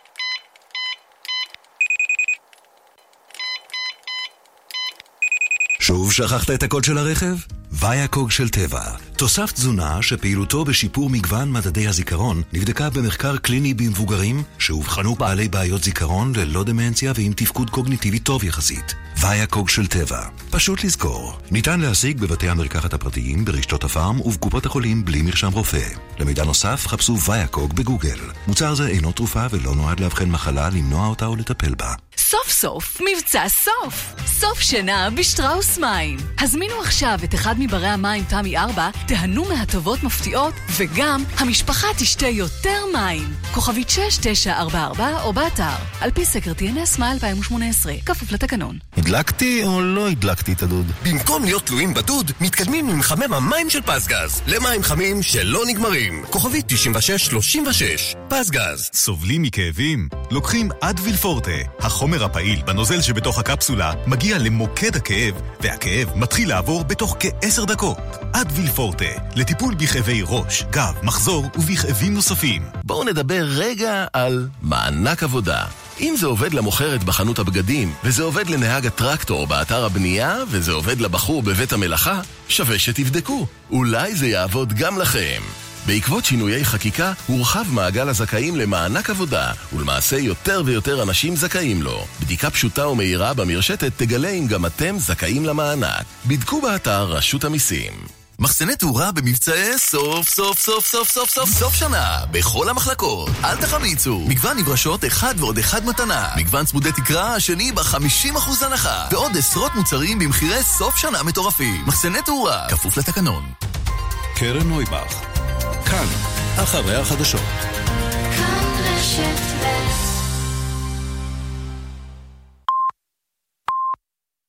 שוב שכחת את הקוד של הרכב? ויאקוג של טבע. תוסף תזונה שפעילותו בשיפור מגוון מדדי הזיכרון נבדקה במחקר קליני במבוגרים שהובחנו בעלי בעיות זיכרון ללא דמנציה ועם תפקוד קוגניטיבי טוב יחסית. ויאקוג של טבע. פשוט לזכור. ניתן להשיג בבתי המרקחת הפרטיים, ברשתות הפארם ובקופות החולים בלי מרשם רופא. למידע נוסף חפשו ויאקוג בגוגל. מוצר זה אינו תרופה ולא נועד לאבחן מחלה, למנוע אותה או לטפל בה. סוף סוף, מבצע סוף. סוף שנה בשטראוס מים. הזמינו עכשיו את אחד מברי המים תמי 4, תהנו מהטבות מפתיעות, וגם המשפחה תשתה יותר מים. כוכבית 6944 או באתר. על פי סקר TNS מה 2018, כפוף לתקנון. הדלקתי או לא הדלקתי את הדוד? במקום להיות תלויים בדוד, מתקדמים עם מחמם המים של פסגז. למים חמים שלא נגמרים. כוכבית 9636. פסגז. סובלים מכאבים? לוקחים אדוויל פורטה. החומר הפעיל בנוזל שבתוך הקפסולה מגיע למוקד הכאב, והכאב מתחיל לעבור בתוך כ10 דקות. אדוויל פורטה, לטיפול בכאבי ראש, גב, מחזור ובכאבים נוספים. בואו נדבר רגע על מענק עבודה. אם זה עובד למוכרת בחנות הבגדים, וזה עובד לנהג הטרקטור באתר הבנייה, וזה עובד לבחור בבית המלאכה, שווה שתבדקו. אולי זה יעבוד גם לכם. בעקבות שינויי חקיקה, הורחב מעגל הזכאים למענק עבודה, ולמעשה יותר ויותר אנשים זכאים לו. בדיקה פשוטה ומהירה במרשתת תגלה אם גם אתם זכאים למענק. בדקו באתר רשות המיסים. מחסני תאורה במבצעי סוף שנה בכל המחלקות. אל תחמיצו. מגוון נברשות אחד ועוד אחד מתנה. מגוון צמודי תקרה השני ב50% הנחה. ועוד עשרות מוצרים במחירי סוף שנה מטורפים. מחסני תאורה, כפוף לתקנון. קרן נויבך, כאן, אחרי החדשות. כאן רשת ב'